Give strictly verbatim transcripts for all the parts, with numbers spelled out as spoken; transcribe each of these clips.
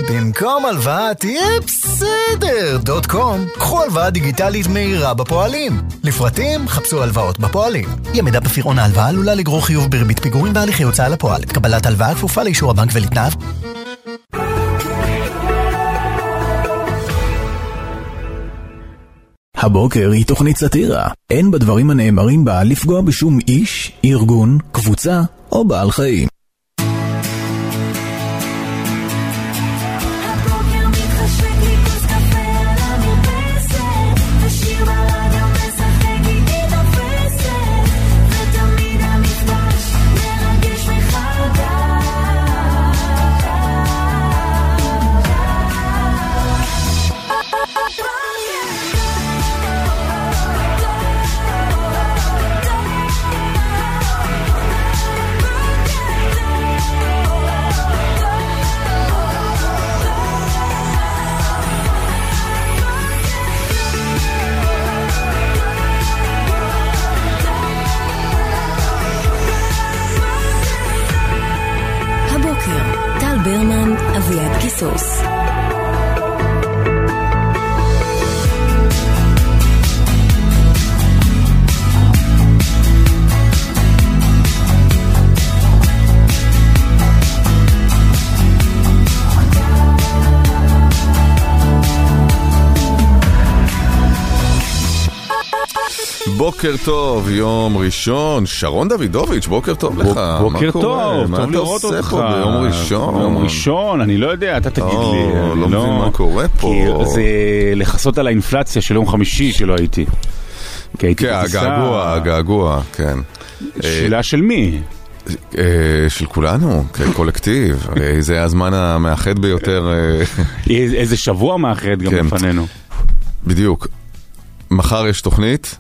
במקום הלוואה תהיה בסדר דוט קום. קחו הלוואה דיגיטלית מהירה בפועלים. לפרטים חפשו הלוואות בפועלים. אי עמידה בפירעון ההלוואה עלולה לגרור חיוב בריבית פיגורים והליכי הוצאה לפועל. קבלת הלוואה כפופה לאישור הבנק ולתנאיו. הבוקר היא תוכנית סאטירה. אין בדברים הנאמרים בה לפגוע בשום איש, ארגון, קבוצה או בעל חיים. ברמן, אביעד קיסוס. בוקר טוב, יום ראשון, שרון דוידוביץ', בוקר טוב לך. בוקר טוב, טוב לראות אותך. מה אתה עושה פה ביום ראשון? ביום ראשון, אני לא יודע, אתה תגיד לי. לא מבין מה קורה פה. כי זה לחסות על האינפלציה של יום חמישי שלא הייתי. כן, הגעגוע, הגעגוע, כן. שאלה של מי? של כולנו, כקולקטיב. זה הזמן המאחד ביותר. איזה שבוע מאחד גם לפנינו. בדיוק. מחר יש תוכנית,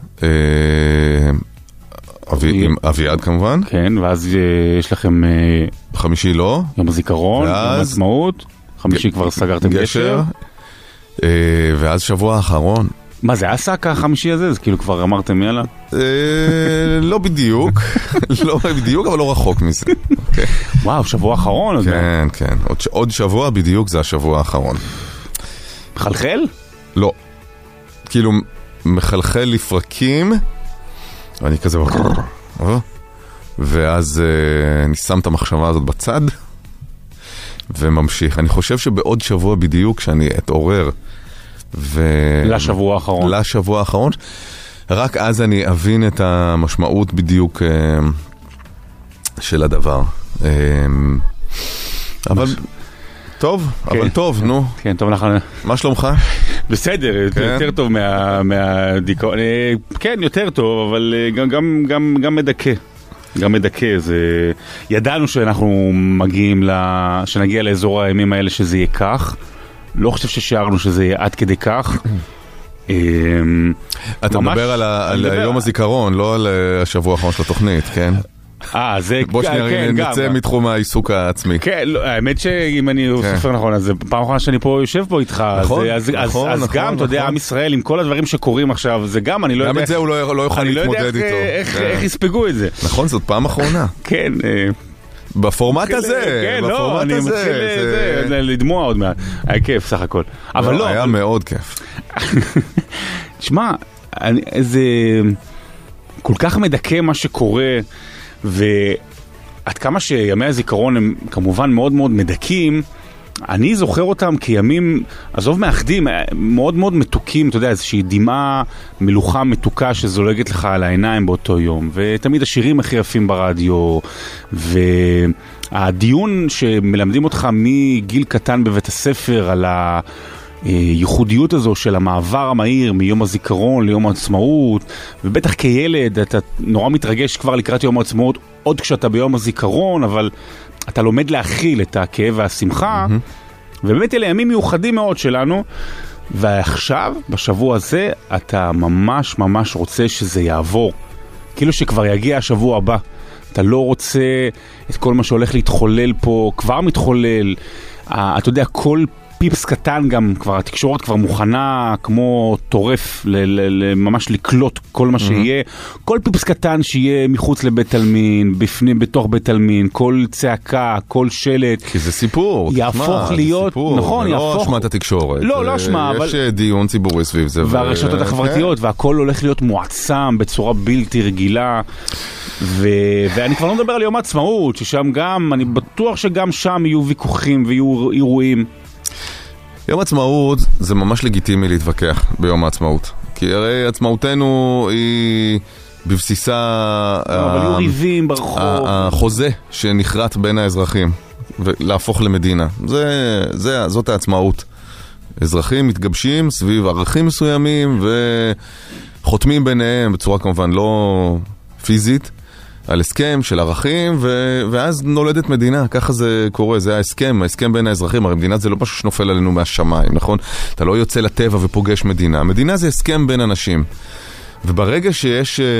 עם אביעד כמובן. כן, ואז יש לכם... חמישי לא. יום הזיכרון, יום העצמאות. חמישי כבר סגרתם גשר. ואז שבוע האחרון. מה זה, עסק החמישי הזה? זה כאילו כבר אמרתם יאללה? לא בדיוק. לא בדיוק, אבל לא רחוק מזה. וואו, שבוע האחרון. כן, כן. עוד שבוע בדיוק זה השבוע האחרון. חלחל? לא. כאילו... מחלחל לפרקים, ואני כזה, ואז אני שם את המחשבה הזאת בצד, וממשיך. אני חושב שבעוד שבוע בדיוק, כשאני אתעורר, לשבוע האחרון. לשבוע האחרון, רק אז אני אבין את המשמעות בדיוק של הדבר. אבל... טוב, אבל טוב, נו. כן, טוב לך. מה שלומך? בסדר, יותר טוב מהדיכאון. כן, יותר טוב, אבל גם מדכא. גם מדכא. ידענו שאנחנו מגיעים, שנגיע לאזור הימים האלה שזה יהיה כך. לא חושב ששארנו שזה יהיה עד כדי כך. אתה מדבר על יום הזיכרון, לא על השבוע האחרון של התוכנית, כן? אה, זה... בוא שניה, נצא מתחום העיסוק העצמי. כן, האמת שאם אני סופר נכון, אז פעם אחרונה שאני פה יושב פה איתך, אז גם, אתה יודע, עם ישראל, עם כל הדברים שקורים עכשיו, זה גם, אני לא יודע... גם את זה הוא לא יוכל להתמודד איתו. איך יספגו את זה. נכון, זאת פעם אחרונה. כן. בפורמט הזה. כן, לא, אני מתחיל לדמוע עוד מעט. היה כיף, סך הכל. אבל לא... היה מאוד כיף. תשמע, זה כל כך מדכא מה שקורה... ועד כמה שימי הזיכרון הם כמובן מאוד מאוד מדכים, אני זוכר אותם כימים, עזוב מאחדים, מאוד מאוד מתוקים, אתה יודע, איזושהי דמעה, מלוכה מתוקה שזולגת לך על העיניים באותו יום, ותמיד השירים הכי יפים ברדיו, והדיון שמלמדים אותך מגיל קטן בבית הספר על ה... ייחודיות הזו של המעבר המהיר מיום הזיכרון ליום העצמאות, ובטח כילד אתה נורא מתרגש כבר לקראת יום העצמאות עוד כשאתה ביום הזיכרון, אבל אתה לומד להכיל את הכאב והשמחה, mm-hmm. ובאמת אלה ימים מיוחדים מאוד שלנו, ועכשיו בשבוע הזה אתה ממש ממש רוצה שזה יעבור, כאילו שכבר יגיע השבוע הבא, אתה לא רוצה את כל מה שהולך להתחולל פה, כבר מתחולל, אתה יודע, כל פיפס קטן גם, כבר התקשורת כבר מוכנה כמו טורף, ל- ל- ל- ממש לקלוט כל מה שיהיה. כל פיפס קטן שיהיה מחוץ לבית אלמין, בפנים, בתוך בית אלמין, כל צעקה, כל שלט. כי זה סיפור. יהפוך להיות, נכון, יהפוך. יהפוך. לא אשמת התקשורת. לא, לא אשמה, אבל... יש דיון ציבורי סביב זה. והרשתות החברתיות, והכל הולך להיות מועצם בצורה בלתי רגילה. ו... ואני כבר לא מדבר על יום העצמאות, ששם גם, אני בטוח שגם שם יהיו ויכוחים ויהיו אירועים. יום העצמאות זה ממש לגיטימי להתווכח ביום העצמאות. כי הרי עצמאותנו היא בבסיסה... לא, אבל יהיו ריבים ברחוב. החוזה שנחרט בין האזרחים, ולהפוך למדינה. זה, זה, זאת העצמאות. אזרחים מתגבשים סביב ערכים מסוימים, וחותמים ביניהם בצורה כמובן לא פיזית, על הסכם של ערכים, ו... ואז נולדת מדינה, ככה זה קורה, זה ההסכם, ההסכם בין האזרחים, הרי מדינה זה לא משהו שנופל עלינו מהשמיים, נכון? אתה לא יוצא לטבע ופוגש מדינה, מדינה זה הסכם בין אנשים, וברגע שיש אה,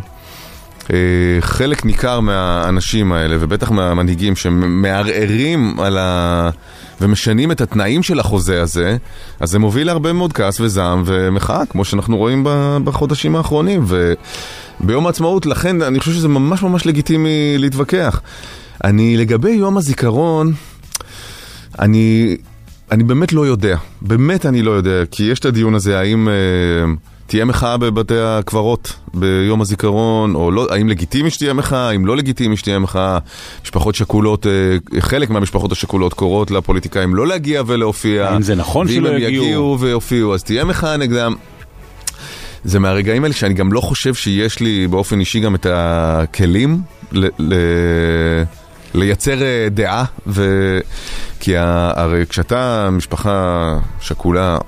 אה, חלק ניכר מהאנשים האלה, ובטח מהמנהיגים שמערערים על ה... ומשנים את התנאים של החוזה הזה, אז זה מוביל להרבה מאוד כעס וזעם ומחאה, כמו שאנחנו רואים בחודשים האחרונים, ו... ביום העצמאות, לכן אני חושב שזה ממש ממש לגיטימי להתווכח. אני לגבי יום הזיכרון, אני, אני באמת לא יודע. באמת אני לא יודע, כי יש את הדיון הזה, האם אה, תהיה מחאה בבתי הקברות ביום הזיכרון, או לא, האם לגיטימי שתהיה מחאה, האם לא לגיטימי שתהיה מחאה. משפחות שכולות, אה, חלק מהמשפחות השכולות קורות לפוליטיקאים לא להגיע ולהופיע. האם זה נכון שלא יגיעו? ואם הם יגיעו ויופיעו, אז תהיה מחאה נגדם. זה מהרגעים האלה שאני גם לא חושב שיש לי באופן אישי גם את הכלים ל- ל- לייצר דעה, ו- כי הרי כשאתה משפחה שכולה,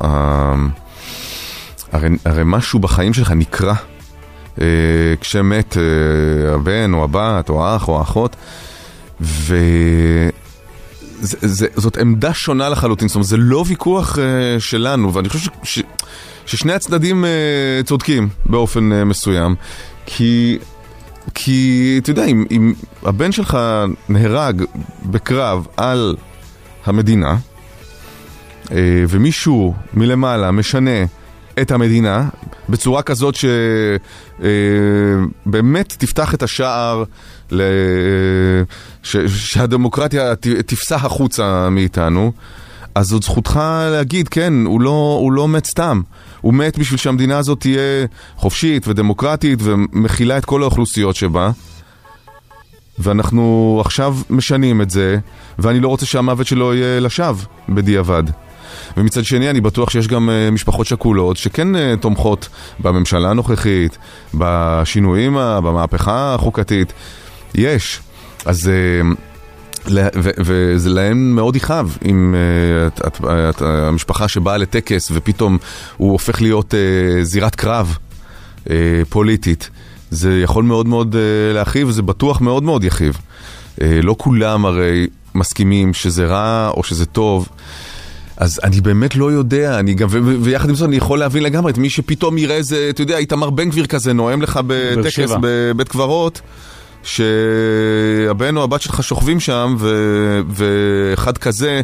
הרי, הרי משהו בחיים שלך נקרא, כשמת הבן או הבת או האח או האחות, וזאת עמדה שונה לחלוטין, זאת אומרת, זה לא ויכוח שלנו, ואני חושב ש... ששני הצדדים uh, צודקים באופן uh, מסוים, כי, כי אתה יודע, אם, אם הבן שלך נהרג בקרב על המדינה, uh, ומישהו מלמעלה משנה את המדינה, בצורה כזאת שבאמת uh, תפתח את השער, ל, ש, שהדמוקרטיה ת, תפסע החוצה מאיתנו, אז זאת זכותך להגיד, כן, הוא לא, הוא לא מת סתם. הוא מת בשביל שהמדינה הזאת תהיה חופשית ודמוקרטית ומכילה את כל האוכלוסיות שבה. ואנחנו עכשיו משנים את זה, ואני לא רוצה שהמוות שלו יהיה לשווא בדיעבד. ומצד שני, אני בטוח שיש גם משפחות שכולות שכן תומכות בממשלה הנוכחית, בשינויים, במהפכה החוקתית. יש. אז... וזה להם מאוד יכאב אם המשפחה שבאה לטקס ופתאום הוא הופך להיות זירת קרב פוליטית, זה יכול מאוד מאוד להכאיב, וזה בטוח מאוד מאוד יכאיב. לא כולם הרי מסכימים שזה רע או שזה טוב, אז אני באמת לא יודע, אני גם, ויחד עם זאת אני יכול להבין לגמרי את מי שפתאום יראה איזה, אתה יודע, איתמר בן גביר כזה נואם לך בטקס בבית קברות, שהבן או הבת שלך שוכבים שם, ו- ואחד כזה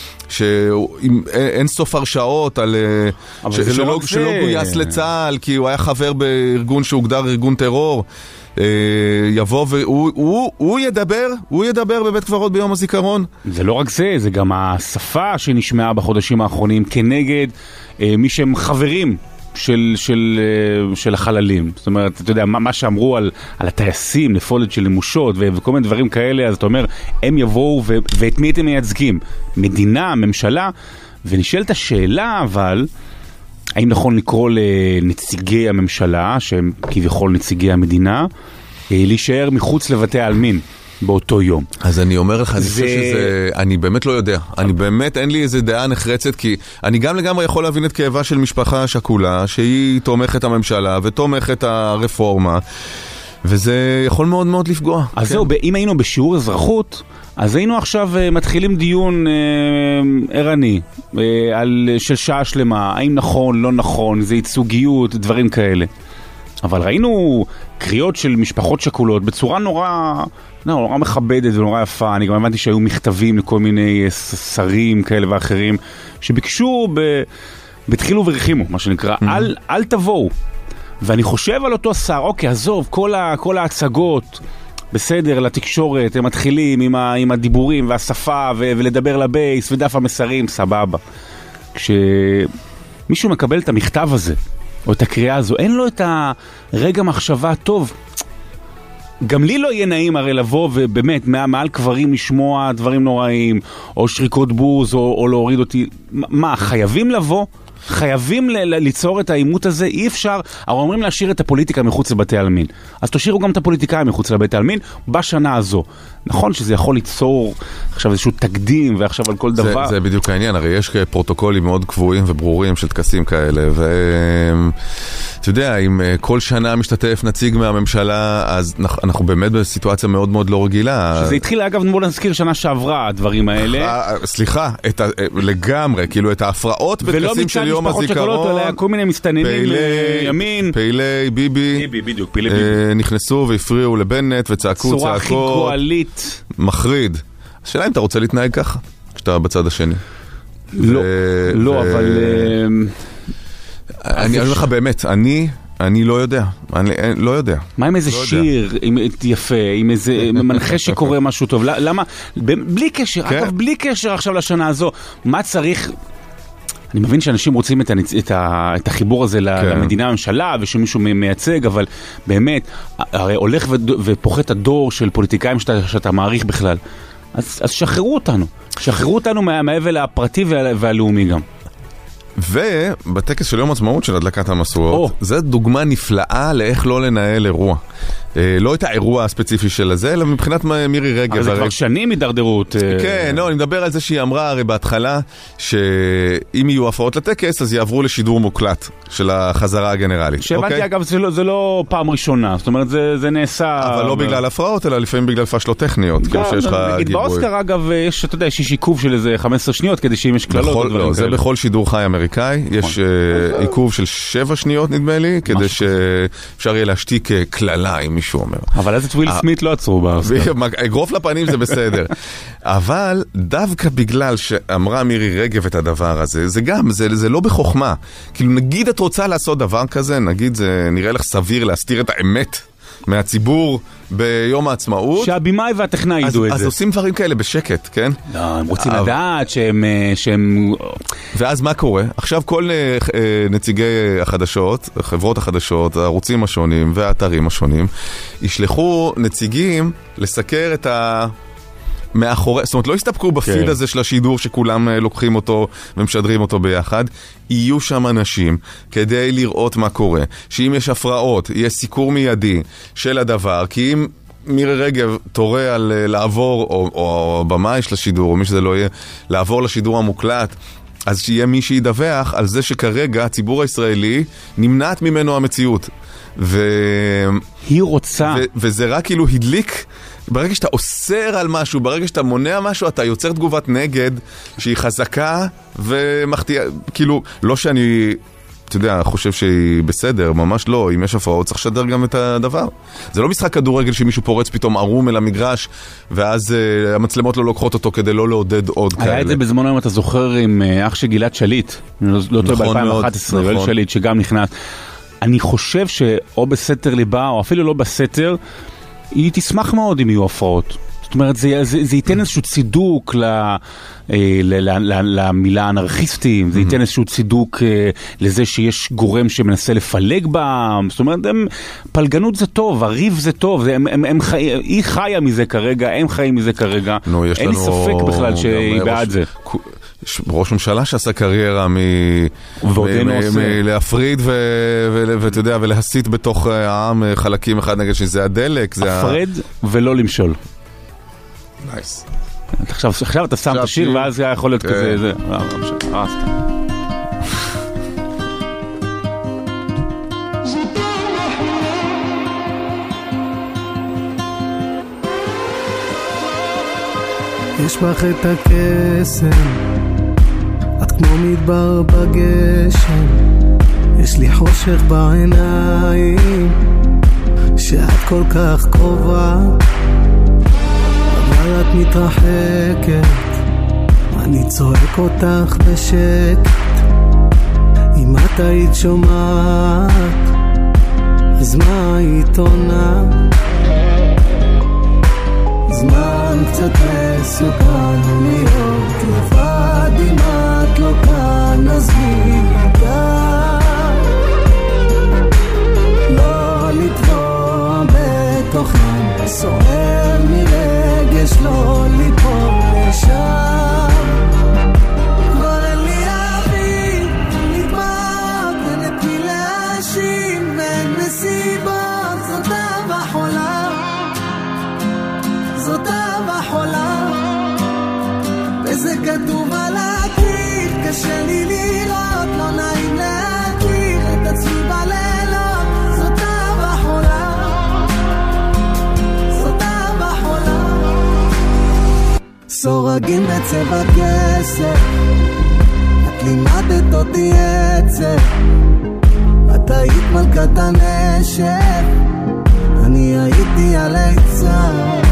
שאין סוף הרשאות על ש- שלא, לא שלא גויס לצהל כי הוא היה חבר בארגון שהוגדר ארגון טרור, יבוא והוא הוא, הוא ידבר, הוא ידבר בבית קברות ביום הזיכרון. זה לא רק זה, זה גם השפה שנשמעה בחודשים האחרונים כנגד מי שהם חברים של, של, של החללים. זאת אומרת, אתה יודע, מה, מה שאמרו על, על הטייסים, נפולת של לימושות ו, וכל מיני דברים כאלה, אז אתה אומר, הם יבואו ו, ואת מי אתם מייצגים? מדינה, ממשלה? ונשאלת השאלה, אבל, האם נכון לקרוא לנציגי הממשלה, שהם כביכול נציגי המדינה, להישאר מחוץ לבתי העלמין באותו יום? אז אני אומר לך, אני חושב שזה, אני באמת לא יודע. אני באמת, אין לי איזה דעה נחרצת, כי אני גם לגמרי יכול להבין את כאבה של משפחה שכולה, שהיא תומכת הממשלה ותומכת הרפורמה, וזה יכול מאוד מאוד לפגוע. אז זהו, אם היינו בשיעור אזרחות, אז היינו עכשיו מתחילים דיון ערני, של שעה שלמה, האם נכון, לא נכון, זה ייצוגיות, דברים כאלה. אבל ראינו קריאות של משפחות שכולות בצורה נורא, נורא מכבדת ונורא יפה. אני גם הבנתי שהיו מכתבים לכל מיני שרים כאלה ואחרים שביקשו ב... בתחילו ורחימו, מה שנקרא, mm-hmm. אל, אל תבואו. ואני חושב על אותו שר, אוקיי, עזוב, כל, ה, כל ההצגות, בסדר, לתקשורת, הם מתחילים עם, ה, עם הדיבורים והשפה ו, ולדבר לבייס ודף המסרים, סבבה. כשמישהו מקבל את המכתב הזה, או את הקריאה הזו, אין לו את הרגע מחשבה טוב. גם לי לא יהיה נעים הרי לבוא ובאמת מעל קברים לשמוע דברים נוראים, או שריקות בוז, או, או להוריד אותי. מה, חייבים לבוא? חייבים ל- ליצור את האימות הזה? אי אפשר, אבל אומרים להשאיר את הפוליטיקה מחוץ לבתי אלמין. אז תשאירו גם את הפוליטיקאים מחוץ לבתי אלמין בשנה הזו. נכון שזה יכול ליצור עכשיו איזשהו תקדים ועכשיו על כל דבר. זה, זה בדיוק העניין, הרי יש פרוטוקולים מאוד קבועים וברורים של תקסים כאלה, ואתה יודע, אם כל שנה משתתף נציג מהממשלה, אז אנחנו באמת בסיטואציה מאוד מאוד לא רגילה. שזה התחיל, אגב, בוא נזכיר שנה שעברה הדברים האלה. סליחה, את ה, לגמרי, כאילו את ההפרעות בטקסים של יום הזיכרון, אלא כל מיני מסתננים ימין. פעילי ביבי, ביבי, בדיוק, פעילי ביבי. נכנסו והפריעו לבנט וצעקו צעקות. צורה הכי גואלית. מחריד. השאלה אם אתה רוצה להתנהג ככה, כשאתה בצד השני. לא, לא, אבל... אני אומר לך באמת, אני... אני לא יודע, אני לא יודע. מה עם איזה שיר יפה, עם איזה מנחה שקורא משהו טוב? למה? בלי קשר, אגב, בלי קשר עכשיו לשנה הזו, מה צריך... אני מבין שאנשים רוצים את, הנצ... את, ה... את החיבור הזה למדינה הממשלה ושמישהו מייצג, אבל באמת, הרי הולך ו... ופוחת הדור של פוליטיקאים שאתה, שאתה מעריך בכלל. אז, אז שחררו אותנו. שחררו אותנו מה... מהאבל הפרטי וה... והלאומי גם. ובטקס של יום עצמאות של הדלקת המשואות, זו דוגמה נפלאה לאיך לא לנהל אירוע. לא את האירוע הספציפי של הזה, אלא מבחינת מירי רגב. אבל זה כבר שנים הידרדרות. כן, לא, אני מדבר על זה שהיא אמרה הרי בהתחלה, שאם יהיו הפרעות לטקס, אז יעברו לשידור מוקלט של החזרה הגנרלית. שהבנתי, אגב, זה לא פעם ראשונה, זאת אומרת, זה נעשה... אבל לא בגלל הפרעות, אלא לפעמים בגלל פשלות טכניות, כמו שיש לך גיבוי. נגיד באוסקר, אגב, יש, אתה יודע, יש עיקוב של איזה חמש עשרה שניות, כדי שאם יש כללות... לא, זה בכל שידור חי אמריקאי, יש עיקוב של שבע שניות, נדמה לי, כדי שאפשר יהיה להשתיק כללה, אם מישהו אומר. אבל אז את וויל סמית לא עצרו באוסקר. אגרוף לפנים זה בסדר. אבל דווקא בגלל שאמרה מירי רגב את הדבר הזה, זה גם, זה לא בחוכמה. כאילו נגיד את רוצה לעשות דבר כזה, נגיד זה נראה לך סביר להסתיר את האמת מהציבור ביום העצמאות. שהבימאי והטכנאי ידעו את זה. אז עושים דברים כאלה בשקט, כן? לא, הם רוצים לדעת שהם... ואז מה קורה? עכשיו כל נציגי החדשות, חברות החדשות, הערוצים השונים והאתרים השונים, ישלחו נציגים לסקר את ה... מאחורי, זאת אומרת, לא הסתפקו בפיד הזה של השידור שכולם לוקחים אותו ומשדרים אותו ביחד. יהיו שם אנשים כדי לראות מה קורה. שאם יש הפרעות, יהיה סיקור מיידי של הדבר, כי אם מירי רגב תורה על לעבור, או, או במאי של השידור, או מי שזה לא יהיה, לעבור לשידור המוקלט, אז שיהיה מי שידווח על זה שכרגע הציבור הישראלי נמנעת ממנו המציאות. ו... היא רוצה. ו... וזה רק כאילו הדליק... ברגע שאתה אוסר על משהו, ברגע שאתה מונע משהו, אתה יוצר תגובת נגד שהיא חזקה ומחתיעה, כאילו, לא שאני, אתה יודע, חושב שהיא בסדר, ממש לא, אם יש הפרעות צריך לשדר גם את הדבר. זה לא משחק כדורגל שמישהו פורץ פתאום ערום אל המגרש, ואז uh, המצלמות לא לוקחות אותו כדי לא לעודד עוד כאלה. היה את זה בזמנו, אם אתה זוכר, עם uh, אח שגילת שליט, לא, לא טוב ב-אלפיים ואחת עשרה, נכון. שליט שגם נכנס. אני חושב שאו בסתר ליבה, או אפילו לא בסתר, היא תשמח מאוד אם יהיו הפרעות. זאת אומרת, זה, זה, זה ייתן איזשהו צידוק ל, ל, ל, ל, למילה אנרכיסטים, זה ייתן איזשהו צידוק לזה שיש גורם שמנסה לפלג בעם. זאת אומרת, הם, פלגנות זה טוב, הריב זה טוב, זה, הם, הם, הם חי, היא חיה מזה כרגע, הם חיים מזה כרגע. נו, יש אין לנו... לי ספק בכלל שהיא בעד זה. ראש ממשלה שעשה קריירה מלהפריד ואתה יודע, ולהסית בתוך העם חלקים אחד נגד שזה הדלק. הפרד ולא למשול. נייס. עכשיו אתה שם את השיר ואז זה יכול להיות כזה. יש בך את הקסם, את כמו מדבר בגשם, יש לי חושך בעיניים, שאת כל כך קרובה, אבל את מתרחקת, אני צועק אותך בשקט. אם את היית שומעת, אז מה היית עונה? זמן קצת מסוכן להיות לבד, אם את לא כאן אז מי ידע? לא לטבוע בתוכן, סוער מרגש, לא ליפול לשם. כבר אין לי אוויר, נדמק, אין את מי להאשים, ואין מסיבות, זאת אהבה חולה, זאת אהבה חולה, וזה כתוב על הקיר, קשה לי לראות, לא נעים להכיר את עצמי בלילות, זאת אהבה חולה, זאת אהבה חולה. סורגים בצבע כסף, את לימדת אותי עצב, את היית מלכת הנשף, אני הייתי על היצר.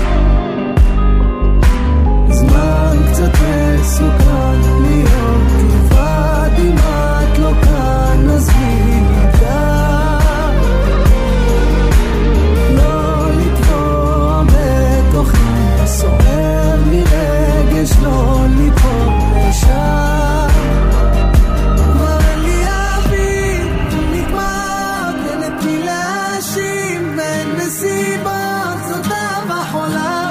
זמן קצת מסוכן להיות לבד, אם את לא כאן אז מי ידע? לא לטבוע בתוכן, סוער מרגש, לא ליפול לשם. כבר אין לי אוויר, נגמר, אין את מי להאשים, ואין מסיבות, זאת אהבה חולה,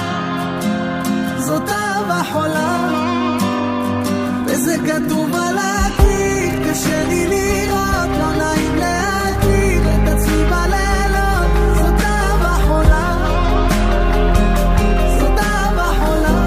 זאת אהבה חולה, וזה כתוב על הקיר, קשה לי לראות, לא נעים להכיר את עצמי בלילות, זאת אהבה חולה, זאת אהבה חולה.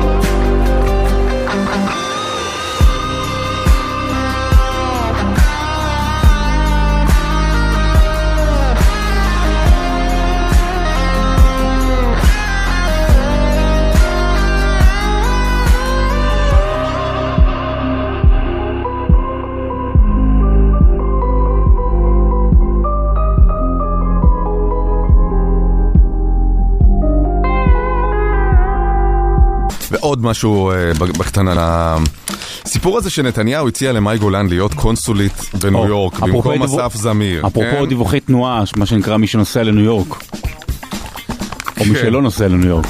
ועוד משהו בקטנה, הסיפור הזה שנתניהו הציע למאי גולן להיות קונסולית בניו יורק במקום אסף זמיר. אפרופו דיווחי תנועה, מה שנקרא מי שנוסע לניו יורק, או מי שלא נוסע לניו יורק.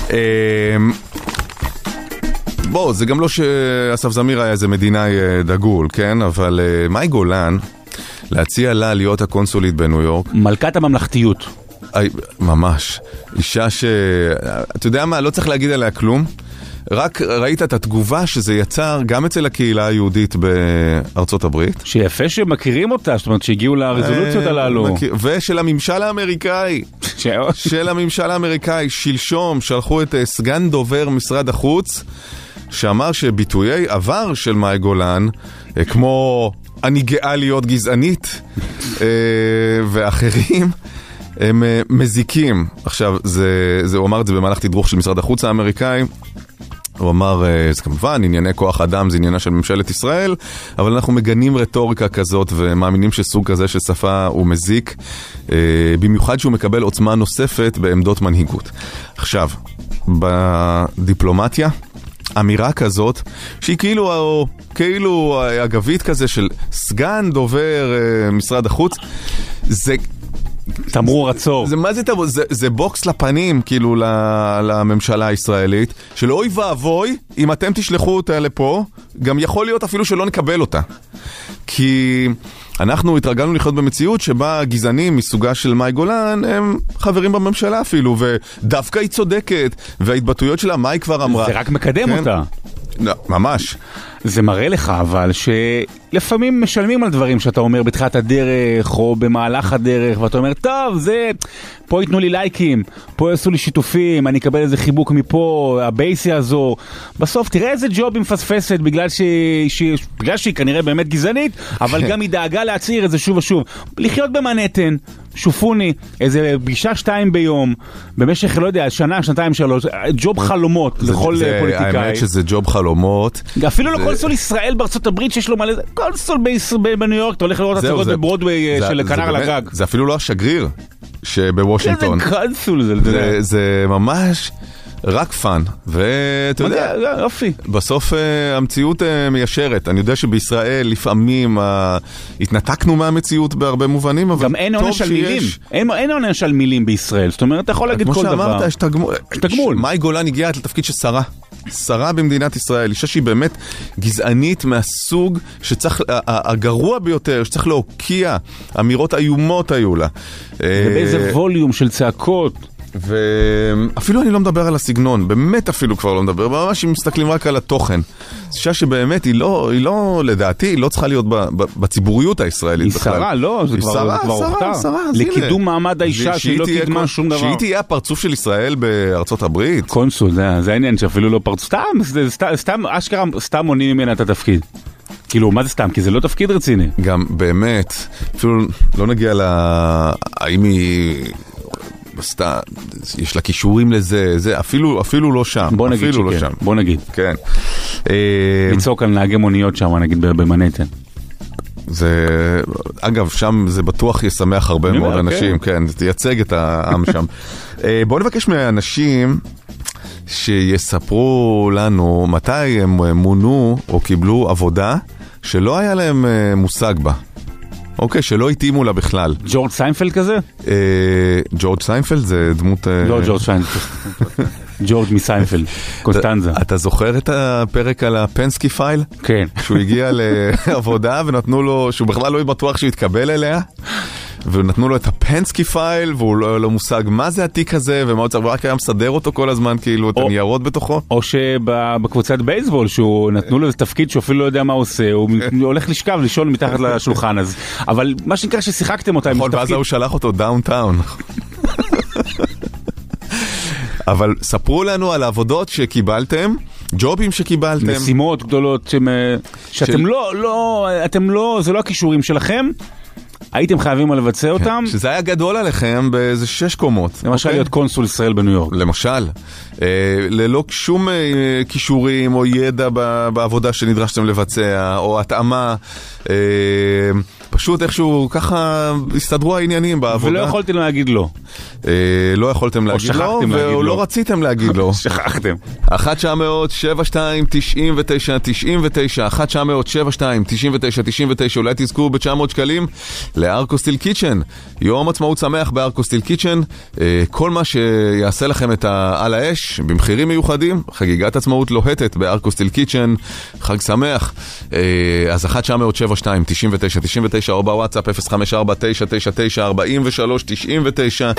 בוא, זה גם לא שאסף זמיר היה איזה מדינאי דגול, כן? אבל מאי גולן, להציע לה להיות הקונסולית בניו יורק, מלכת הממלכתיות. ממש. אישה ש... אתה יודע מה, לא צריך להגיד עליה כלום. רק ראית את התגובה שזה יצר גם אצל הקהילה היהודית בארצות הברית. שיפה שמכירים אותה, זאת אומרת שהגיעו לרזולוציות הללו. ושל הממשל האמריקאי. של הממשל האמריקאי. שלשום שלחו את סגן דובר משרד החוץ, שאמר שביטויי עבר של מאי גולן, כמו אני גאה להיות גזענית, ואחרים, הם מזיקים. עכשיו, זה, זה, הוא אמר את זה במהלך תדרוך של משרד החוץ האמריקאי. הוא אמר, זה כמובן, ענייני כוח אדם זה עניינה של ממשלת ישראל, אבל אנחנו מגנים רטוריקה כזאת ומאמינים שסוג כזה של שפה הוא מזיק, במיוחד שהוא מקבל עוצמה נוספת בעמדות מנהיגות. עכשיו, בדיפלומטיה, אמירה כזאת, שהיא כאילו, כאילו אגבית כזה של סגן דובר משרד החוץ, זה... תמרור עצור. זה מה זה תמרור? זה, זה בוקס לפנים, כאילו, לממשלה הישראלית, של אוי ואבוי, אם אתם תשלחו אותה לפה, גם יכול להיות אפילו שלא נקבל אותה. כי אנחנו התרגלנו לחיות במציאות שבה גזענים מסוגה של מאי גולן הם חברים בממשלה אפילו, ודווקא היא צודקת, וההתבטאויות שלה, מאי כבר אמרה. זה רק מקדם כן? אותה. לא, ממש. זה מראה לך אבל שלפעמים משלמים על דברים שאתה אומר בתחילת הדרך או במהלך הדרך, ואתה אומר, טוב, זה, פה ייתנו לי לייקים, פה יעשו לי שיתופים, אני אקבל איזה חיבוק מפה, הבייסי הזו. בסוף תראה איזה ג'וב היא מפספסת בגלל, ש... ש... בגלל שהיא כנראה באמת גזענית, אבל גם היא דאגה להצעיר את זה שוב ושוב. לחיות במנהטן, שופוני, איזה פגישה שתיים ביום, במשך, לא יודע, שנה, שנתיים, שלוש, ג'וב חלומות לכל פוליטיקאי. האמת שזה ג'וב חלומות. אפילו לא קונסול ישראל בארצות הברית שיש לו מלא, קונסול בניו יורק, אתה הולך לראות הצגות בברודווי של כנר על הגג. זה אפילו לא השגריר שבוושינגטון. זה קונסול, זה ממש... רק פן, ואתה יודע, יופי. בסוף המציאות מיישרת. אני יודע שבישראל לפעמים התנתקנו מהמציאות בהרבה מובנים, אבל גם אין עונש על מילים. אין עונש על מילים בישראל. זאת אומרת, אתה יכול להגיד כל דבר. כמו שאמרת, יש תגמול. מאי גולן הגיעה לתפקיד של שרה. שרה במדינת ישראל. אישה שהיא באמת גזענית מהסוג שצריך, הגרוע ביותר, שצריך להוקיע. אמירות איומות היו לה. ובאיזה ווליום של צעקות. ואפילו אני לא מדבר על הסגנון, באמת אפילו כבר לא מדבר, ממש אם מסתכלים רק על התוכן. אישה שבאמת היא לא, היא לא, לדעתי, היא לא צריכה להיות בציבוריות הישראלית. היא שרה, לא, זה כבר הוכתר. לקידום מעמד האישה שהיא לא קידמה שום דבר. שהיא תהיה הפרצוף של ישראל בארצות הברית. קונסול, זה העניין שאפילו לא פרצוף. סתם, סתם, אשכרה, סתם עונים ממנה את התפקיד. כאילו, מה זה סתם? כי זה לא תפקיד רציני. גם באמת, אפילו לא נגיע לה, האם היא... בסתה, יש לה קישורים לזה, זה, אפילו, אפילו לא שם. בוא נגיד שכן, לא שם. בוא נגיד. כן. לצעוק על נהגי מוניות שם, נגיד במנהטן. זה, אגב, שם זה בטוח ישמח הרבה מאוד אנשים, כן, זה תייצג את העם שם. בואו נבקש מהאנשים שיספרו לנו מתי הם מונו או קיבלו עבודה שלא היה להם מושג בה. אוקיי, שלא התאימו לה בכלל. ג'ורג' סיינפלד כזה? ג'ורג' סיינפלד זה דמות... לא ג'ורג' סיינפלד. ג'ורג' מסיינפלד, קוסטנזה. אתה זוכר את הפרק על הפנסקי פייל? כן. שהוא הגיע לעבודה ונתנו לו, שהוא בכלל לא בטוח שהוא יתקבל אליה, ונתנו לו את הפנסקי פייל, והוא לא, לא מושג מה זה התיק הזה, ומה הוא צריך, רק היה מסדר אותו כל הזמן, כאילו, את הניירות בתוכו. או שבקבוצת בייסבול, שהוא נתנו לו איזה תפקיד שהוא אפילו לא יודע מה הוא עושה, הוא הולך לשכב, לישון מתחת לשולחן, אז, אבל מה שנקרא ששיחקתם אותה, נכון, ואז הוא שלח אותו דאונטאון. אבל ספרו לנו על העבודות שקיבלתם, ג'ובים שקיבלתם. משימות גדולות שאתם לא, לא, אתם לא, זה לא הכישורים שלכם, הייתם חייבים לבצע אותם. שזה היה גדול עליכם באיזה שש קומות. למשל להיות קונסול ישראל בניו יורק. למשל. ללא שום כישורים או ידע בעבודה שנדרשתם לבצע, או התאמה. פשוט איכשהו ככה הסתדרו העניינים בעבודה. ולא יכולתם להגיד לא. לא יכולתם להגיד לא, ולא רציתם להגיד לא. שכחתם. אחת תשע מאות שבעים ושתיים תשעים ותשע תשעים ותשע אחת תשע מאות שבעים ושתיים תשעים ותשע תשעים ותשע אולי תזכו ב-תשע מאות שקלים לארקוסטיל קיצ'ן. יום עצמאות שמח בארקוסטיל קיצ'ן. כל מה שיעשה לכם את על האש במחירים מיוחדים, חגיגת עצמאות לוהטת בארקוסטיל קיצ'ן. חג שמח. אז אחת תשע מאות שבעים ושתיים תשעים ותשע תשעים ותשע או בוואטסאפ אפס חמש ארבע תשע תשע תשע ארבעים ושלוש תשעים ותשע.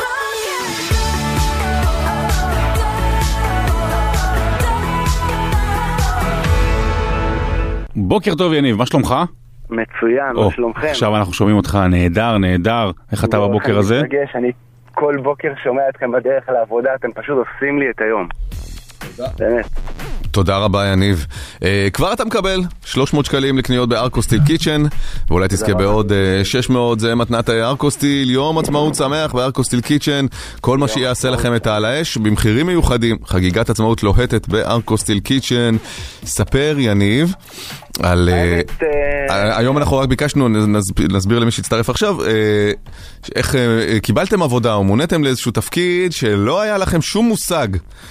בוקר טוב יניב, מה שלומך? מצוין, מה שלומכם? עכשיו אנחנו שומעים אותך נהדר, נהדר. איך אתה בבוקר הזה? אני מתרגש, אני כל בוקר שומע אתכם בדרך לעבודה, אתם פשוט עושים לי את היום. באמת. תודה רבה יניב. uh, כבר אתה מקבל שלוש מאות שקלים לקניות בארקוסטיל קיצ'ן, ואולי תזכה בעוד uh, שש מאות, זה מתנת ארקוסטיל, יום עצמאות שמח בארקוסטיל קיצ'ן, כל מה שיעשה לכם את על האש, במחירים מיוחדים, חגיגת עצמאות לוהטת בארקוסטיל קיצ'ן. ספר יניב על... היום אנחנו רק ביקשנו, נסביר למי שיצטרף עכשיו, איך קיבלתם עבודה או מונתם לאיזשהו תפקיד שלא היה לכם שום מושג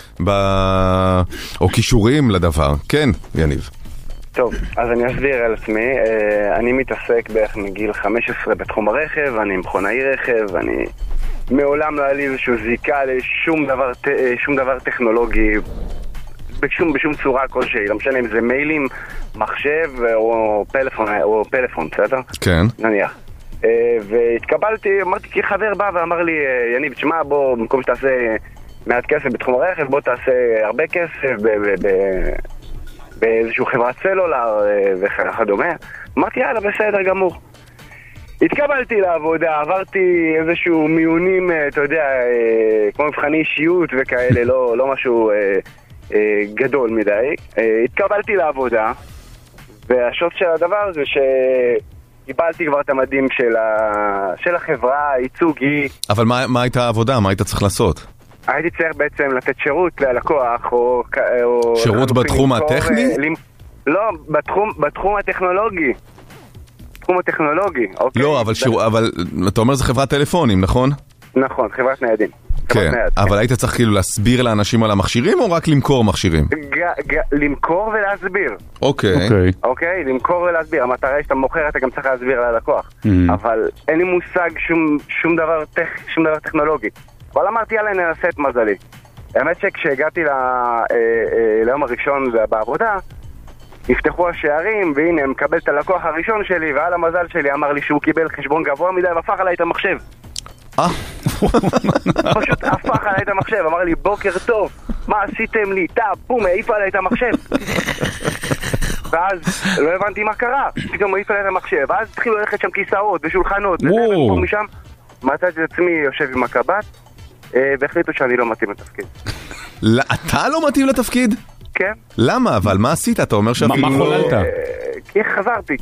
או קישורים לדבר. כן, יניב. טוב, אז אני אסביר על עצמי. אני מתעסק בערך מגיל חמש עשרה בתחום הרכב, אני מכונאי רכב, אני מעולם לא היה לי איזשהו זיקה לשום דבר, שום דבר טכנולוגי, בשום, בשום צורה כלשהי, לא משנה אם זה מיילים, מחשב או פלאפון, או פלאפון, בסדר? כן. נניח. והתקבלתי, אמרתי, כי חבר בא ואמר לי, יניב, תשמע, בוא, במקום שתעשה מעט כסף בתחום הרכב, בוא תעשה הרבה כסף באיזשהו חברת סלולר וכדומה. אמרתי, יאללה, בסדר גמור. התקבלתי לעבודה, עברתי איזשהו מיונים, אתה יודע, כמו מבחני אישיות וכאלה, לא, לא משהו גדול מדי. התקבלתי לעבודה, והשוט של הדבר זה קיבלתי כבר את המדים של, ה... של החברה, ייצוגי. אבל מה, מה הייתה העבודה? מה היית צריך לעשות? הייתי צריך בעצם לתת שירות ללקוח, או... או שירות בתחום למכור, הטכני? למ... לא, בתחום, בתחום הטכנולוגי. בתחום הטכנולוגי, אוקיי? לא, אבל, שיר... אבל אתה אומר זה חברת טלפונים, נכון? נכון, חברת ניידים. כן, אבל היית צריך כאילו להסביר לאנשים על המכשירים או רק למכור מכשירים? למכור ולהסביר. אוקיי. אוקיי, למכור ולהסביר. המטרה היא שאתה מוכר, אתה גם צריך להסביר ללקוח. אבל אין לי מושג שום דבר טכנולוגי. אבל אמרתי, יאללה, ננסה את מזלי. האמת שכשהגעתי ליום הראשון בעבודה, נפתחו השערים, והנה, מקבל את הלקוח הראשון שלי, ועל המזל שלי אמר לי שהוא קיבל חשבון גבוה מדי, והפך עליי את המחשב. אה? פשוט הפך עליי את המחשב, אמר לי בוקר טוב, מה עשיתם לי? טאב, בום, העיף עליי את המחשב. ואז לא הבנתי מה קרה, פתאום העיף עליי את המחשב, ואז התחילו ללכת שם כיסאות ושולחנות, וזה ופה משם, מצאתי את עצמי יושב עם הקב"ט, והחליטו שאני לא מתאים לתפקיד. אתה לא מתאים לתפקיד? כן. למה? אבל מה עשית? אתה אומר שאפילו... מה חוללת? כי חזרתי.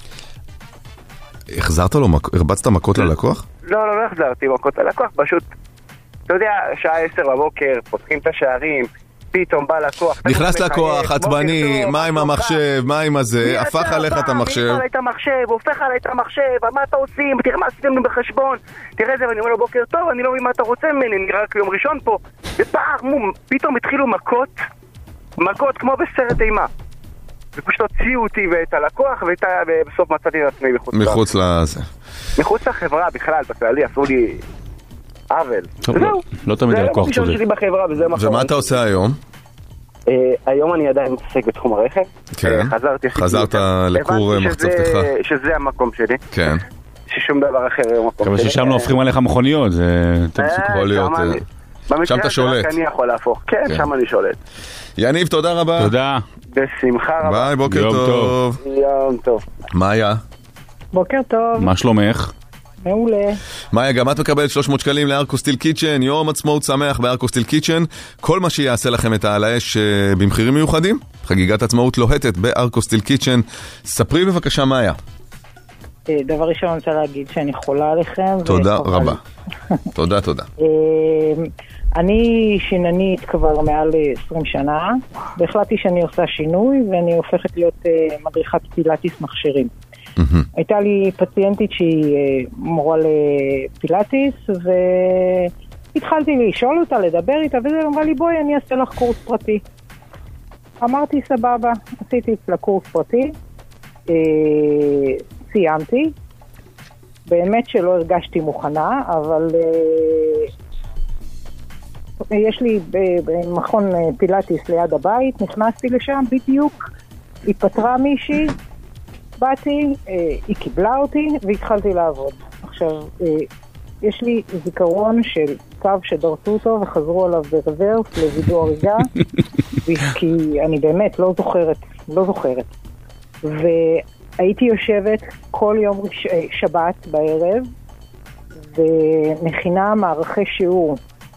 החזרת לו, הרבצת מכות ללקוח? לא, לא, לא החזרתי מכות ללקוח, פשוט, אתה יודע, שעה עשר בבוקר, פותחים את השערים, פתאום בא לקוח. נכנס לקוח, עצבני, מה עם המחשב, מה עם הזה, הפך עליך את המחשב. הפך עליי את המחשב, הופך עליי את המחשב, מה אתה עושים? תראה מה עשיתם לי בחשבון. תראה זה, ואני אומר לו בוקר טוב, אני לא מבין מה אתה רוצה ממני, נראה רק יום ראשון פה. ופעם, פתאום התחילו מכות, מכות כמו בסרט אימה. ופשוט הוציאו אותי ואת הלקוח, ובסוף מצאתי את עצמי מחוץ. מחוץ לזה. מחוץ לחברה בכלל, בכללי, עשו לי עוול. זהו. לא תמיד הלקוח צודק. זה לא שלי בחברה, וזה מה... ומה אתה עושה היום? היום אני עדיין מתעסק בתחום הרכב. כן. חזרת לקור מחצבתך. שזה המקום שלי. כן. ששום דבר אחר הוא מקום שלי. אבל ששם לא הופכים עליך מכוניות, זה... יכול להיות... שם אתה שולט. אני יכול להפוך. כן, שם אני שולט. יניב, תודה רבה. תודה. בשמחה רבה. ביי, בוקר טוב. יום טוב. מאיה. בוקר טוב. מה שלומך? מעולה. מאיה, גם את מקבלת שלוש מאות שקלים לארקו סטיל קיצ'ן, יום עצמאות שמח בארקו סטיל קיצ'ן, כל מה שיעשה לכם את העל האש במחירים מיוחדים, חגיגת עצמאות לוהטת בארקו סטיל קיצ'ן. ספרי בבקשה מאיה. דבר ראשון אני רוצה להגיד שאני חולה עליכם. תודה רבה. תודה, תודה. אני שיננית כבר מעל עשרים שנה, והחלטתי שאני עושה שינוי ואני הופכת להיות מדריכת פילאטיס מכשירים. הייתה לי פציינטית שהיא מורה לפילאטיס, והתחלתי לשאול אותה, לדבר איתה, וזה אמרה לי בואי אני אעשה לך קורס פרטי. אמרתי סבבה, עשיתי לה קורס פרטי, סיימתי, באמת שלא הרגשתי מוכנה, אבל יש לי במכון פילאטיס ליד הבית, נכנסתי לשם בדיוק, התפטרה מישהי, באתי, היא קיבלה אותי והתחלתי לעבוד. עכשיו, יש לי זיכרון של קו שדרסו אותו וחזרו עליו ברוורס לוידאו הריגה, כי אני באמת לא זוכרת, לא זוכרת. והייתי יושבת כל יום רש... שבת בערב ומכינה מערכי שיעור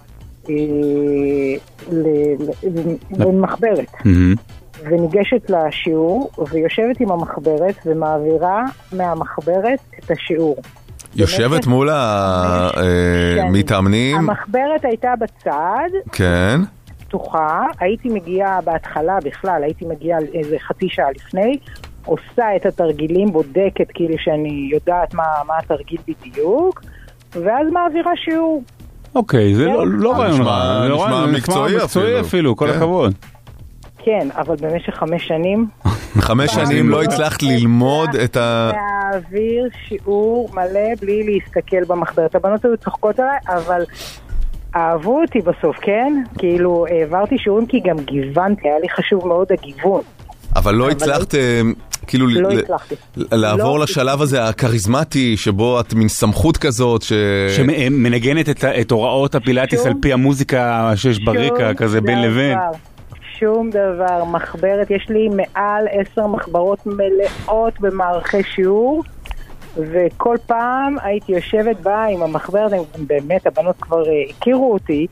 למחברת. וניגשת לשיעור ויושבת עם המחברת ומעבירה מהמחברת את השיעור. יושבת מול המתאמנים? המחברת הייתה בצד. כן. פתוחה. הייתי מגיעה בהתחלה בכלל, הייתי מגיעה איזה חצי שעה לפני, עושה את התרגילים, בודקת כאילו שאני יודעת מה, מה התרגיל בדיוק, ואז מעבירה שיעור. אוקיי, זה לא רעיון רע. זה נשמע מקצועי אפילו, כל הכבוד. כן, אבל במשך חמש שנים... חמש שנים לא הצלחת ללמוד את ה... להעביר שיעור מלא בלי להסתכל במחברת. הבנות היו צוחקות עליי, אבל אהבו אותי בסוף, כן? כאילו, העברתי שיעורים כי גם גיוונתי, היה לי חשוב מאוד הגיוון. אבל לא הצלחת, כאילו, לעבור לשלב הזה הקריזמטי, שבו את מין סמכות כזאת, שמנגנת את הוראות הפילאטיס על פי המוזיקה שיש ברקע, כזה בין לבין. שום דבר, מחברת, יש לי מעל עשר מחברות מלאות במערכי שיעור, וכל פעם הייתי יושבת בה עם המחברת, באמת הבנות כבר הכירו אותי,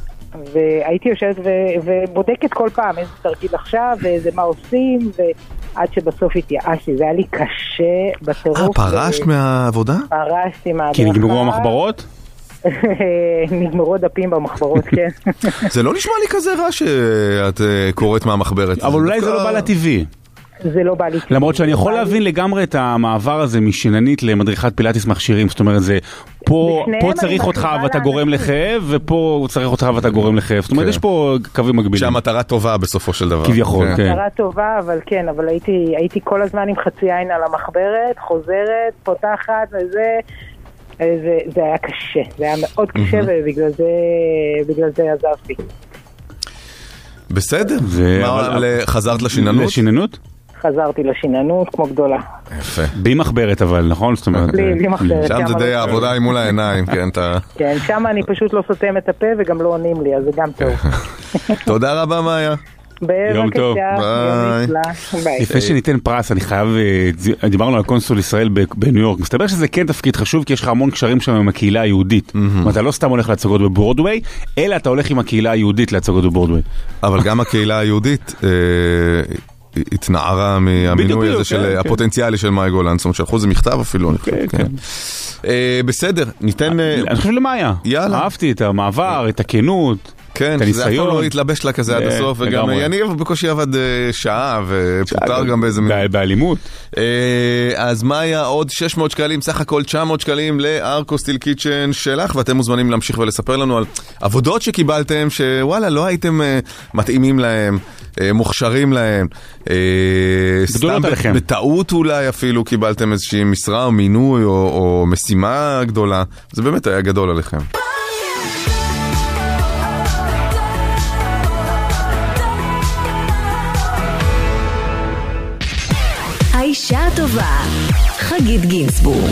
והייתי יושבת ו- ובודקת כל פעם איזה תרגיל עכשיו, ואיזה מה עושים, עד שבסוף התייאשתי, זה היה לי קשה בטירוף. אה, פרשת מהעבודה? פרשתי מההדרכה. כי נגמרו המחברות? נגמרו דפים במחברות, כן. זה לא נשמע לי כזה רע שאת קוראת מהמחברת. אבל אולי זה לא בא לטבעי. זה לא בא לי טבעי. למרות שאני יכול להבין לגמרי את המעבר הזה משיננית למדריכת פילאטיס מכשירים, זאת אומרת זה פה צריך אותך ואתה גורם לכאב, ופה צריך אותך ואתה גורם לכאב, זאת אומרת יש פה קווים מקבילים. שהמטרה טובה בסופו של דבר. כביכול, כן. מטרה טובה, אבל כן, אבל הייתי כל הזמן עם חצי עין על המחברת, חוזרת, פותחת וזה, זה היה קשה, זה היה מאוד קשה ובגלל זה עזבתי. בסדר, חזרת לשיננות? לשיננות? חזרתי לשיננות כמו גדולה. יפה. בי מחברת אבל, נכון? בלי מחברת. שם זה די העבודה עם מול העיניים, כן? כן, שם אני פשוט לא סותם את הפה וגם לא עונים לי, אז זה גם טוב. תודה רבה, מאיה. יום טוב. ביי. לפני שניתן פרס, אני חייב, דיברנו על קונסול ישראל בניו יורק, מסתבר שזה כן תפקיד חשוב, כי יש לך המון קשרים שם עם הקהילה היהודית. אתה לא סתם הולך להצגות בברודווי, אלא אתה הולך עם הקהילה היהודית להצגות בברודווי. אבל גם הקהילה היהודית התנערה מהמינוי הזה של הפוטנציאלי של מאי גולן, זאת אומרת שלחו זה מכתב אפילו. בסדר, ניתן... אני חושב למאיה. יאללה. אהבתי את המעבר, את הכנות. כן, שזה אף פעם לא התלבש לה כזה עד הסוף, וגם יניב בקושי עבד שעה, ופוטר גם באיזה... באלימות. אז מאיה, עוד שש מאות שקלים, סך הכל תשע מאות שקלים לארקו סטיל קיצ'ן שלך, ואתם מוזמנים להמשיך ולספר לנו על עבודות שקיבלתם, שוואלה, לא הייתם מתאימים להם, מוכשרים להם. גדולות עליכם. בטעות אולי אפילו קיבלתם איזושהי משרה או מינוי, או משימה גדולה. זה באמת היה גדול עליכם. האישה הטובה, חגית גינסבורג.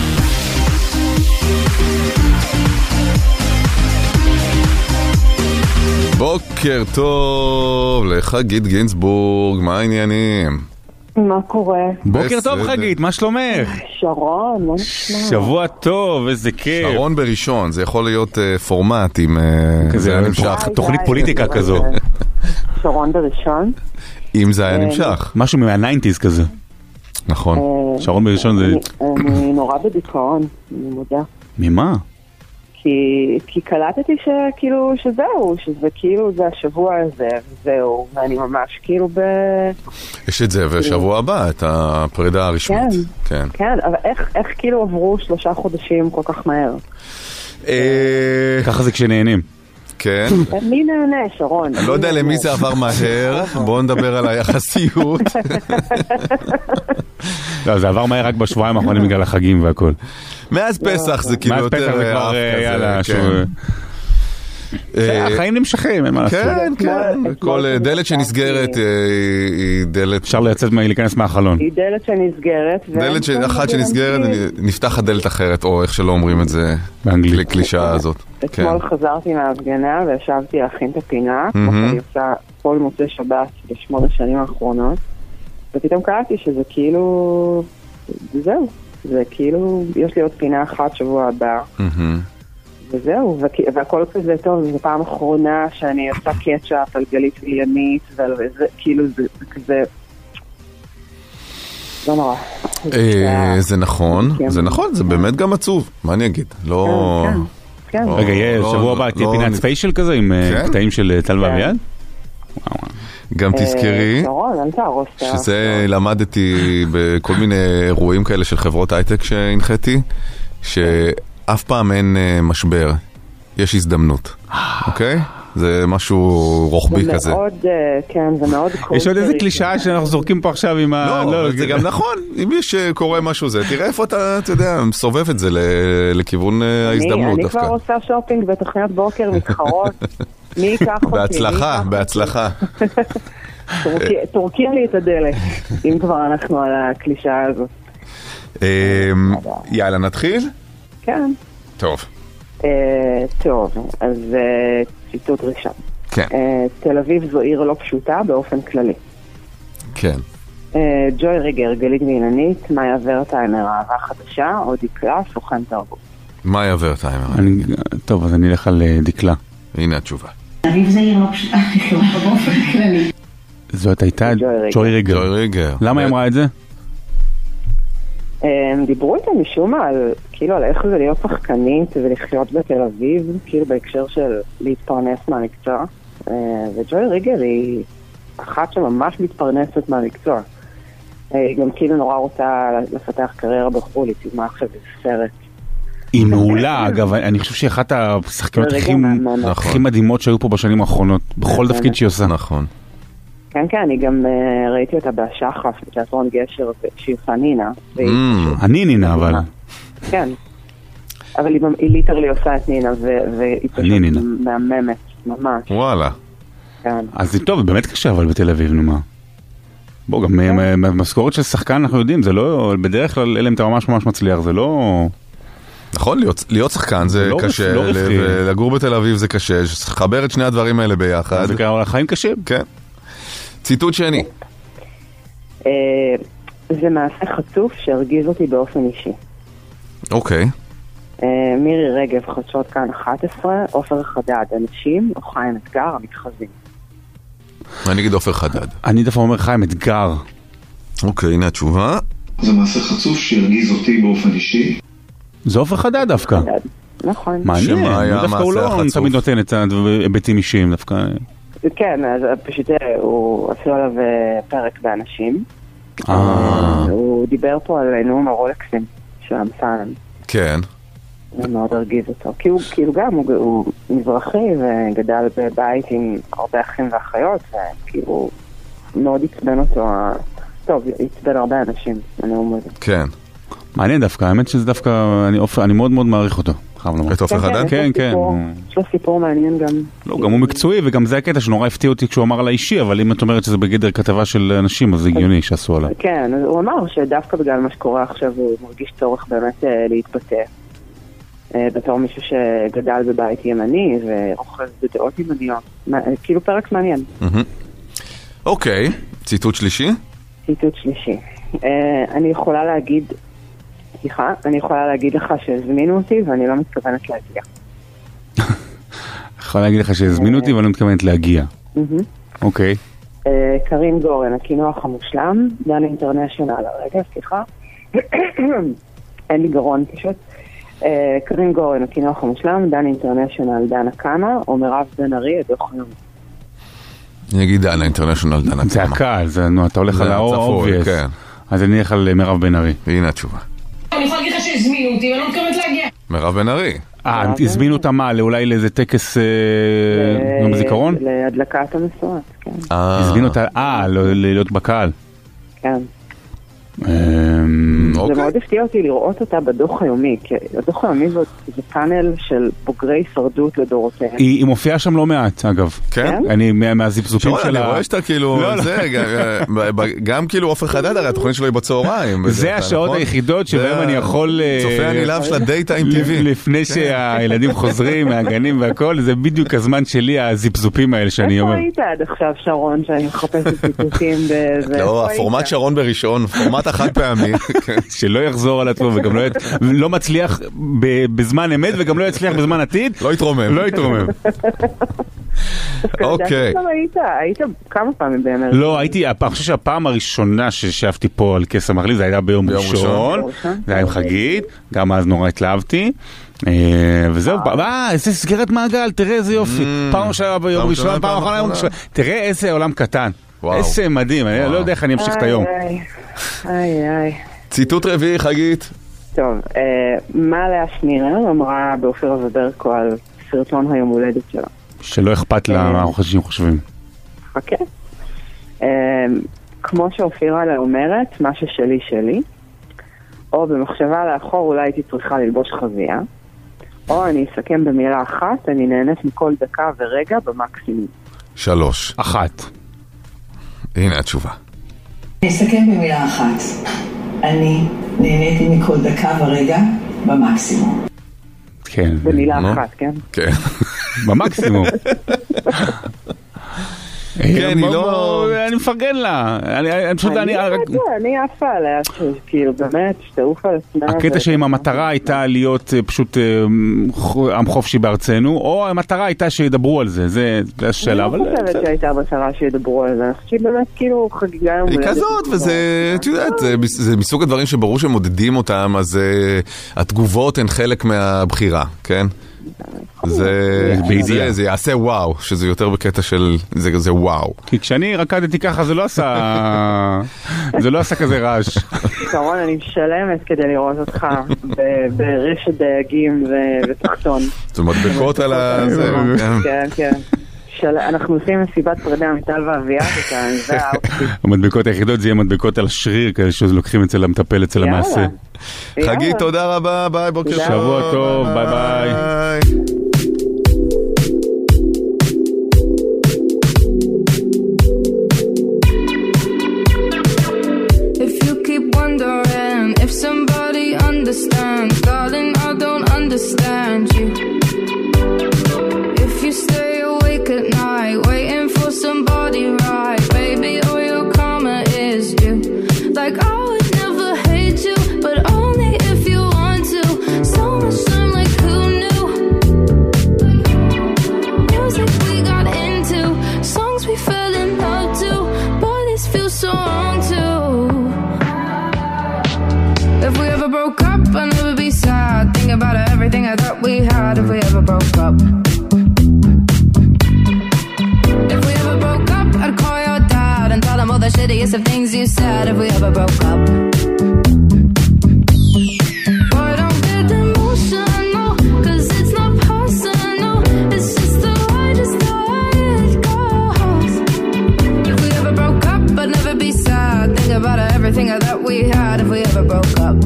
בוקר טוב לחגית גינסבורג, מה העניינים? מה קורה? בוקר טוב חגית, מה שלומך? שרון, מה נשמע? שבוע טוב, איזה כיף. שרון בראשון, זה יכול להיות פורמט עם... כזה נמשך, תוכנית פוליטיקה כזו. שרון בראשון? אם זה היה נמשך. משהו מה-תשעים כזה. נכון. שרון בראשון זה... אני נורא בדיכאון, אני מודה. ממה? כי קלטתי שכאילו שזהו, שזה כאילו זה השבוע הזה, וזהו, ואני ממש כאילו ב... יש את זה, ושבוע הבא, את הפרידה הרשמית. כן, כן, אבל איך כאילו עברו שלושה חודשים כל כך מהר? ככה זה כשנהנים. כן. מי נהנה, שרון? אני לא יודע למי זה עבר מהר, בואו נדבר על היחסיות. לא, זה עבר מהר רק בשבועיים האחרונים בגלל החגים והכל. מאז פסח זה כאילו יותר אף כזה. החיים נמשכים, אין מה לעשות. כן, כן. כל דלת שנסגרת היא דלת... אפשר לצאת להיכנס מהחלון. היא דלת שנסגרת. דלת אחת שנסגרת, נפתחת דלת אחרת, או איך שלא אומרים את זה באנגלית. קלישה הזאת. אתמול חזרתי מההפגנה וישבתי להכין את הפינה, כמו שאני עושה כל מוצאי שבת בשמונה שנים האחרונות, ופתאום קראתי שזה כאילו... זהו. זה כאילו, יש לי עוד פינה אחת שבוע הבא. וזהו, והכל כזה טוב, זו פעם אחרונה שאני עושה קטשאפ על גלית וימית, וכאילו זה כזה... לא נורא. זה נכון, זה נכון, זה באמת גם עצוב, מה אני אגיד? לא... רגע, יהיה שבוע הבא, תהיה פינת ספיישל כזה עם קטעים של טל ואביעד? גם תזכרי שזה למדתי בכל מיני אירועים כאלה של חברות הייטק שהנחיתי, שאף פעם אין משבר, יש הזדמנות, אוקיי? זה משהו רוחבי כזה. זה מאוד, כן, זה מאוד קונטרי. יש עוד איזה קלישה שאנחנו זורקים פה עכשיו עם ה... לא, זה גם נכון, אם יש קורה משהו זה, תראה איפה אתה, אתה יודע, מסובב את זה לכיוון ההזדמנות דווקא. אני כבר עושה שופינג בתוכניות בוקר מתחרות, מי ייקח אותי? בהצלחה, בהצלחה. תורקים לי את הדלת, אם כבר אנחנו על הקלישה הזאת. יאללה, נתחיל? כן. טוב. טוב, אז ציטוט ראשון. כן. תל אביב זו עיר לא פשוטה באופן כללי. כן. ג'וי ריגר, גלית ואילנית, מאיה ורטהיימר, אהבה חדשה, או דקלה, סוכן תרבות. מאיה ורטהיימר. טוב, אז אני אלך על דקלה. הנה התשובה. תל אביב זו עיר לא פשוטה באופן כללי. זאת הייתה ג'וי ריגר. ג'וי ריגר. למה היא אמרה את זה? הם דיברו איתה משום מה על, כאילו, על איך זה להיות שחקנית ולחיות בתל אביב, כאילו בהקשר של להתפרנס מהמקצוע. וג'וי ריגר היא אחת שממש מתפרנסת מהמקצוע. היא גם כאילו נורא רוצה לפתח קריירה בחו"ל, היא תגמה עכשיו בסרט. היא מעולה, אגב, אני חושב שהיא אחת השחקנות הכי מדהימות שהיו פה בשנים האחרונות, בכל תפקיד שהיא עושה. נכון. כן, כן, אני גם ראיתי אותה בשחף, בתיאטרון גשר, שהיא עושה נינה. אני נינה, אבל. כן. אבל היא ליטרלי עושה את נינה, והיא פשוט מהממת, ממש. וואלה. אז זה טוב, באמת קשה, אבל בתל אביב, נו מה. בוא, גם משכורת של שחקן אנחנו יודעים, זה לא, בדרך כלל, אלא אם אתה ממש ממש מצליח, זה לא... נכון, להיות שחקן זה קשה, לגור בתל אביב זה קשה, לחבר את שני הדברים האלה ביחד. זה קרה, החיים קשים. כן. ציטוט שני. זה מעשה חצוף שהרגיז אותי באופן אישי. אוקיי. מירי רגב, חדשות כאן אחת עשרה, עופר חדד, אנשים, או חיים אתגר, המתחזים. אני אגיד עופר חדד. אני דווקא אומר חיים אתגר. אוקיי, הנה התשובה. זה מעשה חצוף שהרגיז אותי באופן אישי. זה עופר חדד דווקא. נכון. מעניין, דווקא הוא לא תמיד נותן את היבטים אישיים דווקא. כן, אז פשוט הוא עשו עליו פרק באנשים. הוא דיבר פה על נאום הרולקסים של אמסלם. כן. זה מאוד הרגיז אותו. כי הוא כאילו גם, הוא מזרחי וגדל בבית עם הרבה אחים ואחיות, וכאילו מאוד עצבן אותו. טוב, עצבן הרבה אנשים, הנאום הזה. כן. מעניין דווקא, האמת שזה דווקא, אני מאוד מאוד מעריך אותו. את עופר חדד? כן, כן. יש לו סיפור מעניין גם. לא, גם הוא מקצועי, וגם זה הקטע שנורא הפתיע אותי כשהוא אמר על האישי, אבל אם את אומרת שזה בגדר כתבה של אנשים, אז זה הגיוני שעשו עליי. כן, הוא אמר שדווקא בגלל מה שקורה עכשיו, הוא מרגיש צורך באמת להתבטא. בתור מישהו שגדל בבית ימני, ואוחז בדעות ימניות. כאילו פרק מעניין. אוקיי, ציטוט שלישי? ציטוט שלישי. אני יכולה להגיד... סליחה, אני יכולה להגיד לך שהזמינו אותי ואני לא מתכוונת להגיע. יכולה להגיד לך שהזמינו אותי ואני לא מתכוונת להגיע. אוקיי. קרין גורן, הקינוח המושלם, דן אינטרנשיונל, רגע, סליחה. אין לי גרון פשוט. קרין גורן, הקינוח המושלם, דן אינטרנשיונל, דן הקאמה, או מירב בן ארי, הדוח יום. אני אגיד דן אינטרנשיונל, דן הקאמה. זה הקל, אתה הולך על האובייס. אז אני אלך על מירב בן ארי. הנה התשובה. אני יכולה להגיד לך שהזמינו אותי, ואני לא מתכוונת להגיע. מירב בן ארי. אה, הזמינו אותה מה? אולי לאיזה טקס יום הזיכרון? להדלקת המשואות, כן. הזמינו אותה, אה, להיות בקהל. כן. זה מאוד הפתיע אותי לראות אותה בדוח היומי, כי הדוח היומי זה פאנל של בוגרי שרדות לדורותיהם. היא מופיעה שם לא מעט, אגב. כן? אני מהזיפזופים שלה... אני רואה שאתה כאילו, גם כאילו עופר חדד, הרי התוכנית שלו היא בצהריים. זה השעות היחידות שבהם אני יכול... צופה הנילב של הדייטיים טי וי. לפני שהילדים חוזרים מהגנים והכל, זה בדיוק הזמן שלי, הזיפזופים האלה שאני אומר. איפה היית עד עכשיו, שרון, שאני מחפשת ציטוטים בזה? לא, הפורמט שרון בראשון, פורמט החד פעמי. שלא יחזור על עצמו וגם לא מצליח בזמן אמת וגם לא יצליח בזמן עתיד. לא יתרומם. לא יתרומם. אוקיי. היית כמה פעמים באמת? לא, הייתי, אני חושב שהפעם הראשונה ששבתי פה על כס המחליף, זה היה ביום ראשון. זה היה עם חגית, גם אז נורא התלהבתי. וזהו, אה, איזה סגרת מעגל, תראה איזה יופי. פעם ראשונה ביום ראשון, פעם אחרונה ביום ראשון. תראה איזה עולם קטן. איזה מדהים, אני לא יודע איך אני אמשיך את היום. איי איי. ציטוט רביעי, חגית. טוב, מה לאה שנירר אמרה באופירה וברקו על סרטון היום הולדת שלה? שלא אכפת לה מה אנשים חושבים. חכה. כמו שאופירה לה אומרת, מה ששלי שלי, או במחשבה לאחור אולי הייתי צריכה ללבוש חזייה, או אני אסכם במילה אחת, אני נהנית מכל דקה ורגע במקסימום. שלוש. אחת. הנה התשובה. אני אסכם במילה אחת. אני נהניתי מכל דקה ורגע במקסימום. כן. במילה אחת, כן? כן. במקסימום. כן, היא לא... אני מפרגן לה. אני פשוט... אני עפה עליה, כאילו באמת, שתעוף על עצמה. הקטע שעם המטרה הייתה להיות פשוט עם חופשי בארצנו, או המטרה הייתה שידברו על זה, זה השאלה. אני לא חושבת שהייתה מטרה שידברו על זה, אני חושבת באמת כאילו חגיגה יום הולדת. היא כזאת, וזה, את יודעת, זה מסוג הדברים שברור שמודדים אותם, אז התגובות הן חלק מהבחירה, כן? זה זה יעשה וואו, שזה יותר בקטע של זה וואו. כי כשאני רקדתי ככה זה לא עשה זה לא עשה כזה רעש. שרון, אני משלמת כדי לראות אותך ברשת דייגים ותחתון. זאת מדבקות על זה. כן, כן. אנחנו עושים מסיבת פרידה מיטל ואביעד, זה האופציה. המדבקות היחידות זה יהיה מדבקות על השריר, כאלה שלוקחים אצל המטפל אצל המעשה. חגית, תודה רבה, ביי, בוקר טוב. שבוע טוב, ביי ביי. If you keep wondering if somebody understands, darling, I don't understand you. If you stay awake at night, waiting for somebody right, baby, all your karma is due. Like I would never hate you, but only if you want to. So much time, like who knew? Music we got into, songs we fell in love to. Boy, this feels so wrong too. If we ever broke up, I'd never be sad. Think about everything I thought we had. If we ever broke up, if we ever broke up, I'd call your dad and tell him all the shittiest of things you said. If we ever broke up, boy, don't get emotional, 'cause it's not personal. It's just the way, just the way it goes. If we ever broke up, I'd never be sad. Think about everything I thought we had. If we ever broke up,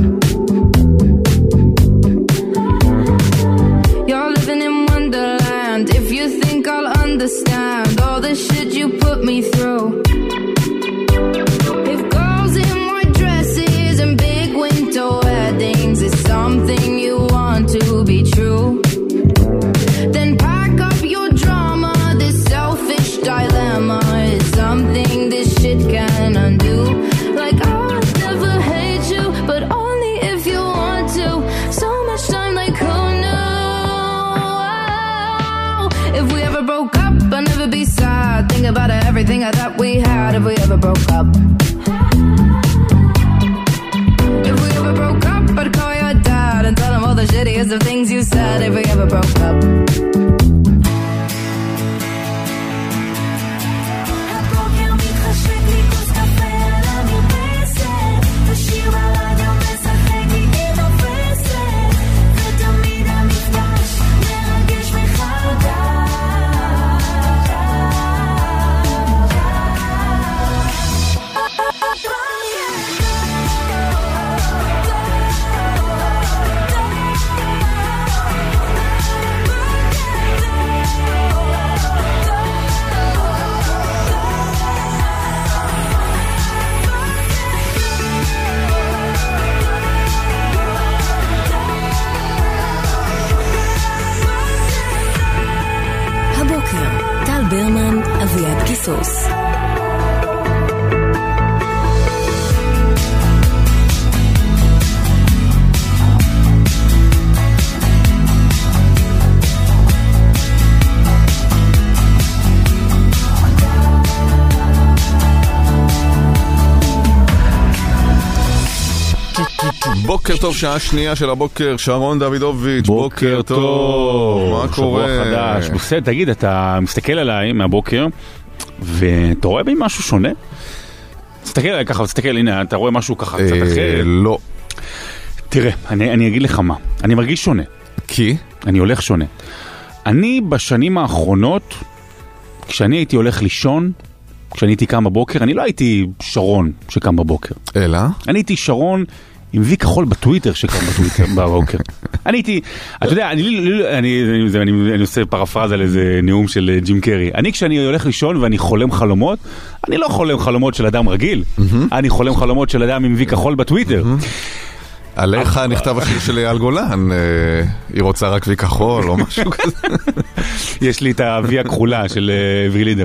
you're living in Wonderland. If you think I'll understand all the shit you put me through. If girls in white dresses and big winter weddings is something you want to be true, then pack up your drama. This selfish dilemma is something this shit can undo. Like I would never hate you, but only if you want to. So much time, like who knew? If we ever broke up, I'd never be sad. Think about everything I thought we had. If we ever broke up, if we ever broke up, I'd call your dad and tell him all the shittiest of things you said. If we ever broke up, הבוקר מתחשק לי כוס קפה על המרפסת, השיר ברדיו משחק לי עם הפסת, ותמיד המפגש מרגש מחדש. הבוקר, טל ברמן, אביעד קיסוס. בוקר טוב, שעה שנייה של הבוקר, שרון דוידוביץ', בוקר טוב, מה קורה? שבוע חדש, בסדר, תגיד, אתה מסתכל עליי מהבוקר, ואתה רואה בי משהו שונה? תסתכל עליי ככה, תסתכל, הנה, אתה רואה משהו ככה קצת אחר? לא. תראה, אני, אני אגיד לך מה, אני מרגיש שונה. כי? אני הולך שונה. אני בשנים האחרונות, כשאני הייתי הולך לישון, כשאני הייתי קם בבוקר, אני לא הייתי שרון שקם בבוקר. אלא? אני הייתי שרון עם וי כחול בטוויטר שקם בטוויטר בבוקר. אני הייתי, אתה יודע, אני, אני, אני, אני, אני עושה פרפרזה על איזה נאום של ג'ים קרי. אני כשאני הולך לישון ואני חולם חלומות, אני לא חולם חלומות של אדם רגיל, אני חולם חלומות של אדם עם וי כחול בטוויטר. עליך נכתב השיר של אייל גולן, היא רוצה רק וי כחול או משהו כזה. יש לי את הווי הכחולה של עברי לידר.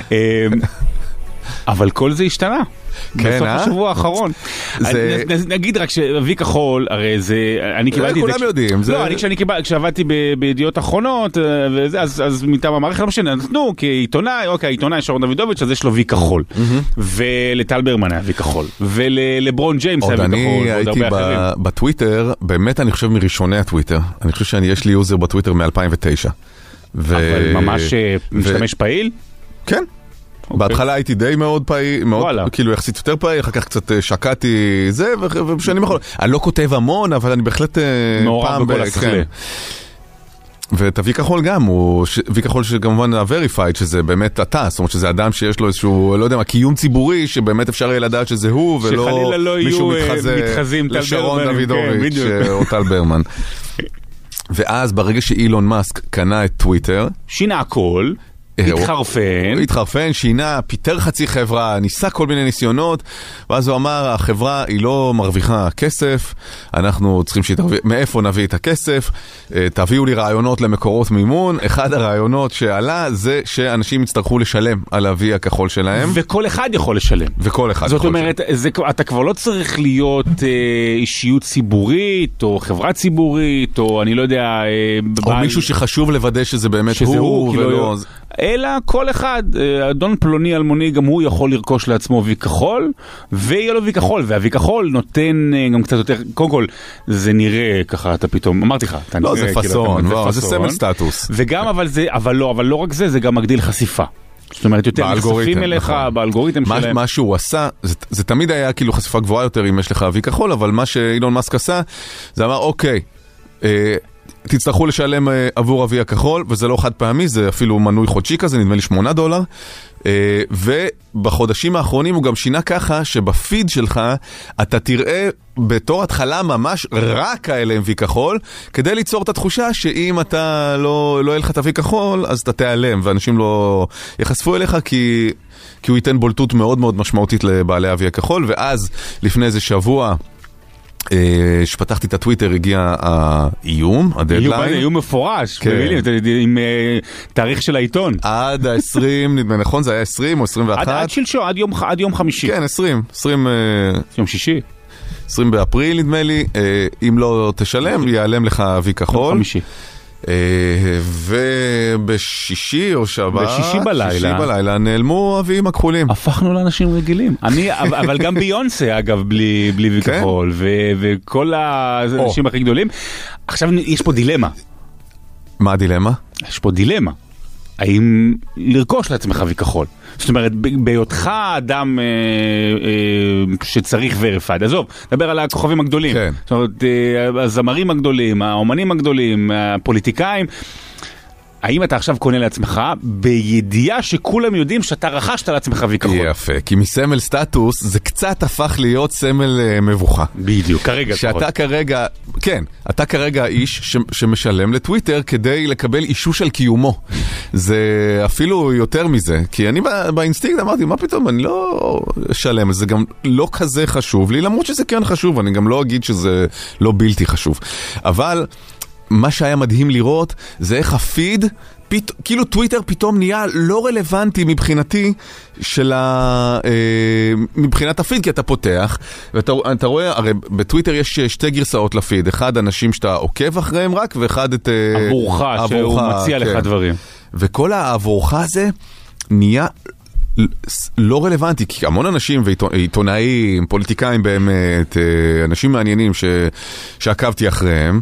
אבל כל זה השתנה. כן, בסוף אה? השבוע האחרון. זה- נ- נגיד רק שווי כחול, הרי זה, אני קיבלתי את זה... כולם יודעים, זה- לא, אני כשאני קיבל- כשעבדתי ב- בידיעות אחרונות, אה, וזה, אז אז מטעם המערכת, לא משנה, נתנו כעיתונאי, אוקיי, העיתונאי שרון דוידוביץ', אז יש לו וי כחול. ולטל ברמן היה וי כחול. ולברון ג'יימס היה עוד וי כחול, אני ועוד הייתי הרבה אחרים. ב- בטוויטר, באמת אני חושב מראשוני הטוויטר. אני חושב שאני, יש לי יוזר בטוויטר מ-אלפיים ותשע. ו- אבל ממש אה, ו- משתמש פעיל? כן. בהתחלה הייתי די מאוד פעיל, מאוד, וואלה. כאילו יחסית יותר פעיל, אחר כך קצת אה, שקעתי זה, ו- ובשנים האחרונות. אני לא כותב המון, אבל אני בהחלט אה, מעורב פעם בכל ב- השכלה. כן. ואת הוי כחול גם, הוא, ש- וי כחול שכמובן ה-verified, שזה באמת אתה, זאת אומרת שזה אדם שיש לו איזשהו, לא יודע מה, קיום ציבורי, שבאמת אפשר יהיה לדעת שזה הוא, ולא שחלילה לא מישהו יהיו, אה, מתחזה מתחזים טל לשרון ברמן, כן, דוידוביץ' בדיוק. אה, או טל ברמן. ואז ברגע שאילון מאסק קנה את טוויטר, שינה הכל, התחרפן. התחרפן, שינה, פיטר חצי חברה, ניסה כל מיני ניסיונות, ואז הוא אמר, החברה היא לא מרוויחה כסף, אנחנו צריכים שתרוויח, מאיפה נביא את הכסף, אה, תביאו לי רעיונות למקורות מימון, אחד הרעיונות שעלה זה שאנשים יצטרכו לשלם על ה-וי הכחול שלהם. וכל אחד יכול לשלם. וכל אחד זאת יכול אומרת, זה, אתה כבר לא צריך להיות אה, אישיות ציבורית, או חברה ציבורית, או אני לא יודע... אה, או בעל... מישהו שחשוב לוודא שזה באמת שזה הוא, הוא, כאילו, ולא... אלא כל אחד, אה, אדון פלוני אלמוני, גם הוא יכול לרכוש לעצמו וי כחול, ויהיה לו וי כחול, והוי כחול נותן אה, גם קצת יותר, קודם כל, זה נראה ככה, אתה פתאום, אמרתי לך, אתה לא, נראה, זה כאילו, פסון, אתה- לא, זה פסון. סמל סטטוס. וגם, אבל זה, אבל לא, אבל לא רק זה, זה גם מגדיל חשיפה. זאת אומרת, יותר באלגוריתם, נחשפים אליך, נכון. באלגוריתם מה, שלהם. מה שהוא עשה, זה, זה תמיד היה כאילו חשיפה גבוהה יותר אם יש לך וי כחול, אבל מה שאילון מאסק עשה, זה אמר, אוקיי, אה, תצטרכו לשלם אה, עבור ה-וי הכחול, וזה לא חד פעמי, זה אפילו מנוי חודשי כזה, נדמה לי שמונה דולר, אה, ובחודשים האחרונים הוא גם שינה ככה, שבפיד שלך אתה תראה בתור התחלה ממש רק כאלה עם וי כחול, כדי ליצור את התחושה שאם אתה לא, לא יהיה לך את ה-וי כחול, אז אתה תיעלם, ואנשים לא יחשפו אליך, כי, כי הוא ייתן בולטות מאוד מאוד משמעותית לבעלי ה-וי הכחול, ואז לפני איזה שבוע, שפתחתי את הטוויטר, הגיע האיום, הדדליין. איום מפורש, במילים, עם תאריך של העיתון. עד ה-עשרים, נדמה נכון, זה היה עשרים או עשרים ואחת? עד שלשום, עד יום חמישי. כן, עשרים. עשרים יום שישי. עשרים באפריל, נדמה לי. אם לא תשלם, ייעלם לך וי כחול. יום חמישי. ובשישי או שבת, בשישי בלילה, שישי בלילה נעלמו הוויים הכחולים. הפכנו לאנשים רגילים. אני, אבל גם ביונסה אגב, בלי, בלי וי כחול, ו- וכל האנשים הכי גדולים. עכשיו יש פה דילמה. מה הדילמה? יש פה דילמה. האם לרכוש לעצמך וי כחול? זאת אומרת, בהיותך אדם אה, אה, שצריך verified, עזוב, דבר על הכוכבים הגדולים. כן. זאת אומרת, אה, הזמרים הגדולים, האומנים הגדולים, הפוליטיקאים, האם אתה עכשיו קונה לעצמך בידיעה שכולם יודעים שאתה רכשת לעצמך וי כחול? יפה, כי מסמל סטטוס זה קצת הפך להיות סמל uh, מבוכה. בדיוק, כרגע. שאתה כרגע, כן, אתה כרגע איש ש, שמשלם לטוויטר כדי לקבל אישוש על קיומו. זה אפילו יותר מזה, כי אני בא, באינסטינקט אמרתי, מה פתאום, אני לא אשלם, זה גם לא כזה חשוב לי, למרות שזה כן חשוב, אני גם לא אגיד שזה לא בלתי חשוב. אבל מה שהיה מדהים לראות זה איך הפיד, פית, כאילו טוויטר פתאום נהיה לא רלוונטי מבחינתי של ה, אה, מבחינת הפיד, כי אתה פותח ואתה אתה רואה, הרי בטוויטר יש שתי גרסאות לפיד, אחד אנשים שאתה עוקב אחריהם רק, ואחד את עבורך, עבורך שהוא מציע כן. לך דברים. וכל העבורך הזה נהיה לא רלוונטי, כי המון אנשים ועיתונאים, פוליטיקאים באמת, אנשים מעניינים ש, שעקבתי אחריהם,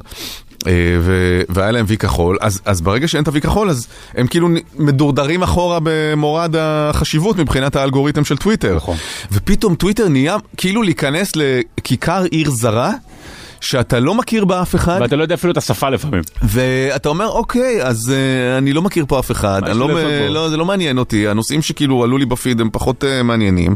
והיה להם וי כחול, אז, אז ברגע שאין את הוי כחול, אז הם כאילו מדורדרים אחורה במורד החשיבות מבחינת האלגוריתם של טוויטר. נכון. ופתאום טוויטר נהיה כאילו להיכנס לכיכר עיר זרה, שאתה לא מכיר בה אף אחד. ואתה לא יודע אפילו את השפה לפעמים. ואתה אומר, אוקיי, אז uh, אני לא מכיר פה אף אחד, אני לא, לא, זה לא מעניין אותי, הנושאים שכאילו עלו לי בפיד הם פחות uh, מעניינים,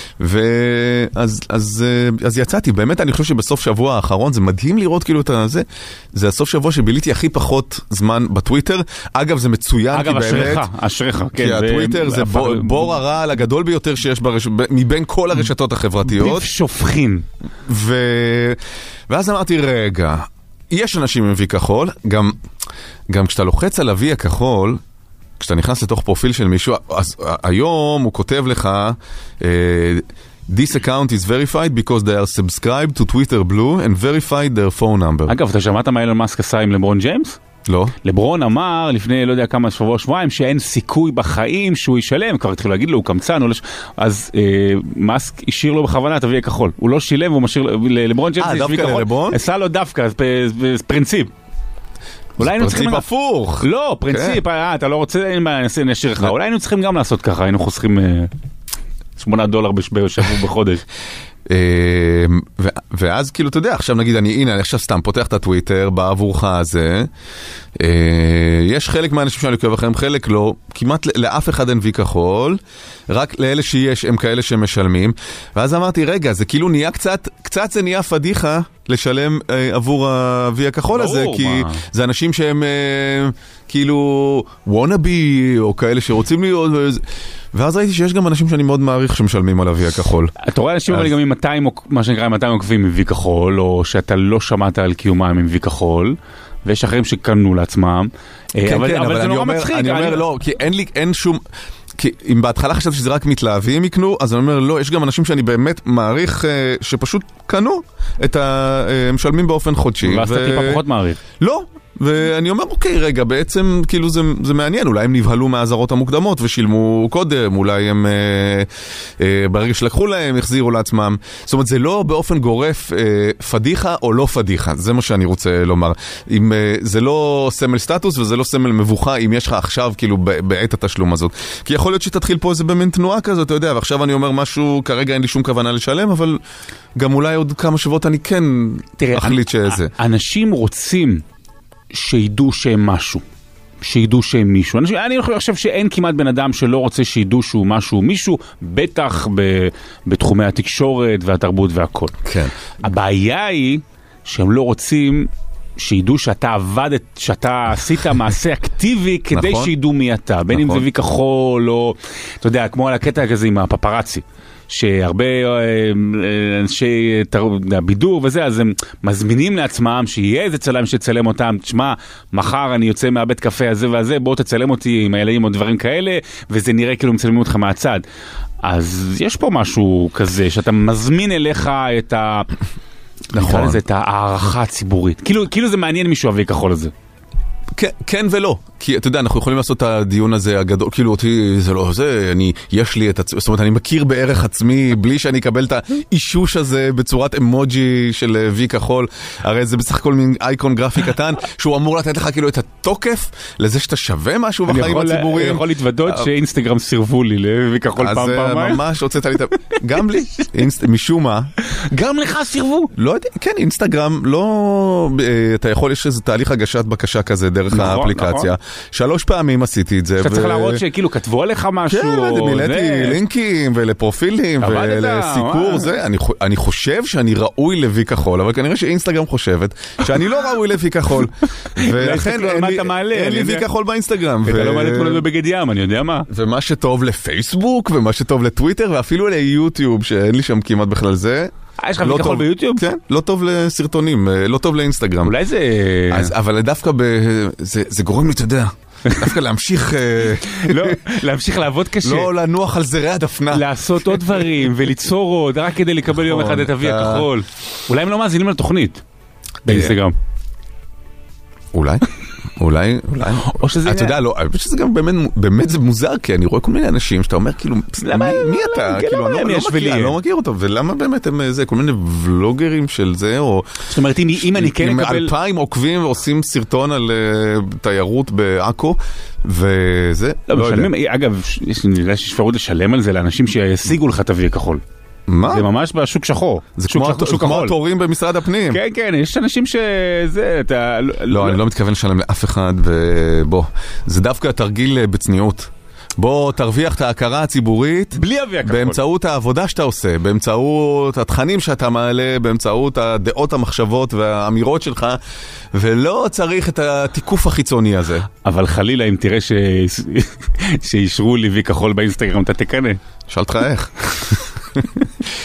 ואז אז, uh, אז יצאתי, באמת אני חושב שבסוף שבוע האחרון, זה מדהים לראות כאילו את זה, זה הסוף שבוע שביליתי הכי פחות זמן בטוויטר, אגב זה מצוין, אגב, כי באמת, אשריך, אשריך, כי כן, הטוויטר זה בור, בור הרעל הגדול ביותר שיש ברש... מבין כל הרשתות החברתיות. ביב שופכין. ו... ואז אמרתי, רגע, יש אנשים עם וי כחול, גם, גם כשאתה לוחץ על הוי הכחול, כשאתה נכנס לתוך פרופיל של מישהו, אז היום הוא כותב לך, This account is verified because they are subscribed to Twitter Blue and verified their phone number. אגב, אתה שמעת מה אילון מאסק עשה עם לברון ג'יימס? לא. לברון אמר לפני לא יודע כמה שבוע שבועיים שאין סיכוי בחיים שהוא ישלם, כבר התחילו להגיד לו, הוא קמצן, לש... אז אה, מאסק השאיר לו בכוונה את הוי הכחול. הוא לא שילם והוא משאיר לברון ג'יימס. אה, דווקא לברון? עשה לו דווקא, פרינציפ. פרינציפ הפוך. לא, פרינציפ, אתה לא רוצה, אני אשאיר לך. אולי היינו צריכים גם לעשות ככה, היינו חוסכים שמונה דולר בשבוע בחודש. ואז כאילו אתה יודע, עכשיו נגיד אני, הנה אני עכשיו סתם פותח את הטוויטר בעבורך הזה, יש חלק מהאנשים שאני עוקב אחריהם, חלק לא, כמעט לאף אחד אין וי כחול, רק לאלה שיש הם כאלה שמשלמים, ואז אמרתי רגע, זה כאילו נהיה קצת, קצת זה נהיה פדיחה לשלם עבור הוי הכחול הזה, כי זה אנשים שהם כאילו wannabe או כאלה שרוצים להיות, ואז ראיתי שיש גם אנשים שאני מאוד מעריך שמשלמים על הוי הכחול. אתה רואה אנשים אבל גם עם מאתיים, מה שנקרא מאתיים עוקבים עם וי כחול, או שאתה לא שמעת על קיומם עם וי כחול, ויש אחרים שקנו לעצמם, אבל זה נורא מצחיק. אני אומר לא, כי אין לי, אין שום... כי אם בהתחלה חשבתי שזה רק מתלהבים יקנו, אז אני אומר, לא, יש גם אנשים שאני באמת מעריך שפשוט קנו את המשלמים באופן חודשי. ואז אתה טיפה פחות מעריך. לא, ואני אומר, אוקיי, רגע, בעצם כאילו זה, זה מעניין, אולי הם נבהלו מהעזרות המוקדמות ושילמו קודם, אולי הם אה, אה, ברגע שלקחו להם, החזירו לעצמם. זאת אומרת, זה לא באופן גורף אה, פדיחה או לא פדיחה, זה מה שאני רוצה לומר. אם, אה, זה לא סמל סטטוס וזה לא סמל מבוכה, אם יש לך עכשיו כאילו בעת התשלום הזאת. כי יכול להיות שתתחיל פה איזה במין תנועה כזאת, אתה יודע, ועכשיו אני אומר משהו, כרגע אין לי שום כוונה לשלם, אבל גם אולי עוד כמה שבועות אני כן תראה, אחליט שזה. אנשים רוצים שידעו שהם משהו, שידעו שהם מישהו. אני, אני חושב שאין כמעט בן אדם שלא רוצה שידעו שהוא משהו, מישהו, בטח ב, בתחומי התקשורת והתרבות והכל. כן. הבעיה היא שהם לא רוצים שידעו שאתה עבדת, שאתה עשית מעשה אקטיבי כדי נכון. שידעו מי אתה, בין נכון. אם זה וי כחול או, אתה יודע, כמו על הקטע כזה עם הפפרצי. שהרבה אנשי בידור וזה, אז הם מזמינים לעצמם שיהיה איזה צלם שצלם אותם, תשמע, מחר אני יוצא מהבית קפה הזה והזה, בוא תצלם אותי עם הילדים או דברים כאלה, וזה נראה כאילו מצלמים אותך מהצד. אז יש פה משהו כזה, שאתה מזמין אליך את ה... נכון. את הערכה הציבורית. כאילו, כאילו זה מעניין מישהו הוי כחול הזה. כן, כן ולא, כי אתה יודע, אנחנו יכולים לעשות את הדיון הזה הגדול, כאילו אותי זה לא זה, אני, יש לי את עצמי, זאת אומרת, אני מכיר בערך עצמי, בלי שאני אקבל את האישוש הזה בצורת אמוג'י של וי כחול, הרי זה בסך הכל מין אייקון גרפי קטן, שהוא אמור לתת לך כאילו את התוקף, לזה שאתה שווה משהו בחיים הציבוריים. אני יכול להתוודות שאינסטגרם סירבו לי לוי כחול פעם פעמיים. אז ממש הוצאת לי את... גם לי, משום מה. גם לך סירבו? לא יודע, כן, אינסטגרם, לא... אתה יכול, יש איזה תהליך הגשת בקשה כזה דרך נכון, האפליקציה. נכון. שלוש פעמים עשיתי את זה. שאתה ו... צריך להראות שכאילו כתבו עליך משהו. כן, או... מילאתי זה... לינקים ולפרופילים ולסיקור. אה. זה. אני, אני חושב שאני ראוי לוי כחול, אבל כנראה שאינסטגרם חושבת שאני לא ראוי לוי כחול. ולכן אין לי, אין לי וי כחול באינסטגרם. אתה ו... לא מעלה תמונות בבגד ים, אני יודע מה. ומה שטוב לפייסבוק, ומה שטוב לטוויטר, ואפילו ליוטיוב, שאין לי שם כמעט בכלל זה. יש לך וי כחול ביוטיוב? כן, לא טוב לסרטונים, לא טוב לאינסטגרם. אולי זה... אבל דווקא זה גורם לי, אתה יודע, דווקא להמשיך... לא, להמשיך לעבוד קשה. לא לנוח על זרי הדפנה. לעשות עוד דברים וליצור עוד, רק כדי לקבל יום אחד את הוי הכחול. אולי הם לא מאזינים לתוכנית באינסטגרם. אולי? אולי, אולי. או שזה... אתה יודע, לא, אני חושב שזה גם באמת זה מוזר, כי אני רואה כל מיני אנשים שאתה אומר, כאילו, מי אתה? כאילו, אני לא מכיר אותו, ולמה באמת הם זה, כל מיני ולוגרים של זה, או... זאת אומרת, אם אני כן אקבל... עם אלפיים עוקבים ועושים סרטון על תיירות בעכו, וזה, לא יודע. אגב, יש אפשרות לשלם על זה לאנשים שישיגו לך את הוי הכחול. מה? זה ממש בשוק שחור. זה כמו, כמו התורים במשרד הפנים. כן, כן, יש אנשים שזה... אתה, לא, לא, אני לא מתכוון לשלם לאף אחד, ובוא, זה דווקא תרגיל בצניעות. בוא תרוויח את ההכרה הציבורית בלי אבי הכחול. באמצעות העבודה שאתה עושה, באמצעות התכנים שאתה מעלה, באמצעות הדעות, המחשבות והאמירות שלך, ולא צריך את התיקוף החיצוני הזה. אבל חלילה, אם תראה ש... שישרו לי וי כחול באינסטגרם, אתה תקנה. שאל אותך איך.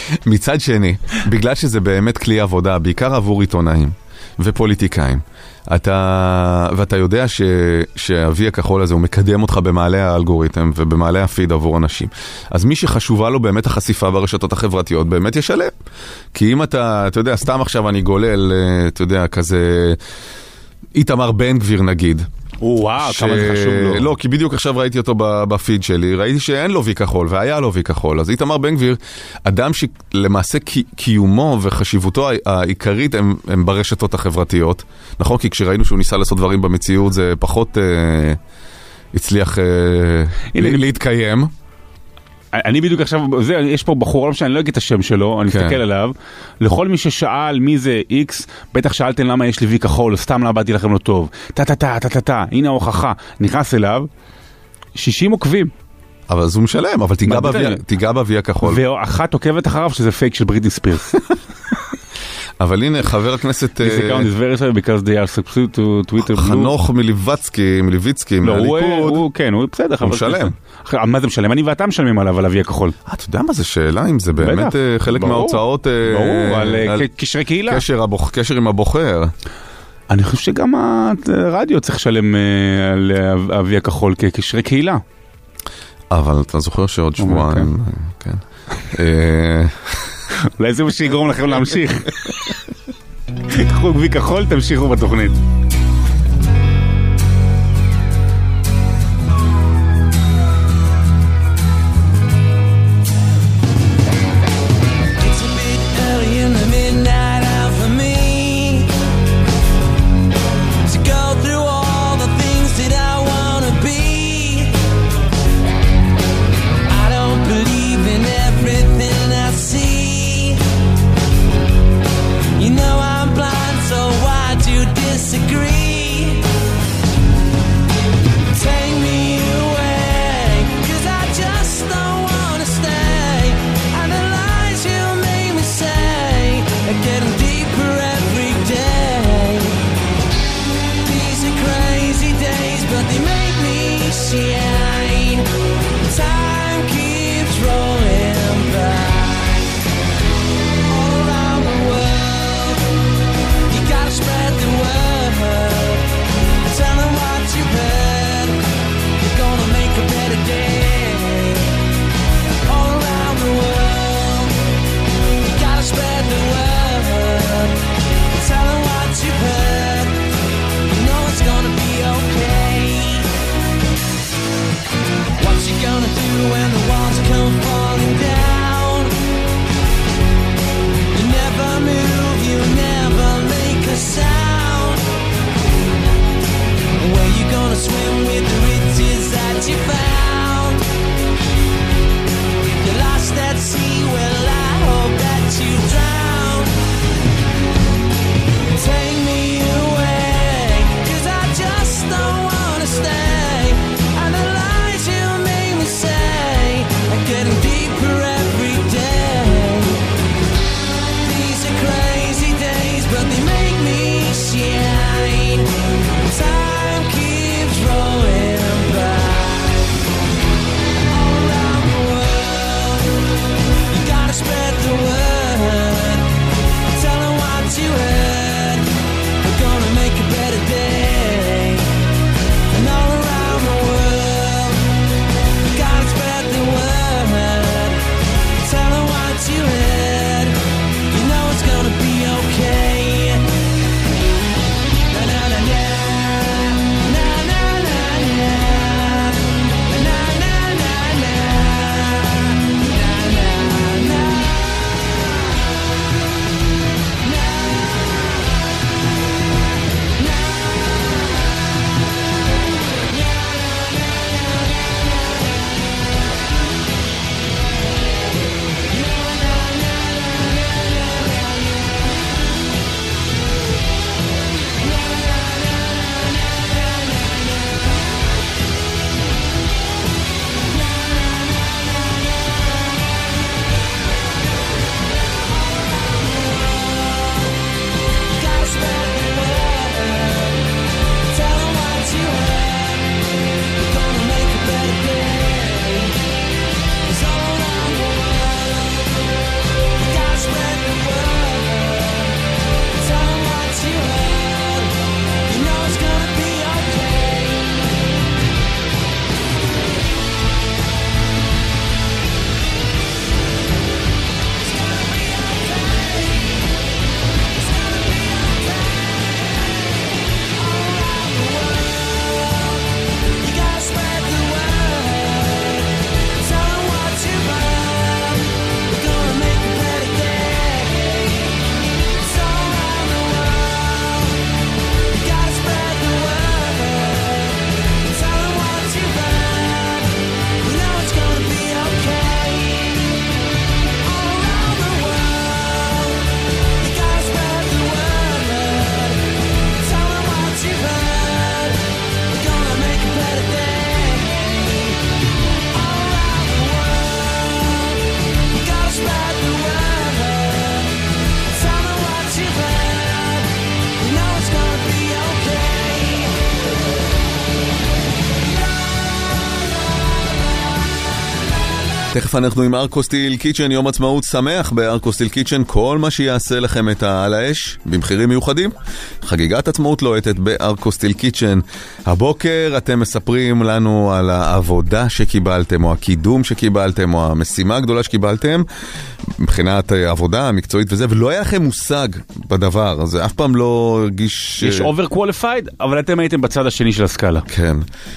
מצד שני, בגלל שזה באמת כלי עבודה, בעיקר עבור עיתונאים ופוליטיקאים, אתה, ואתה יודע ש, שהאבי הכחול הזה הוא מקדם אותך במעלה האלגוריתם ובמעלה הפיד עבור אנשים. אז מי שחשובה לו באמת החשיפה ברשתות החברתיות באמת ישלם. כי אם אתה, אתה יודע, סתם עכשיו אני גולל, אתה יודע, כזה איתמר בן גביר נגיד. וואו, כמה זה חשוב לו. לא, כי בדיוק עכשיו ראיתי אותו בפיד שלי, ראיתי שאין לו וי כחול, והיה לו וי כחול. אז איתמר בן גביר, אדם שלמעשה קיומו וחשיבותו העיקרית הם, הם ברשתות החברתיות. נכון? כי כשראינו שהוא ניסה לעשות דברים במציאות, זה פחות אה, הצליח אה, להתקיים. אני בדיוק עכשיו, זה, יש פה בחור, לא שאני לא אגיד את השם שלו, אני מסתכל עליו, לכל מי ששאל מי זה X, בטח שאלתם למה יש לי וי כחול, סתם לא באתי לכם לא טוב. טה-טה-טה, טה-טה-טה, הנה ההוכחה. נכנס אליו, שישים עוקבים. אבל אז הוא משלם, אבל תיגע בוי הכחול. ואחת עוקבת אחריו שזה פייק של בריטני ספירס. אבל הנה, חבר הכנסת... This account is very sorry because they are subscribed to Twitter Blue. חנוך מליבצקי, מליביצקי, מהליכוד. הוא, כן, הוא בסדר. הוא משלם. מה זה משלם? אני ואתה משלמים עליו, על אבי הכחול. אתה יודע מה זה שאלה? אם זה באמת חלק מההוצאות... ברור, על קשרי קהילה. קשר עם הבוחר. אני חושב שגם הרדיו צריך לשלם על אבי הכחול כקשרי קהילה. אבל אתה זוכר שעוד שבועיים... כן. אולי זה מה שיגרום לכם להמשיך. קחו גבי כחול, תמשיכו בתוכנית. Spread the word. תכף אנחנו עם ארקו סטיל קיצ'ן, יום עצמאות שמח בארקו סטיל קיצ'ן, כל מה שיעשה לכם את העל האש במחירים מיוחדים. חגיגת עצמאות לוהטת בארקו סטיל קיצ'ן. הבוקר אתם מספרים לנו על העבודה שקיבלתם, או הקידום שקיבלתם, או המשימה הגדולה שקיבלתם, מבחינת העבודה המקצועית וזה, ולא היה לכם מושג בדבר, אז אף פעם לא הרגיש... יש overqualified, אבל אתם הייתם בצד השני של הסקאלה. כן.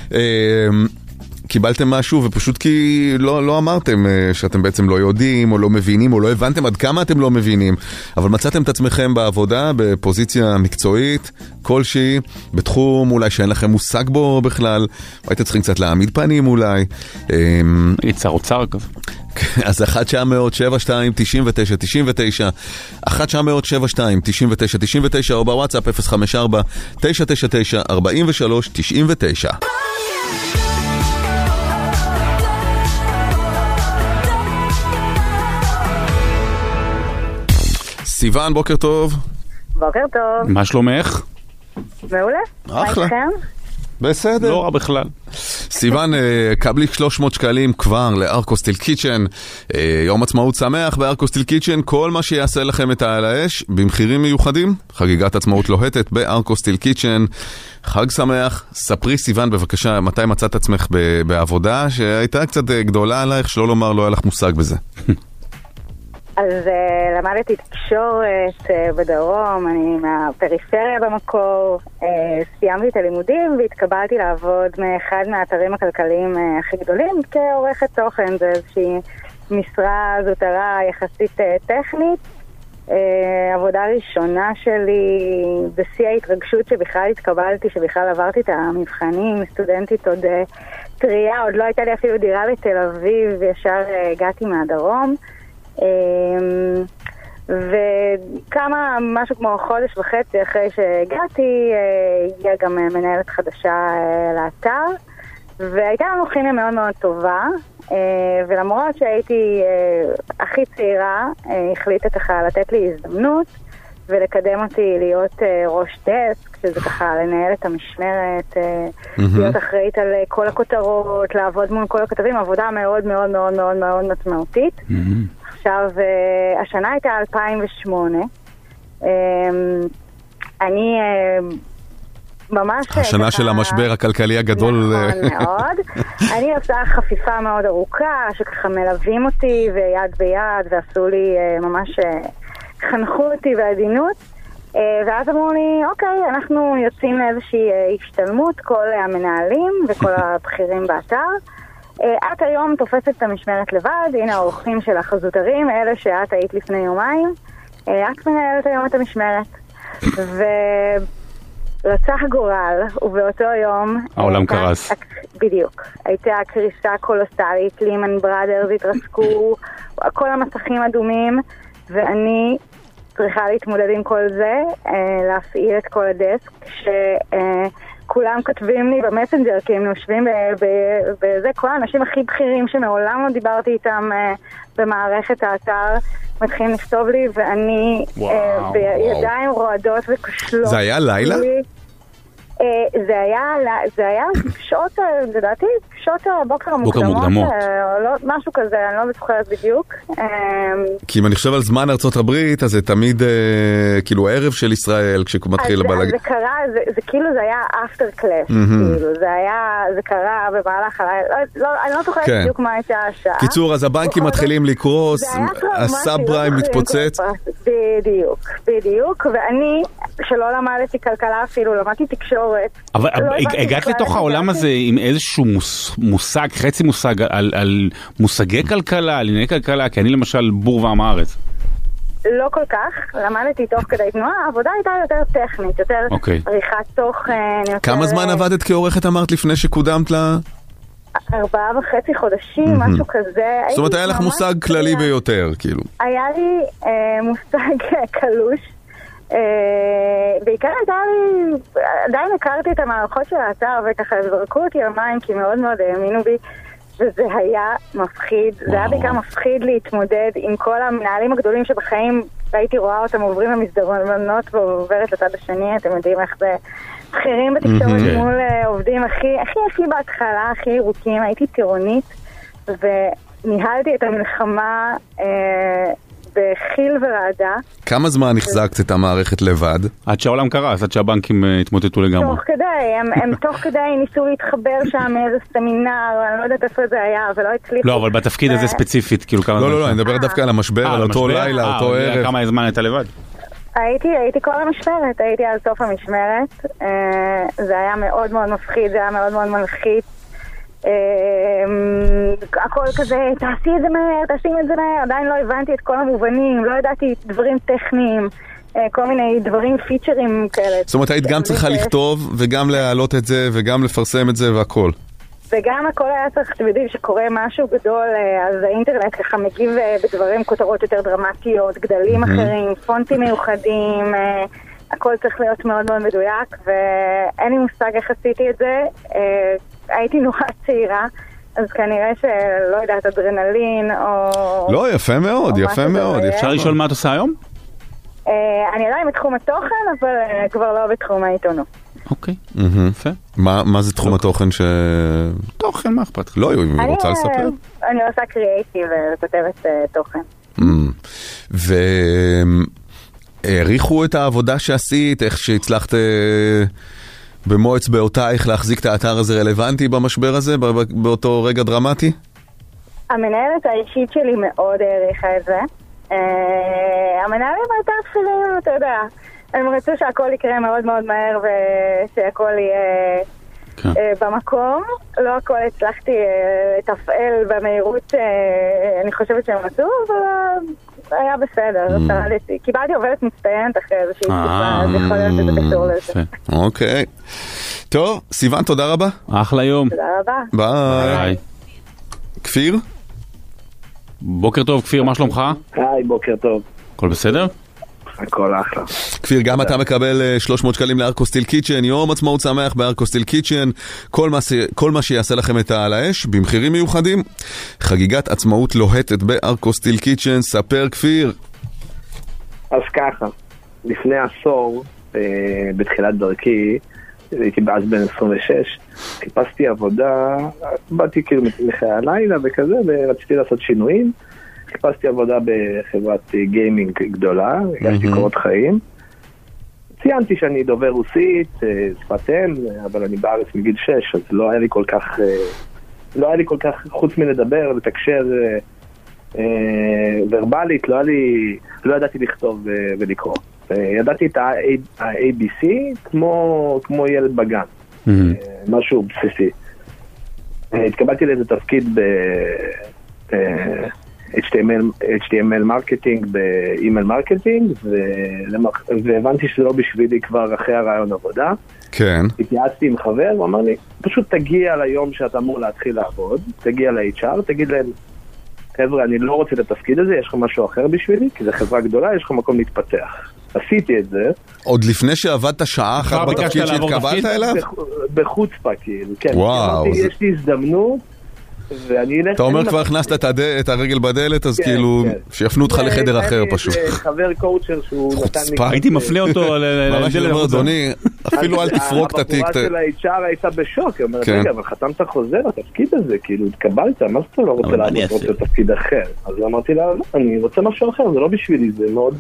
קיבלתם משהו ופשוט כי לא, לא אמרתם שאתם בעצם לא יודעים או לא מבינים או לא הבנתם עד כמה אתם לא מבינים, אבל מצאתם את עצמכם בעבודה בפוזיציה מקצועית כלשהי, בתחום אולי שאין לכם מושג בו בכלל, הייתם צריכים קצת להעמיד פנים אולי. יצר אוצר כזה. אז אחת תשע אפס אפס שבע שתיים תשעים ותשע תשעים ותשע, אחת תשע אפס אפס שבע שתיים תשעים ותשע תשעים ותשע, או בוואטסאפ אפס חמש ארבע תשע תשע תשע ארבעים ושלוש תשעים ותשע. סיוון, בוקר טוב. בוקר טוב. מה שלומך? מעולה. אחלה. בסדר. לא רע בכלל. סיוון, קבלי שלוש מאות שקלים כבר לארקו סטיל קיצ'ן. יום עצמאות שמח בארקו סטיל קיצ'ן, כל מה שיעשה לכם את העל האש במחירים מיוחדים. חגיגת עצמאות לוהטת בארקו סטיל קיצ'ן. חג שמח. ספרי סיוון בבקשה, מתי מצאת עצמך בעבודה שהייתה קצת גדולה עלייך, שלא לומר לא היה לך מושג בזה. אז uh, למדתי תקשורת uh, בדרום, אני מהפריפריה במקור, uh, סיימתי את הלימודים והתקבלתי לעבוד מאחד מהאתרים הכלכליים uh, הכי גדולים כעורכת תוכן. זה איזושהי משרה זוטרה יחסית uh, טכנית. Uh, עבודה ראשונה שלי בשיא ההתרגשות שבכלל התקבלתי, שבכלל עברתי את המבחנים, סטודנטית עוד uh, טריה, עוד לא הייתה לי אפילו דירה בתל אביב וישר uh, הגעתי מהדרום. וכמה, משהו כמו חודש וחצי אחרי שהגעתי, הגיעה גם מנהלת חדשה לאתר, והייתה לנו כימיה מאוד מאוד טובה, ולמרות שהייתי הכי צעירה, החליטה ככה לתת לי הזדמנות ולקדם אותי להיות ראש דסק, שזה ככה לנהל את המשמרת, להיות אחראית על כל הכותרות, לעבוד מול כל הכתבים, עבודה מאוד מאוד מאוד מאוד מאוד משמעותית. עכשיו, השנה הייתה אלפיים ושמונה. אני ממש... השנה של המשבר הכלכלי הגדול. נכון מאוד. אני עושה חפיפה מאוד ארוכה, שככה מלווים אותי ויד ביד, ועשו לי ממש... חנכו אותי בעדינות, ואז אמרו לי, אוקיי, אנחנו יוצאים לאיזושהי השתלמות, כל המנהלים וכל הבכירים באתר. את היום תופסת את המשמרת לבד, הנה האורחים של החזותרים, אלה שאת היית לפני יומיים, את מנהלת היום את המשמרת. ורצח גורל, ובאותו יום... העולם קרס. בדיוק. הייתה קריסה קולוסלית, לימן בראדרס התרסקו, כל המסכים אדומים, ואני צריכה להתמודד עם כל זה, להפעיל את כל הדסק, שכולם כותבים לי במסנג'ר, כי הם נושבים בזה, כל האנשים הכי בכירים שמעולם לא דיברתי איתם במערכת האתר, מתחילים לכתוב לי, ואני בידיים רועדות וכושלות. זה היה לילה? זה היה, זה היה שעות, לדעתי, שעות הבוקר המוקדמות, מוקדמות. משהו כזה, אני לא בטוחת בדיוק. כי אם אני חושב על זמן ארצות הברית, אז זה תמיד כאילו הערב של ישראל, כשמתחיל הבלגן. זה קרה, זה כאילו זה היה after clash, כאילו, זה היה, זה קרה במהלך הלילה, אני לא זוכרת בדיוק מה הייתה השעה. קיצור, אז הבנקים מתחילים לקרוס, הסאב פריים מתפוצץ. בדיוק, בדיוק, ואני, שלא למדתי כלכלה אפילו, למדתי תקשורת. אבל הגעת לתוך העולם הזה עם איזשהו מושג, חצי מושג על מושגי כלכלה, על ענייני כלכלה, כי אני למשל בור ועם הארץ. לא כל כך, למדתי תוך כדי תנועה, העבודה הייתה יותר טכנית, יותר עריכת תוכן. כמה זמן עבדת כעורכת אמרת לפני שקודמת לה? ארבעה וחצי חודשים, משהו כזה. זאת אומרת, היה לך מושג כללי ביותר, כאילו. היה לי מושג קלוש. בעיקר עדיין הכרתי את המערכות של האתר וככה זרקו אותי למים כי מאוד מאוד האמינו בי, וזה היה מפחיד. זה היה בעיקר מפחיד להתמודד עם כל המנהלים הגדולים שבחיים הייתי רואה אותם עוברים למסדרונות ועוברת לצד השני. אתם יודעים איך זה בכירים בתקשורת מול עובדים הכי הכי הכי בהתחלה, הכי ירוקים. הייתי טירונית, ניהלתי את המלחמה אה, בחיל ורעדה. כמה זמן החזקת את המערכת לבד? עד שהעולם קרס, עד שהבנקים התמוטטו לגמרי. תוך כדי, הם, הם תוך כדי ניסו להתחבר שם מאיזה סמינר, אני לא יודעת איפה זה היה, אבל לא הצליחו. לא, אבל בתפקיד הזה ספציפית, כאילו כמה... לא, לא, לא, אני מדבר דווקא על המשבר, על אותו לילה, אותו ערב. כמה זמן הייתה לבד? הייתי, הייתי כל המשמרת, הייתי על סוף המשמרת. זה היה מאוד מאוד מפחיד, זה היה מאוד מאוד מלחיץ. הכל כזה, תעשי את זה מהר, תעשי את זה מהר, עדיין לא הבנתי את כל המובנים, לא ידעתי דברים טכניים, כל מיני דברים, פיצ'רים כאלה. זאת אומרת, היית גם צריכה לכתוב וגם להעלות את זה וגם לפרסם את זה והכל. וגם הכל היה צריך, אתם יודעים, שקורה משהו גדול, אז האינטרנט ככה מגיב בדברים, כותרות יותר דרמטיות, גדלים אחרים, פונטים מיוחדים, הכל צריך להיות מאוד מאוד מדויק, ואין לי מושג איך עשיתי את זה. הייתי נורא צעירה, אז כנראה שלא יודעת, אדרנלין או... לא, יפה מאוד, יפה מאוד. אפשר לשאול מה את עושה היום? אני עדיין בתחום התוכן, אבל כבר לא בתחום העיתונות. אוקיי, יפה. מה זה תחום התוכן ש... תוכן, מה אכפת? לא, היא רוצה לספר. אני עושה קריאייטיב וכותבת תוכן. והעריכו את העבודה שעשית, איך שהצלחת במו אצבעותייך להחזיק את האתר הזה רלוונטי במשבר הזה, באותו רגע דרמטי? המנהלת האישית שלי מאוד העריכה את זה. המנהלים הייתה אפילו, אתה יודע, הם רצו שהכל יקרה מאוד מאוד מהר ושהכל יהיה במקום. לא הכל הצלחתי לתפעל במהירות שאני חושבת שהם רצו, אבל היה בסדר. קיבלתי עובדת מצטיינת אחרי איזושהי תקופה, אז יכול להיות שזה קשור לזה. אוקיי. טוב, סיוון, תודה רבה. אחלה יום. תודה רבה. ביי. כפיר? בוקר טוב, כפיר, מה שלומך? היי, בוקר טוב. הכל בסדר? הכל אחלה. כפיר, גם אתה מקבל שלוש מאות שקלים לארקוסטיל קיצ'ן, יום עצמאות שמח בארקוסטיל קיצ'ן, כל מה, כל מה שיעשה לכם את העל האש, במחירים מיוחדים, חגיגת עצמאות לוהטת בארקוסטיל קיצ'ן. ספר, כפיר. אז ככה, לפני עשור, אה, בתחילת דרכי, הייתי אז בן עשרים ושש, חיפשתי עבודה, באתי כאילו מחיי הלילה וכזה, ורציתי לעשות שינויים, חיפשתי עבודה בחברת גיימינג גדולה, הגשתי קורות חיים, ציינתי שאני דובר רוסית, שפת אם, אבל אני בארץ מגיל שש, אז לא היה לי כל כך, לא היה לי כל כך, חוץ מלדבר, לתקשר ורבלית, לא היה לי, לא ידעתי לכתוב ולקרוא. ידעתי את ה-איי בי סי כמו, כמו ילד בגן, mm-hmm. משהו בסיסי. התקבלתי לאיזה תפקיד ב-אייץ' טי אם אל מרקטינג, באימייל מרקטינג, והבנתי שזה לא בשבילי כבר אחרי הרעיון עבודה. כן. התייעצתי עם חבר, הוא אמר לי, פשוט תגיע ליום שאתה אמור להתחיל לעבוד, תגיע ל-אייץ' אר, תגיד להם, חבר'ה, אני לא רוצה את התפקיד הזה, יש לך משהו אחר בשבילי, כי זו חברה גדולה, יש לך מקום להתפתח. עשיתי את זה. עוד לפני שעבדת שעה אחת בתפקיד שהתקבלת אליו? בחוצפה, כאילו, כן. וואו. יש לי הזדמנות, ואני... אתה אומר כבר הכנסת את הרגל בדלת, אז כאילו, שיפנו אותך לחדר אחר פשוט. חבר קואוצ'ר שהוא נתן לי... הייתי מפנה אותו לדלת. אדוני, אפילו אל תפרוק את התיק. הבחורה של ה-אייץ' אר הייתה בשוק, היא אומרת, רגע, אבל חתמת חוזה לתפקיד הזה, כאילו, התקבלת, מה שאתה לא רוצה לעבוד לתפקיד אחר? אז אמרתי לה, לא, אני רוצה משהו אחר, זה לא בשבילי, זה מאוד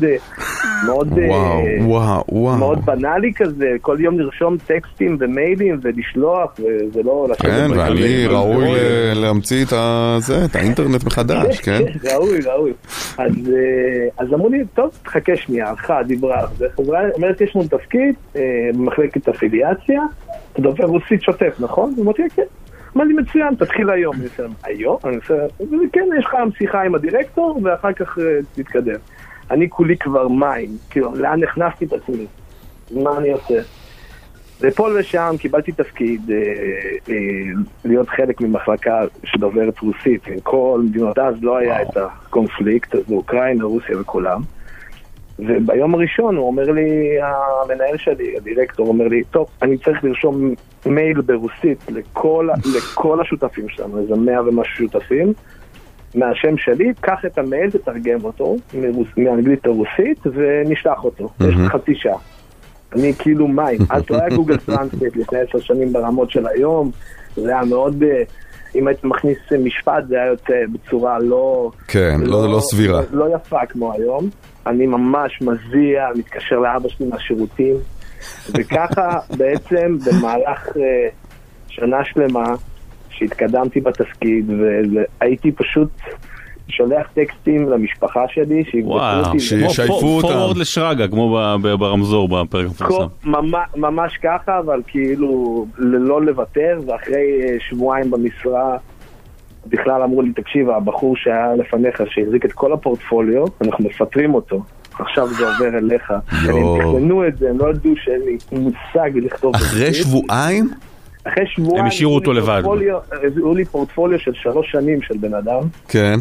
מאוד בנאלי כזה, כל יום לרשום טקסטים ומיילים ולשלוח, וזה לא... כן, ואני ראוי להמציא את האינטרנט מחדש, כן? ראוי, ראוי. אז אמרו לי, טוב, תחכה שנייה, אחת, דיברה, וחברה אומרת, יש לנו תפקיד, במחלקת אפיליאציה, אתה דובר רוסית שוטף, נכון? אמרתי, כן. אמר לי, מצוין, תתחיל היום. אני אסיים, היום? אני אסיים, כן, יש לך שיחה עם הדירקטור, ואחר כך תתקדם. אני כולי כבר מים, כאילו, לאן נכנסתי את עצמי? מה אני עושה? ופה ושם קיבלתי תפקיד אה, אה, להיות חלק ממחלקה שדוברת רוסית, עם כל מדינות, אז לא היה את הקונפליקט, אז אוקראינה, רוסיה וכולם. וביום הראשון הוא אומר לי, המנהל שלי, הדירקטור, אומר לי, טוב, אני צריך לרשום מייל ברוסית לכל, לכל השותפים שלנו, איזה מאה ומשהו שותפים, מהשם שלי, קח את המייל, תתרגם אותו, מאנגלית לרוסית, ונשלח אותו. Mm-hmm. יש חצי שעה. אני כאילו מים. אז לא היה גוגל טרנסלייט לפני עשר שנים ברמות של היום, זה היה מאוד אם היית מכניס משפט זה היה יוצא בצורה לא... כן, לא, לא סבירה. לא, לא יפה כמו היום. אני ממש מזיע, מתקשר לאבא שלי מהשירותים, וככה בעצם במהלך uh, שנה שלמה שהתקדמתי בתפקיד, והייתי פשוט שולח טקסטים למשפחה שלי, שיבדקו אותי. שישייפו אותם. פורוורד לשרגא, כמו ברמזור בפרק המפורסם. ממש ככה, אבל כאילו לא לוותר, ואחרי שבועיים במשרה, בכלל אמרו לי, תקשיב, הבחור שהיה לפניך, שהחזיק את כל הפורטפוליו, אנחנו מפטרים אותו. עכשיו זה עובר אליך. הם תכננו את זה, הם לא ידעו שאין לי מושג לכתוב. אחרי שבועיים? אחרי שבועיים... הם השאירו אותו לבד. הביאו לי פורטפוליו של שלוש שנים של בן אדם. כן.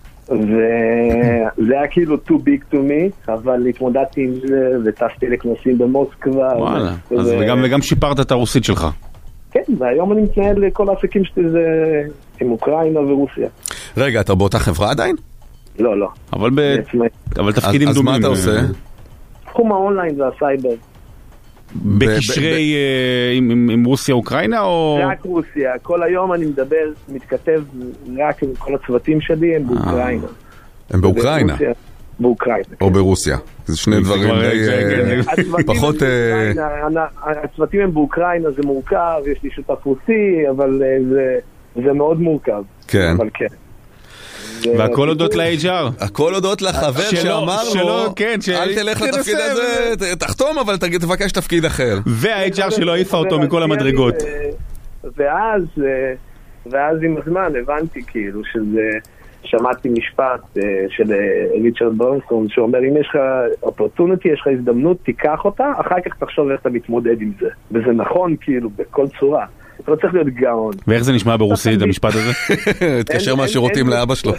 וזה היה כאילו too big to me, אבל התמודדתי עם זה, וטסתי לכנסים במוסקבה. וואלה, אז וגם שיפרת את הרוסית שלך. כן, והיום אני מתנהל לכל העסקים שלי זה עם אוקראינה ורוסיה. רגע, אתה באותה חברה עדיין? לא, לא. אבל תפקידים דומים. אז מה אתה עושה? תחום האונליין והסייבר. בקשרי עם רוסיה אוקראינה או... רק רוסיה, כל היום אני מדבר, מתכתב רק עם כל הצוותים שלי, הם באוקראינה. הם באוקראינה? באוקראינה. או ברוסיה. זה שני דברים פחות... הצוותים הם באוקראינה, זה מורכב, יש לי שותף רוסי, אבל זה מאוד מורכב. כן. אבל כן. והכל הודות ל-אייץ' אר. הכל הודות לחבר שאמר לו, אל תלך לתפקיד הזה, תחתום, אבל תבקש תפקיד אחר. וה-אייץ' אר שלא העיפה אותו מכל המדרגות. ואז, ואז עם הזמן הבנתי כאילו שזה, שמעתי משפט של ריצ'רד ברנסון, שאומר, אם יש לך אופורטוניטי, יש לך הזדמנות, תיקח אותה, אחר כך תחשוב איך אתה מתמודד עם זה. וזה נכון כאילו בכל צורה. אתה לא צריך להיות גאון. ואיך זה נשמע ברוסית, המשפט הזה? תקשר מהשירותים לאבא שלו.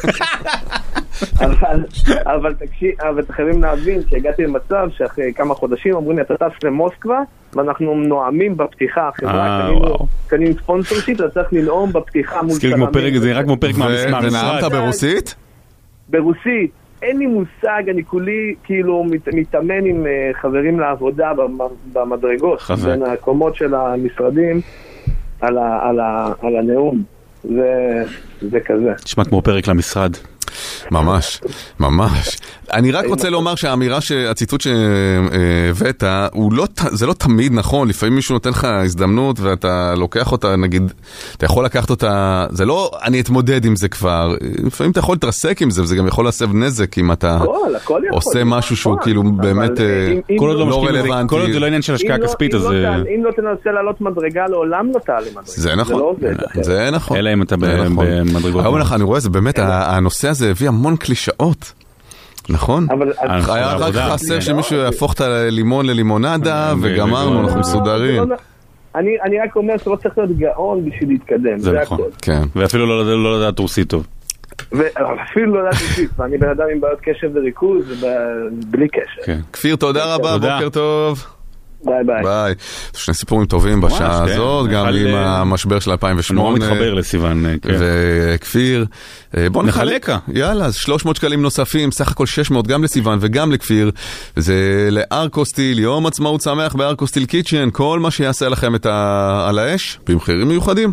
אבל תקשיב, אבל חייבים להבין שהגעתי למצב שאחרי כמה חודשים אומרים לי, אתה טס למוסקבה, ואנחנו נואמים בפתיחה, החברה קנינו ספונסר שיט, אתה צריך לנאום בפתיחה מול סלמים. זה רק כמו פרק מהמשרד. ונאמת ברוסית? ברוסית. אין לי מושג, אני כולי כאילו מתאמן עם חברים לעבודה במדרגות, בין הקומות של המשרדים על, ה, על, ה, על הנאום. זה, זה כזה. תשמע כמו פרק למשרד. ממש, ממש. אני רק רוצה לומר שהאמירה, הציטוט שהבאת, זה לא תמיד נכון, לפעמים מישהו נותן לך הזדמנות ואתה לוקח אותה, נגיד, אתה יכול לקחת אותה, זה לא, אני אתמודד עם זה כבר, לפעמים אתה יכול להתרסק עם זה, וזה גם יכול להסב נזק אם אתה עושה משהו שהוא כאילו באמת לא רלוונטי. כל עוד זה לא עניין של השקעה כספית, אז... אם לא תנסה לעלות מדרגה, לעולם לא תעלה מדרגה. זה נכון, זה נכון. אלא אם אתה במדרגות. היום אני רואה, זה באמת, הנושא הזה הביא המון קלישאות. נכון? היה רק חסר שמישהו יהפוך את הלימון ללימונדה וגמרנו, אנחנו מסודרים. אני רק אומר שלא צריך להיות גאון בשביל להתקדם. זה נכון. ואפילו לא לדעת רוסית טוב. ואפילו לא לדעת רוסית, ואני בן אדם עם בעיות קשב וריכוז בלי קשר. כפיר, תודה רבה, בוקר טוב. ביי ביי. ביי. שני סיפורים טובים בשעה הזאת, גם עם המשבר של אלפיים ושמונה. נורא מתחבר לסיוון. וכפיר. בוא נחלק. יאללה, אז שלוש מאות שקלים נוספים, סך הכל שש מאות גם לסיוון וגם לכפיר. זה לארקוסטיל, יום עצמאות שמח בארקוסטיל קיצ'ן, כל מה שיעשה לכם את על האש, במחירים מיוחדים.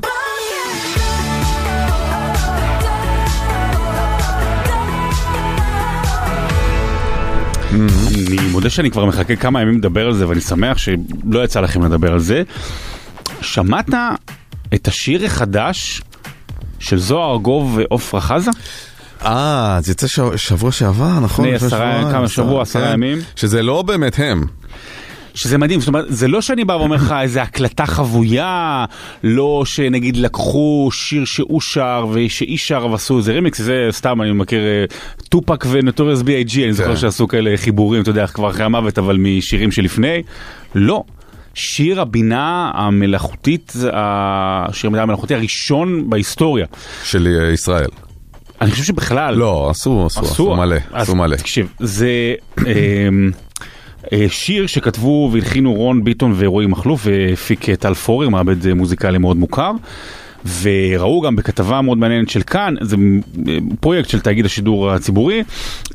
אני מודה שאני כבר מחכה כמה ימים לדבר על זה, ואני שמח שלא יצא לכם לדבר על זה. שמעת את השיר החדש של זוהר ארגוב ועופרה חזה? אה, זה יצא שבוע שעבר, נכון? לפני עשרה, כמה שבוע, עשרה ימים. שזה לא באמת הם. שזה מדהים, זאת אומרת, זה לא שאני בא ואומר לך איזה הקלטה חבויה, לא שנגיד לקחו שיר שהוא שר ושאי שר ועשו איזה רימיקס, זה סתם, אני מכיר טופק ונוטוריוס בי איי ג'י, אני זוכר שעשו כאלה חיבורים, אתה יודע, כבר אחרי המוות, אבל משירים שלפני, לא. שיר הבינה המלאכותית, השיר הבינה המלאכותי הראשון בהיסטוריה. של ישראל. אני חושב שבכלל... לא, עשו, עשו, עשו מלא, עשו מלא. תקשיב, זה... שיר שכתבו והלחינו רון ביטון ורועי מחלוף והפיק טל פורר, מעבד מוזיקלי מאוד מוכר, וראו גם בכתבה מאוד מעניינת של כאן, זה פרויקט של תאגיד השידור הציבורי,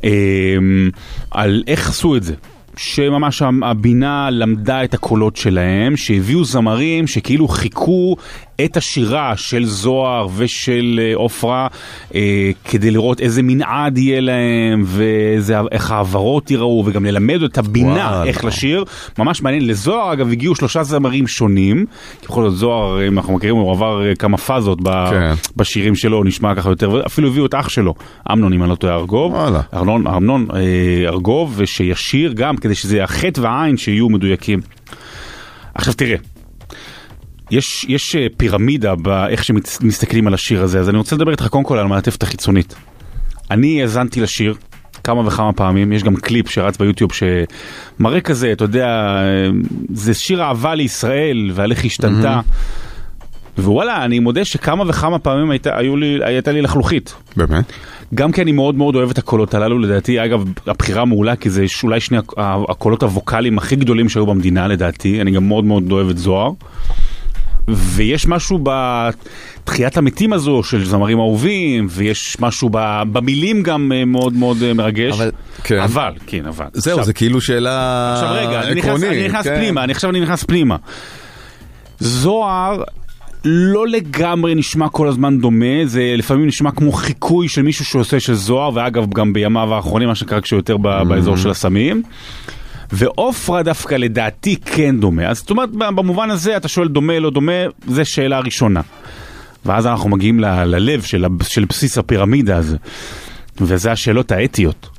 על איך עשו את זה. שממש הבינה למדה את הקולות שלהם, שהביאו זמרים שכאילו חיכו את השירה של זוהר ושל אופרה, אה, כדי לראות איזה מנעד יהיה להם, ואיך העברות ייראו, וגם ללמד את הבינה וואלה. איך לשיר. ממש מעניין. לזוהר, אגב, הגיעו שלושה זמרים שונים, כי בכל זאת זוהר, אם אנחנו מכירים, הוא עבר כמה פאזות ב- כן. בשירים שלו, נשמע ככה יותר, ואפילו הביאו את אח שלו, אמנון, אם אני לא טועה, ארגוב, ארנון, אמנון אה, ארגוב, ושישיר גם, כדי שזה החטא והעין שיהיו מדויקים. עכשיו תראה, יש, יש פירמידה באיך שמסתכלים על השיר הזה, אז אני רוצה לדבר איתך קודם כל על מעטפת החיצונית. אני האזנתי לשיר כמה וכמה פעמים, יש גם קליפ שרץ ביוטיוב שמראה כזה, אתה יודע, זה שיר אהבה לישראל, והלך השתנתה, mm-hmm. ווואלה, אני מודה שכמה וכמה פעמים הייתה, היו לי, הייתה לי לחלוכית. באמת? גם כי אני מאוד מאוד אוהב את הקולות הללו, לדעתי, אגב, הבחירה מעולה, כי זה אולי שני הקולות הווקליים הכי גדולים שהיו במדינה, לדעתי, אני גם מאוד מאוד אוהב את זוהר. ויש משהו בתחיית המתים הזו של זמרים אהובים, ויש משהו במילים גם מאוד מאוד מרגש. אבל, כן. אבל, כן, אבל. זהו, עכשיו, זה כאילו שאלה עכשיו רגע, עקרונית. אני נכנס, אני נכנס כן. פנימה, אני עכשיו אני נכנס פנימה. זוהר לא לגמרי נשמע כל הזמן דומה, זה לפעמים נשמע כמו חיקוי של מישהו שעושה של זוהר, ואגב גם בימיו האחרונים, מה שקרה כשיותר mm-hmm. באזור של הסמים. ואופרה דווקא לדעתי כן דומה. אז זאת אומרת, במובן הזה אתה שואל דומה לא דומה, זה שאלה ראשונה. ואז אנחנו מגיעים ל- ללב של, של בסיס הפירמידה הזה. וזה השאלות האתיות.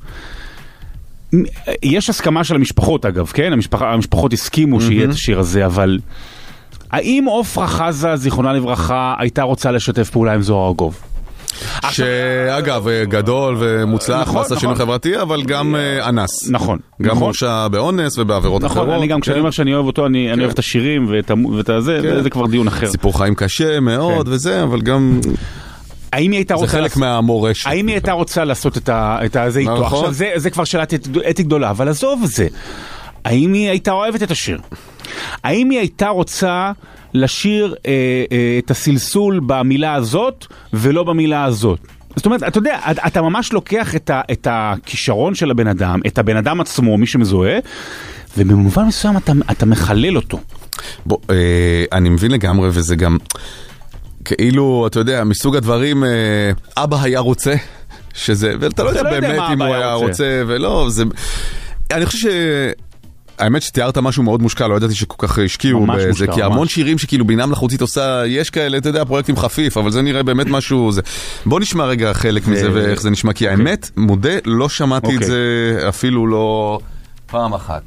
יש הסכמה של המשפחות אגב, כן? המשפח, המשפחות הסכימו שיהיה את השיר הזה, אבל האם אופרה חזה, זיכרונה לברכה, הייתה רוצה לשתף פעולה עם זוהר ארגוב? שאגב, גדול ומוצלח, עשה שינוי חברתי, אבל גם אנס. נכון. גם מורשע באונס ובעבירות אחרות. נכון, אני גם כשאני אומר שאני אוהב אותו, אני אוהב את השירים ואת זה, זה כבר דיון אחר. סיפור חיים קשה מאוד וזה, אבל גם... זה חלק מהמורשת. האם היא הייתה רוצה לעשות את זה איתו? עכשיו, זה כבר שאלת אתי גדולה, אבל עזוב זה. האם היא הייתה אוהבת את השיר? האם היא הייתה רוצה לשיר אה, אה, את הסלסול במילה הזאת ולא במילה הזאת? זאת אומרת, אתה יודע, אתה ממש לוקח את, ה, את הכישרון של הבן אדם, את הבן אדם עצמו, מי שמזוהה, ובמובן מסוים אתה, אתה מחלל אותו. בוא, אה, אני מבין לגמרי, וזה גם כאילו, אתה יודע, מסוג הדברים, אה, אבא היה רוצה, שזה, ואתה לא יודע לא באמת יודע אם הוא היה רוצה, רוצה ולא, זה... אני חושב ש... האמת שתיארת משהו מאוד מושקע, לא ידעתי שכל כך השקיעו בזה, מושקע, כי המון ממש. שירים שכאילו בינה מלאכותית עושה, יש כאלה, אתה יודע, פרויקטים חפיף, אבל זה נראה באמת משהו, זה... בוא נשמע רגע חלק ו... מזה ואיך זה נשמע, כי האמת, מודה, לא שמעתי את זה אפילו לא פעם אחת.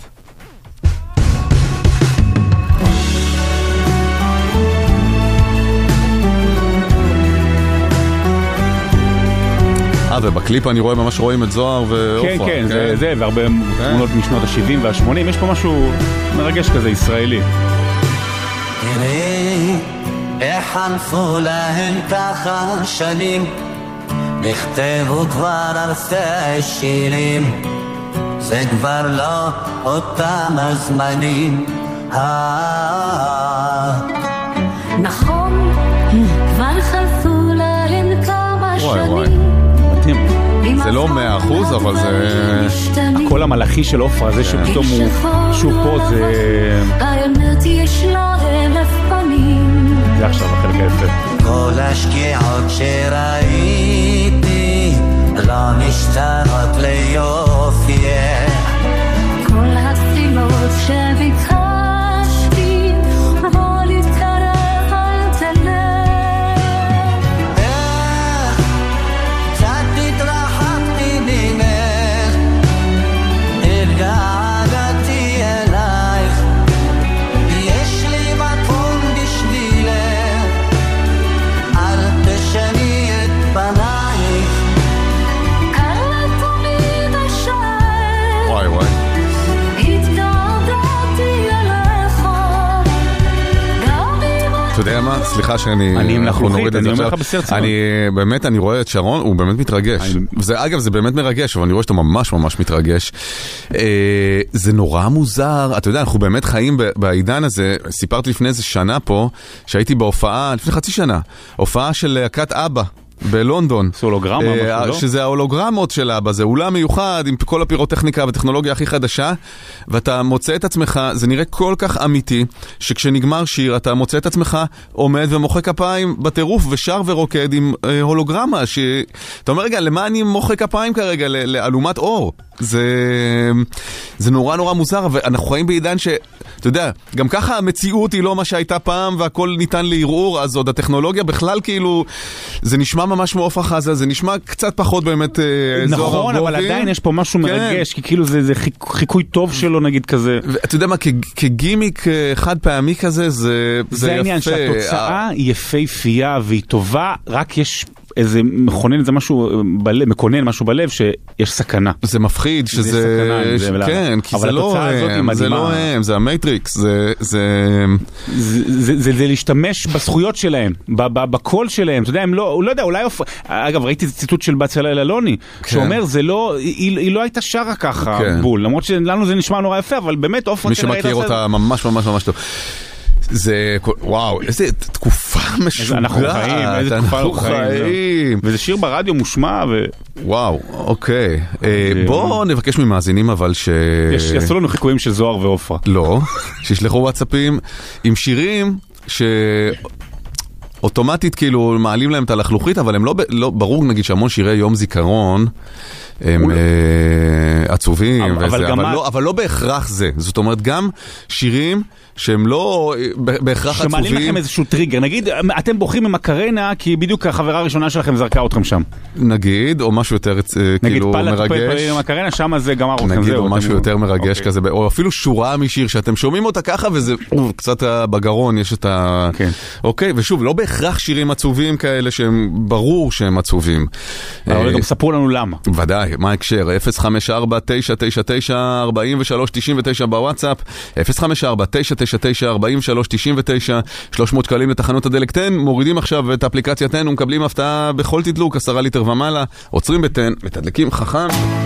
אה, ובקליפ אני רואה ממש רואים את זוהר ואופרה. כן, כן, זה, זה, והרבה תמונות משנות ה-שבעים וה-שמונים, יש פה משהו מרגש כזה, ישראלי. תראי, איך חלפו להם ככה שנים, נכתבו כבר אלפי שירים, זה כבר לא אותם הזמנים. נכון, כבר חלפו להם כמה שנים, זה לא מאה אחוז, אבל זה... הקול המלאכי של אופרה, זה שפתאום הוא שוב פה, זה... האמת יש לה אלף פנים. זה עכשיו החלק היפה. כל השקיעות שראיתי לא משתנות ליופי, כל התפילות שביקשתי בוא להתקרב אל תלך. אתה יודע מה? סליחה שאני... אני עם לחלוכית, אני אומר לך בסרט צהר. אני באמת, אני רואה את שרון, הוא באמת מתרגש. אגב, זה באמת מרגש, אבל אני רואה שאתה ממש ממש מתרגש. זה נורא מוזר. אתה יודע, אנחנו באמת חיים בעידן הזה. סיפרתי לפני איזה שנה פה, שהייתי בהופעה, לפני חצי שנה, הופעה של להקת אבא. בלונדון. זה הולוגרמה, משהו, לא? שזה ההולוגרמות של אבא, זה אולם מיוחד עם כל הפירוטכניקה והטכנולוגיה הכי חדשה, ואתה מוצא את עצמך, זה נראה כל כך אמיתי, שכשנגמר שיר אתה מוצא את עצמך עומד ומוחא כפיים בטירוף ושר ורוקד עם אה, הולוגרמה, שאתה אומר רגע, למה אני מוחא כפיים כרגע? לאלומת אור. זה, זה נורא נורא מוזר, ואנחנו חיים בעידן ש, אתה יודע, גם ככה המציאות היא לא מה שהייתה פעם, והכל ניתן לערעור, אז עוד הטכנולוגיה בכלל כאילו, זה נשמע ממש מעוף חזה, זה נשמע קצת פחות באמת זוהר ארגובי. נכון, אבל עדיין יש פה משהו מרגש, כי כאילו זה, זה חיקוי טוב שלו נגיד כזה. ואתה יודע מה, כגימיק חד פעמי כזה, זה, זה, זה העניין שהתוצאה היא יפהפייה והיא טובה, רק יש איזה מכונן, איזה משהו בלב, מקונן משהו בלב, שיש סכנה. זה מפחיד, שזה... זה סכנה, כן, כי זה לא הם, זה לא הם, זה המייטריקס, זה... זה להשתמש בזכויות שלהם, בקול שלהם, אתה יודע, הם לא, הוא לא יודע, אולי... אגב, ראיתי ציטוט של בצלאל אלוני, שאומר, זה לא, היא לא הייתה שרה ככה בול, למרות שלנו זה נשמע נורא יפה, אבל באמת, מי שמכיר אותה ממש ממש ממש טוב. זה, וואו, איזה תקופה משוגעת. אנחנו חיים, איזה תקופה אנחנו חיים. וזה שיר ברדיו מושמע ו... וואו, אוקיי. בואו נבקש ממאזינים אבל ש... יעשו לנו חיקויים של זוהר ואופרה. לא, שישלחו וואטסאפים עם שירים ש... אוטומטית כאילו מעלים להם את הלחלוכית, אבל הם לא ברור נגיד שהמון שירי יום זיכרון הם עצובים, אבל לא בהכרח זה. זאת אומרת, גם שירים שהם לא בהכרח עצובים. שמעלים לכם איזשהו טריגר. נגיד, אתם בוחרים ממקרנה, כי בדיוק החברה הראשונה שלכם זרקה אתכם שם. נגיד, או משהו יותר כאילו מרגש. נגיד, פלט ממקרנה, שם זה גמר אתכם. נגיד, או משהו יותר מרגש כזה, או אפילו שורה משיר שאתם שומעים אותה ככה, וזה קצת בגרון, יש את ה... אוקיי, ושוב, לא בהכרח שירים עצובים כאלה שהם ברור שהם עצובים. אבל גם ספרו לנו למה. ודאי, מה ההקשר? אפס חמש ארבע תשע תשע תשע ארבע שלוש תשע תשע בוואטסאפ, אפס חמש ארבע תשע תשע תשע ארבע שלוש תשע תשע, שלוש מאות שקלים לתחנות הדלק תן, מורידים עכשיו את האפליקציה תן ומקבלים הפתעה בכל תדלוק, עשרה ליטר ומעלה, עוצרים בתן, מתדלקים חכם.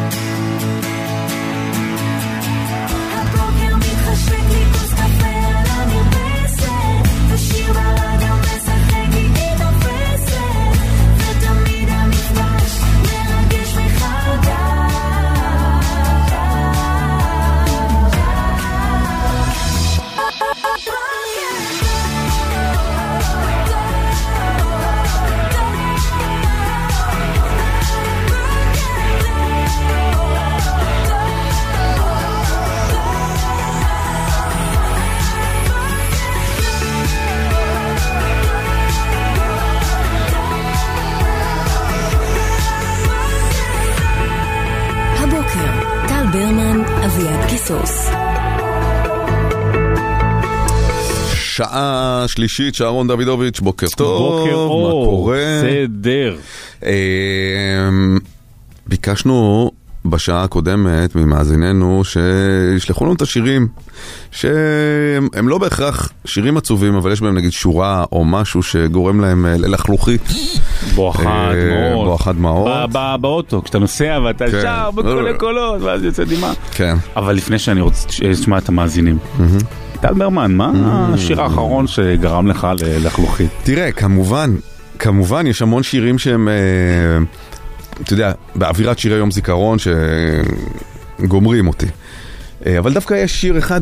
שעה שלישית, שרון דוידוביץ', בוקר טוב, בוקר אור, מה קורה? סדר. ביקשנו בשעה הקודמת ממאזיננו שישלחו לנו את השירים, שהם לא בהכרח שירים עצובים, אבל יש בהם נגיד שורה או משהו שגורם להם ללחלוכית. בואכה דמעות. בואכה דמעות. באוטו, כשאתה נוסע ואתה שר בכל הקולות, ואז יוצא דמעה. כן. אבל לפני שאני רוצה לשמוע את המאזינים. טל ברמן, מה השיר האחרון שגרם לך ללחלוכית? תראה, כמובן, כמובן יש המון שירים שהם, אתה יודע, באווירת שירי יום זיכרון שגומרים אותי. אבל דווקא יש שיר אחד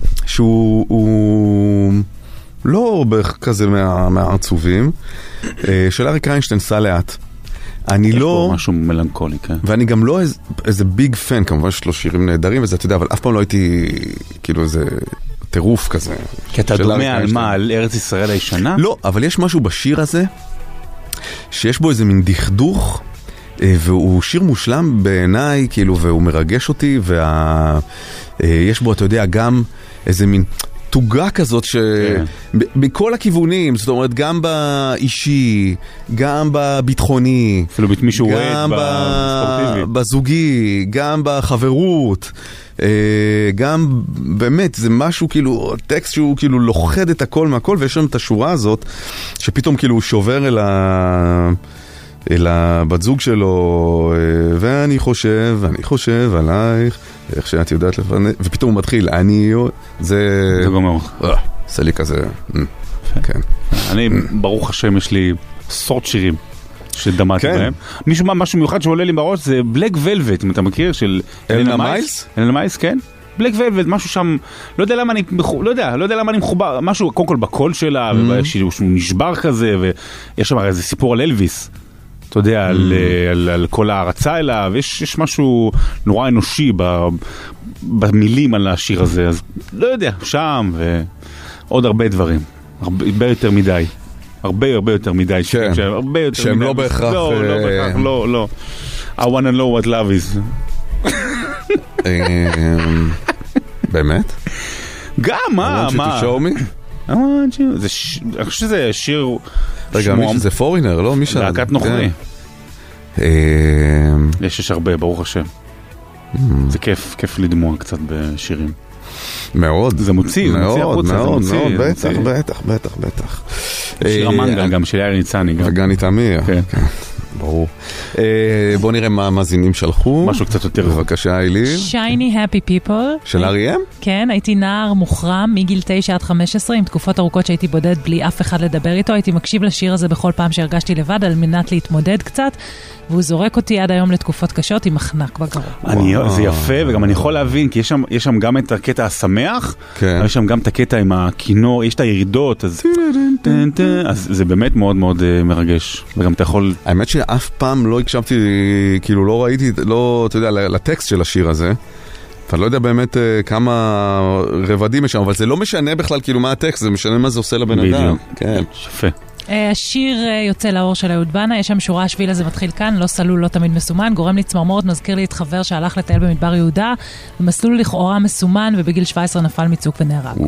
שהוא לא כזה מהעצובים, של אריק איינשטיין, סע לאט. אני לא... יש פה משהו מלנכולי, כן. ואני גם לא איזה ביג פן, כמובן שיש לו שירים נהדרים וזה, אתה יודע, אבל אף פעם לא הייתי כאילו איזה... טירוף כזה. כי אתה דומה על מה? על ארץ ישראל הישנה? לא, אבל יש משהו בשיר הזה שיש בו איזה מין דכדוך, והוא שיר מושלם בעיניי, כאילו, והוא מרגש אותי, ויש בו, אתה יודע, גם איזה מין תוגה כזאת שמכל הכיוונים, זאת אומרת, גם באישי, גם בביטחוני, אפילו מישהו גם בזוגי, גם בחברות, גם באמת זה משהו כאילו טקסט שהוא כאילו לוחד את הכל מהכל, ויש לנו את השורה הזאת שפתאום כאילו הוא שובר אל ה... אל הבת זוג שלו, ואני חושב, ואני חושב עלייך, איך שאת יודעת לפני, ופתאום הוא מתחיל, אני... זה... זה גומר. זה לי כזה... כן. אני, ברוך השם, יש לי סורט שירים. שדמעתי בהם. מישהו, משהו מיוחד שעולה לי בראש זה בלק ולווט, אם אתה מכיר, של אלנה מיילס? אלנה מיילס, כן. בלק ולווט, משהו שם, לא יודע למה אני, לא יודע, לא יודע למה אני מחובר, משהו, קודם כל בקול שלה, שהוא נשבר כזה, ויש שם איזה סיפור על אלוויס. אתה יודע, על, על, על כל הערצה אליו, יש, יש משהו נורא אנושי ב, במילים על השיר הזה, אז לא יודע, שם ועוד הרבה דברים, הרבה יותר מדי, הרבה הרבה יותר מדי, כן. הרבה יותר שהם מדי, לא בהכרח, לא, לא בהכרח, לא, לא, I want to know what love is. באמת? גם, מה, מה? I want you to show me? I want you, זה ש... אני חושב שזה שיר... רגע, מי שזה פורינר, לא? מי שזה? להקת נוכרי. יש, יש הרבה, ברוך השם. זה כיף, כיף לדמוע קצת בשירים. מאוד. זה מוציא, זה מוציא החוצה, זה מאוד, מוציא. מאוד, בטח, בטח, בטח, בטח. שיר המנגל גם, של יאיר ניצני גם. וגני תמיר. כן. ברור. בוא נראה מה המאזינים שלחו. משהו קצת יותר. בבקשה, אילי. שייני הפי פיפול. של אריאם? כן, הייתי נער מוחרם מגיל תשע עד חמש עשרה, עם תקופות ארוכות שהייתי בודד בלי אף אחד לדבר איתו. הייתי מקשיב לשיר הזה בכל פעם שהרגשתי לבד על מנת להתמודד קצת, והוא זורק אותי עד היום לתקופות קשות עם מחנק בגרון. זה יפה, וגם אני יכול להבין, כי יש שם, יש שם גם את הקטע השמח, כן. יש שם גם את הקטע עם הכינור, יש את הירידות, אז, אז זה באמת מאוד מאוד מרגש. וגם אתה יכול... האמת שאף פעם לא הקשבתי, כאילו לא ראיתי, לא, אתה יודע, לטקסט של השיר הזה. אתה לא יודע באמת כמה רבדים יש שם, אבל זה לא משנה בכלל כאילו מה הטקסט, זה משנה מה זה עושה לבן אדם. כן. יפה. השיר יוצא לאור של אהוד בנה, יש שם שורה, השביל הזה מתחיל כאן, לא סלול, לא תמיד מסומן, גורם לי צמרמורת, מזכיר לי את חבר שהלך לטייל במדבר יהודה, במסלול לכאורה מסומן, ובגיל שבע עשרה נפל מצוק ונהרג.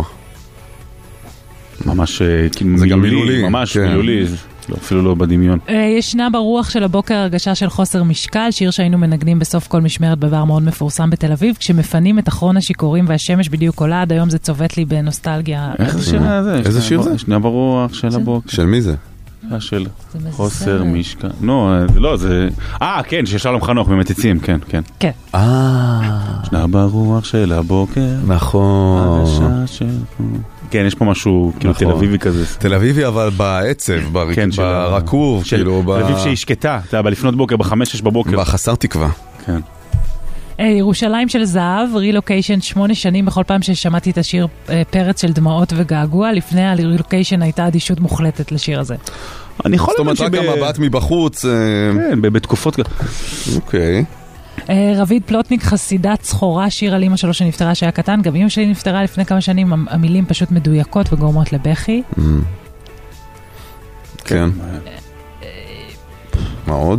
ממש מילולי, ממש מילולי, אפילו לא בדמיון. ישנה ברוח של הבוקר הרגשה של חוסר משקל, שיר שהיינו מנגנים בסוף כל משמרת בבר מאוד מפורסם בתל אביב, כשמפנים את אחרון השיכורים והשמש בדיוק עולה, עד היום זה צובט לי בנוסטלגיה. איך זה שיר הזה? איזה שיר זה? ישנה ברוח של הבוקר. של מי זה? של חוסר משקל. לא, לא, זה... אה, כן, של שלום חנוך במתיצים, כן, כן. כן. אה. ישנה ברוח של הבוקר. נכון. כן, יש פה משהו כאילו תל אביבי כזה. תל אביבי אבל בעצב, ברקוב, כאילו. תל אביב שהיא שקטה, אתה יודע, בלפנות בוקר, בחמש, שש בבוקר. בחסר תקווה. כן. ירושלים של זהב, רילוקיישן, שמונה שנים בכל פעם ששמעתי את השיר פרץ של דמעות וגעגוע, לפני הרילוקיישן הייתה אדישות מוחלטת לשיר הזה. אני יכול להבין שב... זאת אומרת, רק המבט מבחוץ. כן, בתקופות... אוקיי. רביד פלוטניק, חסידת סחורה, שיר על אמא שלו שנפטרה שהיה קטן, גם אמא שלי נפטרה לפני כמה שנים, המילים פשוט מדויקות וגורמות לבכי. כן. מה עוד?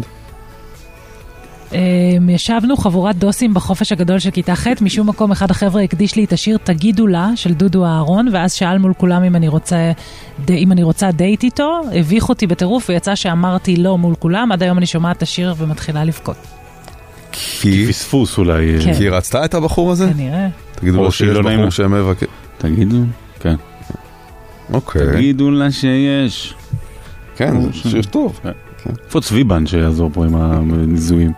ישבנו חבורת דוסים בחופש הגדול של כיתה ח', משום מקום אחד החבר'ה הקדיש לי את השיר תגידו לה של דודו אהרון, ואז שאל מול כולם אם אני רוצה, אם אני רוצה דייט איתו, הביך אותי בטירוף ויצא שאמרתי לא מול כולם, עד היום אני שומעת את השיר ומתחילה לבכות. כי פספוס אולי. כי היא רצתה את הבחור הזה? כנראה. תגידו לה שיש בחור שמבקר. תגידו, כן. אוקיי. תגידו לה שיש. כן, זה שיר טוב. איפה צביבן שיעזור פה עם הניזויים?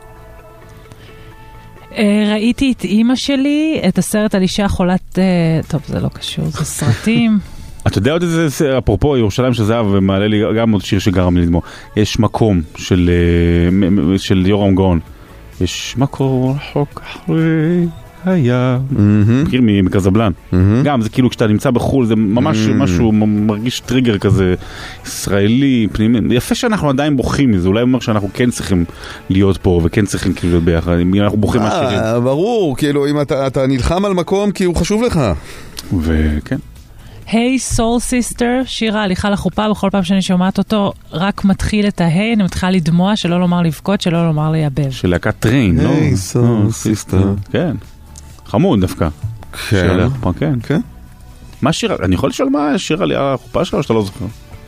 ראיתי את אמא שלי, את הסרט על אישה חולת, טוב זה לא קשור, זה סרטים. אתה יודע עוד איזה, אפרופו ירושלים של זהב, ומעלה לי גם עוד שיר שגרם לי לדמו, יש מקום של יורם גאון, יש מקום רחוק אחרי היה, מכיר מקזבלן, גם זה כאילו כשאתה נמצא בחול, זה ממש משהו, מרגיש טריגר כזה, ישראלי, פנימי, יפה שאנחנו עדיין בוכים מזה, אולי אומר שאנחנו כן צריכים להיות פה, וכן צריכים כאילו להיות ביחד, אם אנחנו בוכים מהשירים. ברור, כאילו אם אתה נלחם על מקום, כי הוא חשוב לך. וכן. היי סול סיסטר, שיר ההליכה לחופה, בכל פעם שאני שומעת אותו, רק מתחיל את ההיי, אני מתחילה לדמוע, שלא לומר לבכות, שלא לומר לייבב. של להקת טריין, לא? היי סול סיסטר. כן. חמוד דווקא. כן. כן. כן. מה שיר, אני יכול לשאול מה שיר על החופה שלו, או שאתה לא זוכר?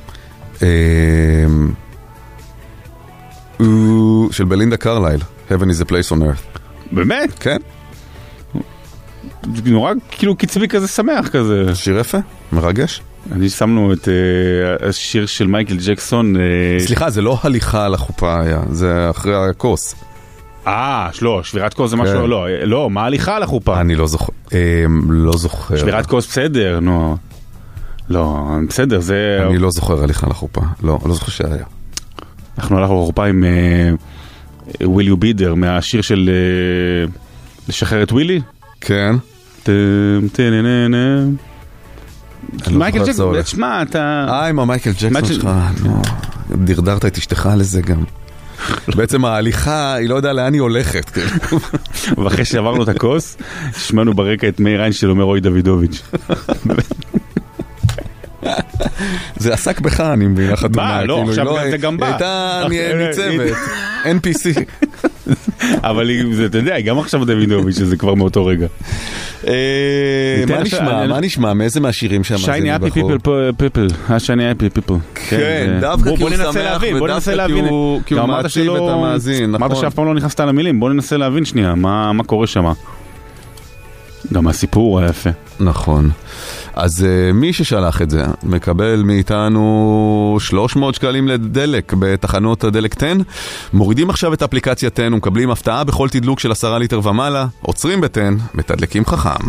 של בלינדה קרלייל, Heaven is a place on earth. באמת? כן. נורא כאילו קצבי כזה שמח כזה. שיר יפה, מרגש. אני שמנו את השיר של מייקל ג'קסון. סליחה, זה לא הליכה על החופה היה, זה אחרי הכוס. אה, לא, שבירת כוס זה משהו, לא, לא, מה הליכה על החופה? אני לא זוכר, לא זוכר. שבירת כוס בסדר, נו. לא, בסדר, זה... אני לא זוכר הליכה על החופה, לא, לא זוכר שהיה. אנחנו הלכנו לחופה עם ווילי ובידר, מהשיר של לשחרר את ווילי. כן. מייקל ג'קסון, תשמע, אתה... אה, עם המייקל ג'קסון שלך, דרדרת את אשתך לזה גם. בעצם ההליכה, היא לא יודע לאן היא הולכת. ואחרי שעברנו את הכוס, שמענו ברקע את מאיר איינשטיין אומר רוי דוידוביץ'. זה עסק בך, אני מבין, החתונה. מה, לא, עכשיו זה גם בא. הייתה ניצבת, אן פי סי. אבל אתה יודע, גם עכשיו דוידוביץ', שזה כבר מאותו רגע. מה נשמע? מה נשמע? מאיזה מהשירים שם? שייני אפי פיפל פיפל. שייני אפי פיפל. כן, דווקא כי הוא שמח, ודווקא כי הוא מעציב את המאזין. אמרת שאף פעם לא נכנסת על המילים, בוא ננסה להבין שנייה, מה קורה שם. גם הסיפור היה יפה. נכון. אז uh, מי ששלח את זה מקבל מאיתנו שלוש מאות שקלים לדלק בתחנות הדלק תן. מורידים עכשיו את אפליקציה תן ומקבלים הפתעה בכל תדלוק של עשרה ליטר ומעלה. עוצרים בתן, מתדלקים חכם.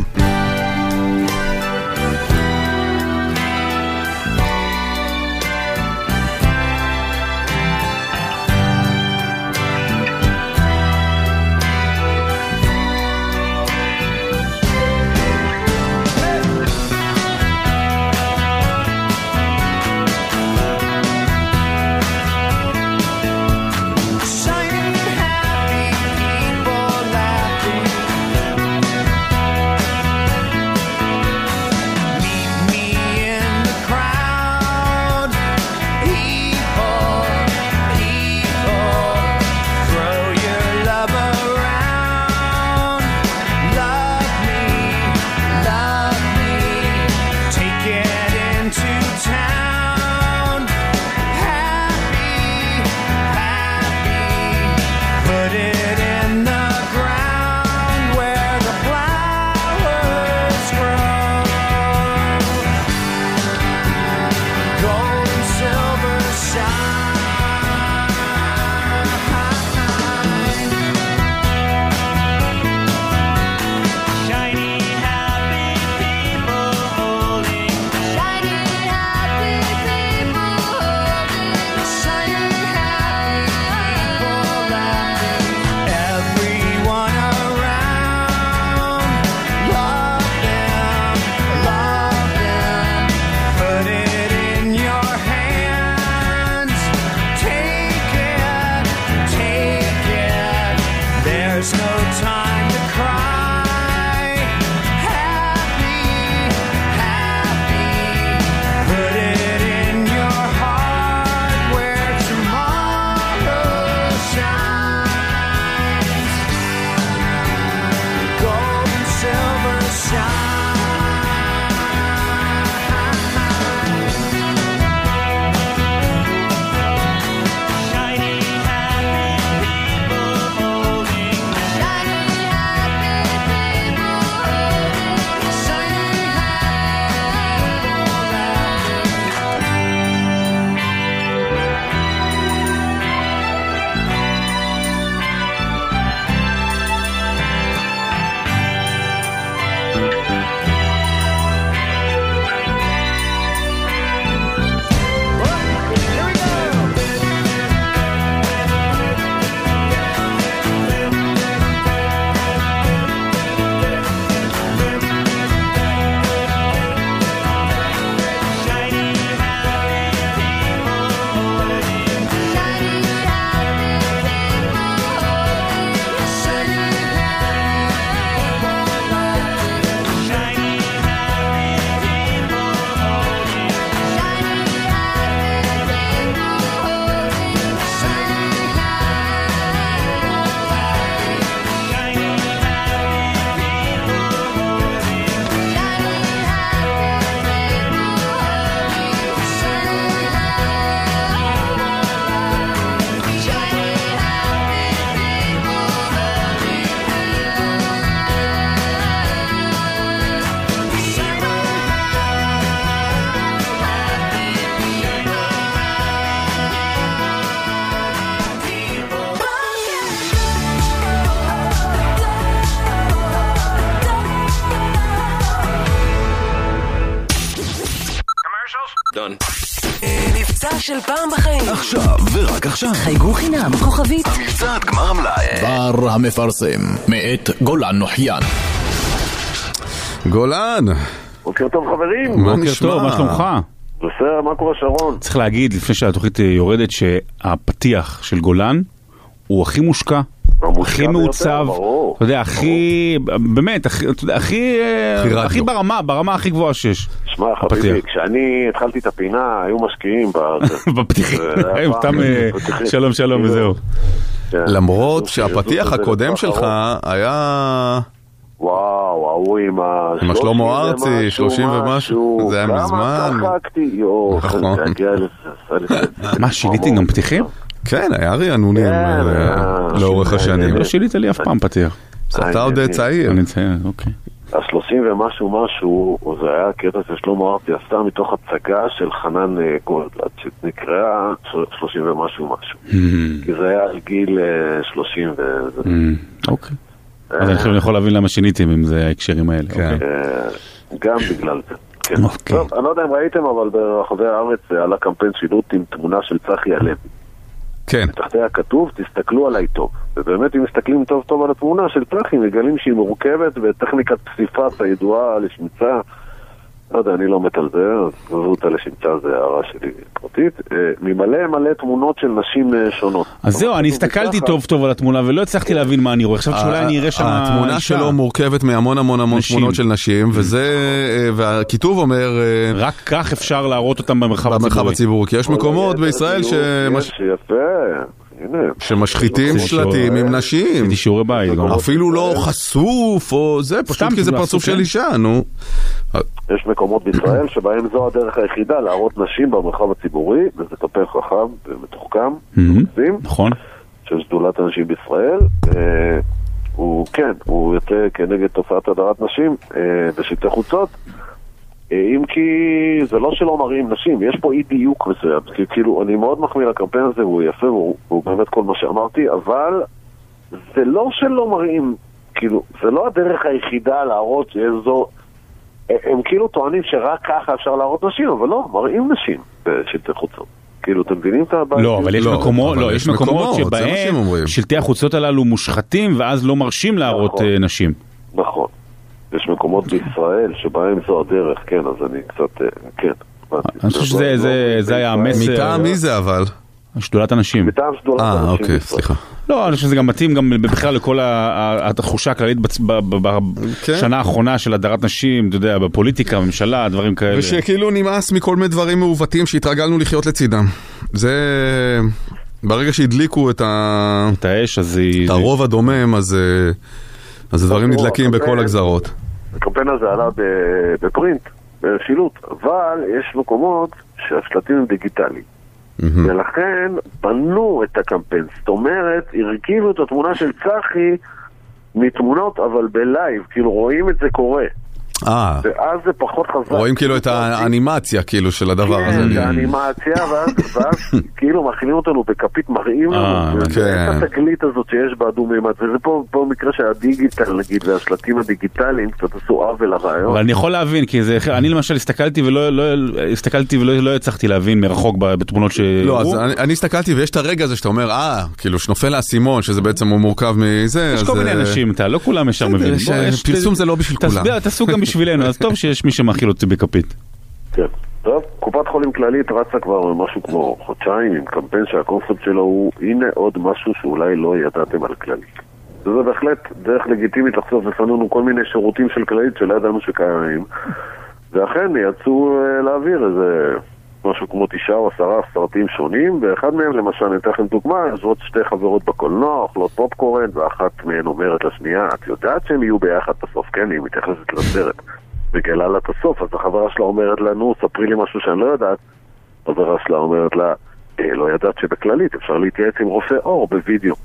done. מבצע מבצע של פעם בחיים. עכשיו ורק עכשיו. חייגו חינם, כוכבית. מבצע גמר המלאי. בר המפרסם, מאת גולן נוחיין. גולן. בוקר טוב חברים. בוקר טוב, מה שלומך? בסדר, מה קורה שרון? צריך להגיד, לפני שהתוכנית יורדת, שהפתיח של גולן הוא הכי מושקע, הכי מעוצב, אתה יודע, הכי, באמת, הכי הכי ברמה, ברמה הכי גבוהה שיש. שמע חביבי, כשאני התחלתי את הפינה, היו משקיעים בפתיחים, היו סתם שלום שלום וזהו. למרות שהפתיח הקודם שלך היה... וואו, ההוא עם ה... עם השלמה ארצי, שלושים ומשהו, זה היה מזמן. כמה צחקתי, יואו, להגיע לזה. מה, שיניתי גם פתיחים? כן, היה רענונים לאורך השנים. לא שינית לי אף פעם פתיח. אתה עוד צעיר. אני צעיר, אוקיי. השלושים ומשהו משהו, זה היה קטע של שלמה ארצי, עשתה מתוך הצגה של חנן גולדבלט, שנקראה שלושים ומשהו משהו. כי זה היה על גיל שלושים וזה. אוקיי. אז אני חושב אני יכול להבין למה שיניתם עם זה ההקשרים האלה. גם בגלל זה. טוב, אני לא יודע אם ראיתם, אבל ברחבי הארץ עלה קמפיין שילוט עם תמונה של צחי הלוי. כן. תחתיה כתוב, תסתכלו עליי טוב. ובאמת אם מסתכלים טוב טוב על התמונה של צחי, מגלים שהיא מורכבת וטכניקת פסיפת הידועה לשמצה. לא יודע, אני לא מת על זה, אז גזרו אותה לשמצה, זה הערה שלי פרטית. ממלא מלא תמונות של נשים שונות. אז זהו, אני הסתכלתי טוב טוב על התמונה ולא הצלחתי להבין מה אני רואה. עכשיו שאולי אני אראה שם... התמונה שלו מורכבת מהמון המון המון תמונות של נשים, וזה... והכיתוב אומר... רק כך אפשר להראות אותם במרחב הציבורי. כי יש מקומות בישראל ש... יפה. שמשחיתים שלטים עם נשים. שיעורי בית. אפילו לא חשוף או זה, פשוט כי זה פרצוף של אישה, נו. יש מקומות בישראל שבהם זו הדרך היחידה להראות נשים במרחב הציבורי, וזה קמפיין חכם ומתוחכם, נכון, של שדולת הנשים בישראל. הוא כן, הוא יוצא כנגד תופעת הדרת נשים בשלטי חוצות, אם כי זה לא שלא מראים נשים, יש פה אי דיוק מסוים, כאילו אני מאוד מחמיא לקמפיין הזה, והוא יפה, והוא באמת כל מה שאמרתי, אבל זה לא שלא מראים, כאילו, זה לא הדרך היחידה להראות שאיזו, הם כאילו טוענים שרק ככה אפשר להראות נשים, אבל לא, מראים נשים בשלטי חוצות. כאילו, אתם מבינים את הבעיה? לא, אבל יש מקומות, לא, יש מקומות שבהם שלטי החוצות הללו מושחתים, ואז לא מרשים להראות נשים. נכון. יש מקומות בישראל שבהם זו הדרך, כן, אז אני קצת, כן. אני חושב שזה היה המסר... מטעם מי זה אבל? שדולת אנשים. מטעם שדולת אנשים. אה, אוקיי, סליחה. לא, אני חושב שזה גם מתאים גם בכלל לכל התחושה הכללית בשנה האחרונה של הדרת נשים, אתה יודע, בפוליטיקה, בממשלה, דברים כאלה. ושכאילו נמאס מכל מיני דברים מעוותים שהתרגלנו לחיות לצידם. זה... ברגע שהדליקו את ה... את האש, אז היא... את הרוב הדומם, אז... אז הדברים נדלקים בכל הגזרות. הקמפיין הזה עלה בפרינט, בשילוט, אבל יש מקומות שהשלטים הם דיגיטליים. ולכן בנו את הקמפיין. זאת אומרת, הרכיבו את התמונה של צחי מתמונות, אבל בלייב, כאילו רואים את זה קורה. אה. ואז זה פחות חזק. רואים כאילו את האנימציה כאילו של הדבר הזה. כן, את האנימציה, ואז כאילו מכינים אותנו בכפית, מראים לנו. כן. את התגלית הזאת שיש באדומים, וזה פה מקרה שהדיגיטל נגיד, והשלטים הדיגיטליים קצת עשו עוול לרעיון. אבל אני יכול להבין, כי אני למשל הסתכלתי ולא הצלחתי להבין מרחוק בתמונות שהראו. לא, אז אני הסתכלתי ויש את הרגע הזה שאתה אומר, אה, כאילו שנופל האסימון, שזה בעצם הוא מורכב מזה. יש כל מיני אנשים, לא כולם ישר מבינים. פרסום זה לא בשביל כולם. תעשו גם בשבילנו, אז טוב שיש מי שמאכיל אותי בכפית. כן. טוב, קופת חולים כללית רצה כבר משהו כמו חודשיים עם קמפיין שהקונספט שלו הוא הנה עוד משהו שאולי לא ידעתם על כללית. וזה בהחלט דרך לגיטימית לחשוף לפנינו כל מיני שירותים של כללית שלא ידענו שקיימים, ואכן יצאו להעביר איזה משהו כמו תשעה או עשרה סרטים שונים, ואחד מהם למשל ניתן לכם דוגמה, יושבות שתי חברות בקולנוע, אוכלות פופקורן, ואחת מהן אומרת לשנייה, את יודעת שהם יהיו ביחד בסוף, כן, היא מתייחסת לסרט. וגלה לה את הסוף, אז החברה שלה אומרת לה, נו, ספרי לי משהו שאני לא יודעת. החברה שלה אומרת לה, אה, לא ידעת שבכללית אפשר להתייעץ עם רופא אור בווידאו.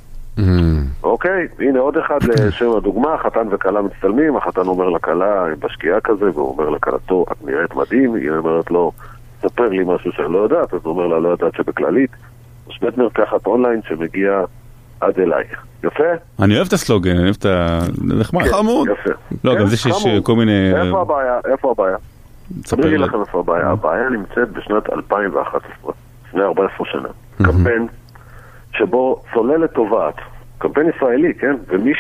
אוקיי, הנה עוד אחד לשם הדוגמה, חתן וכלה מצטלמים, החתן אומר לכלה בשקיעה כזה, והוא אומר לכלתו, את נראית מדהים, היא אומרת לו, ספר לי משהו שאני לא יודעת, אז הוא אומר לה, לא יודעת שבכללית, יש בית מרקחת אונליין שמגיע עד אלייך. יפה? אני אוהב את הסלוגן, אני אוהב את ה... נחמד. חמוד. יפה. לא, גם זה שיש כל מיני... איפה הבעיה? איפה הבעיה? אני אגיד לכם איפה הבעיה. הבעיה נמצאת בשנת אלפיים ואחת עשרה, לפני ארבע עשרה שנה. קמפיין שבו צוללת טובעת, קמפיין ישראלי, כן?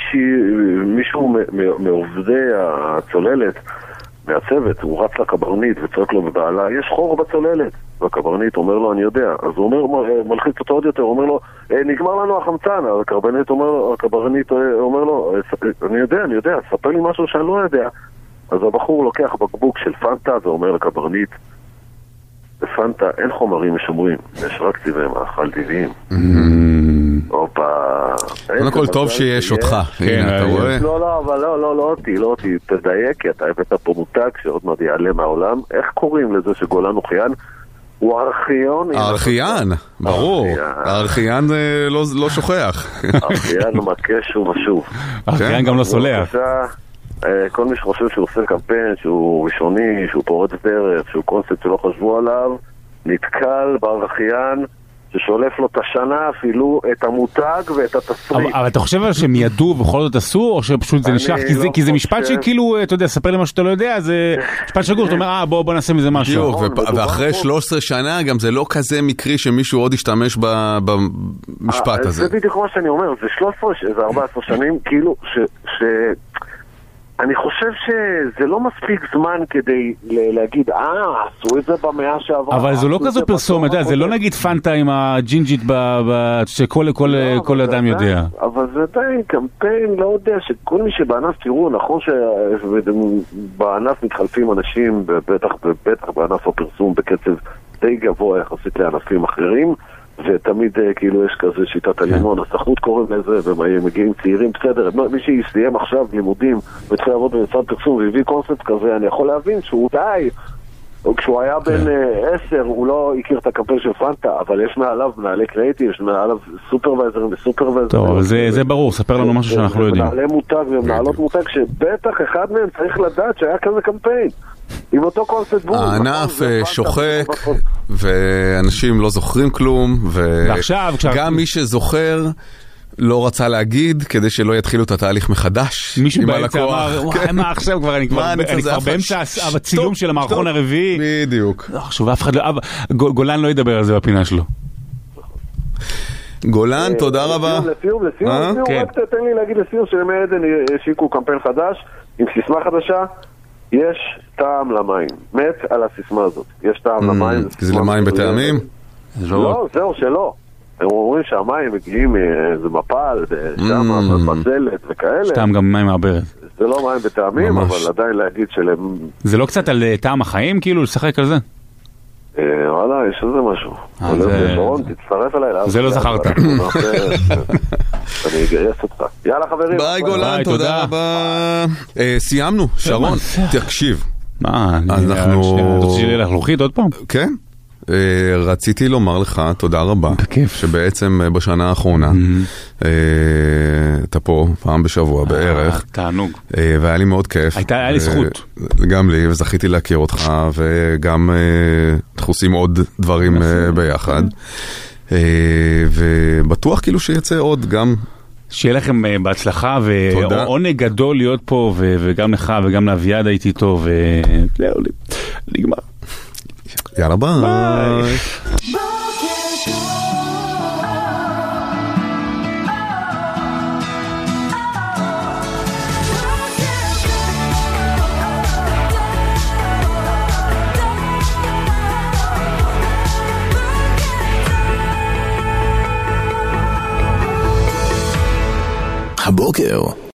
ומישהו מעובדי הצוללת, מהצוות, הוא רץ לקברנית וצועק לו בבעלה, יש חור בצוללת. והקברנית אומר לו, אני יודע. אז הוא אומר, מלחיץ אותו עוד יותר, הוא אומר לו, נגמר לנו החמצן. הקברנית אומר לו, הקברנית אומר לו, אני יודע, אני יודע, ספר לי משהו שאני לא יודע. אז הבחור לוקח בקבוק של פנטה ואומר לקברנית, בפנטה אין חומרים משומרים, יש רק צבעי מאכל טבעיים. הופה. קודם כל טוב שיש אותך. הנה, אתה רואה? לא, לא, אבל לא, לא, לא אותי, לא אותי. תדייק, כי אתה הבאת פה מותג שעוד מעט יעלה מהעולם. איך קוראים לזה שגולן אוחיין? הוא הארכיון. הארכיין, ברור. הארכיין לא שוכח. הארכיין הוא מכה שוב ושוב. הארכיין גם לא סולח. כל מי שחושב שהוא עושה קמפיין, שהוא ראשוני, שהוא פורץ דרך, שהוא קונספט שלא חשבו עליו, נתקל בארכיין ששולף לו את השנה אפילו את המותג ואת התסריט. אבל אתה חושב שהם ידעו ובכל זאת עשו, או שפשוט זה נשכח? כי זה משפט שכאילו, אתה יודע, ספר לי מה שאתה לא יודע, זה משפט שגור, אתה אומר, אה, בוא נעשה מזה משהו. ואחרי שלוש עשרה שנה גם זה לא כזה מקרי שמישהו עוד ישתמש במשפט הזה. זה בדיוק מה שאני אומר, זה שלוש עשרה, זה ארבע עשרה שנים, כאילו ש... אני חושב שזה לא מספיק זמן כדי להגיד, אה, עשו את זה במאה שעברה. אבל זה לא כזו פרסום, זה לא נגיד פנטה עם הג'ינג'ית שכל אדם יודע. אבל זה עדיין קמפיין, לא יודע, שכל מי שבענף, תראו, נכון שבענף מתחלפים אנשים, בטח בענף הפרסום בקצב די גבוה יחסית לענפים אחרים, ותמיד כאילו יש כזה שיטת הלימון, הסוכנות קוראים לזה, ומגיעים צעירים, בסדר, מי שסיים עכשיו לימודים והתחיל לעבוד במשרד פרסום והביא קונספט כזה, אני יכול להבין שהוא די, כשהוא היה בן עשר הוא לא הכיר את הקמפיין של פנטה, אבל יש מעליו מנהלי קריאיטיב, יש מעליו סופרוויזרים וסופרוויזרים. טוב, זה ברור, ספר לנו משהו שאנחנו לא יודעים. מנהלי מותג ומנהלות מותג שבטח אחד מהם צריך לדעת שהיה כזה קמפיין. עם אותו קונספט בול. הענף שוחק, ואנשים לא זוכרים כלום, וגם מי שזוכר לא רצה להגיד, כדי שלא יתחילו את התהליך מחדש. מישהו באמצע אמר, מה עכשיו כבר, אני כבר באמצע הצילום של המערכון הרביעי. בדיוק. חשוב, אף אחד לא, גולן לא ידבר על זה בפינה שלו. גולן, תודה רבה. לסיום, לסיום, לסיום, רק תתן לי להגיד לסיום שימי עדן השיקו קמפיין חדש, עם סיסמה חדשה, יש טעם למים. מת על הסיסמה הזאת. יש טעם למים. זה למים בטעמים? לא, זהו שלא. הם אומרים שהמים מגיעים מאיזה מפל, שם, בצלת וכאלה. יש טעם גם מים מעברת. זה לא מים בטעמים, אבל עדיין להגיד שלהם... זה לא קצת על טעם החיים, כאילו, לשחק על זה? וואלה, יש איזה משהו. שרון, תצטרף אליי. זה לא זכרת. אני אגייס אותך. יאללה חברים. ביי גולן, תודה רבה. סיימנו, שרון, תקשיב. מה, אנחנו... אתה רוצה שיהיה לך לוחית עוד פעם? כן. רציתי לומר לך תודה רבה, שבעצם בשנה האחרונה אתה פה פעם בשבוע בערך, תענוג, והיה לי מאוד כיף, היה לי זכות גם לי, וזכיתי להכיר אותך, וגם אנחנו עושים עוד דברים ביחד, ובטוח כאילו שיצא עוד גם. שיהיה לכם בהצלחה ועונג גדול להיות פה, וגם לך וגם לאביעד הייתי טוב, ונגמר. יאללה ביי. הבוקר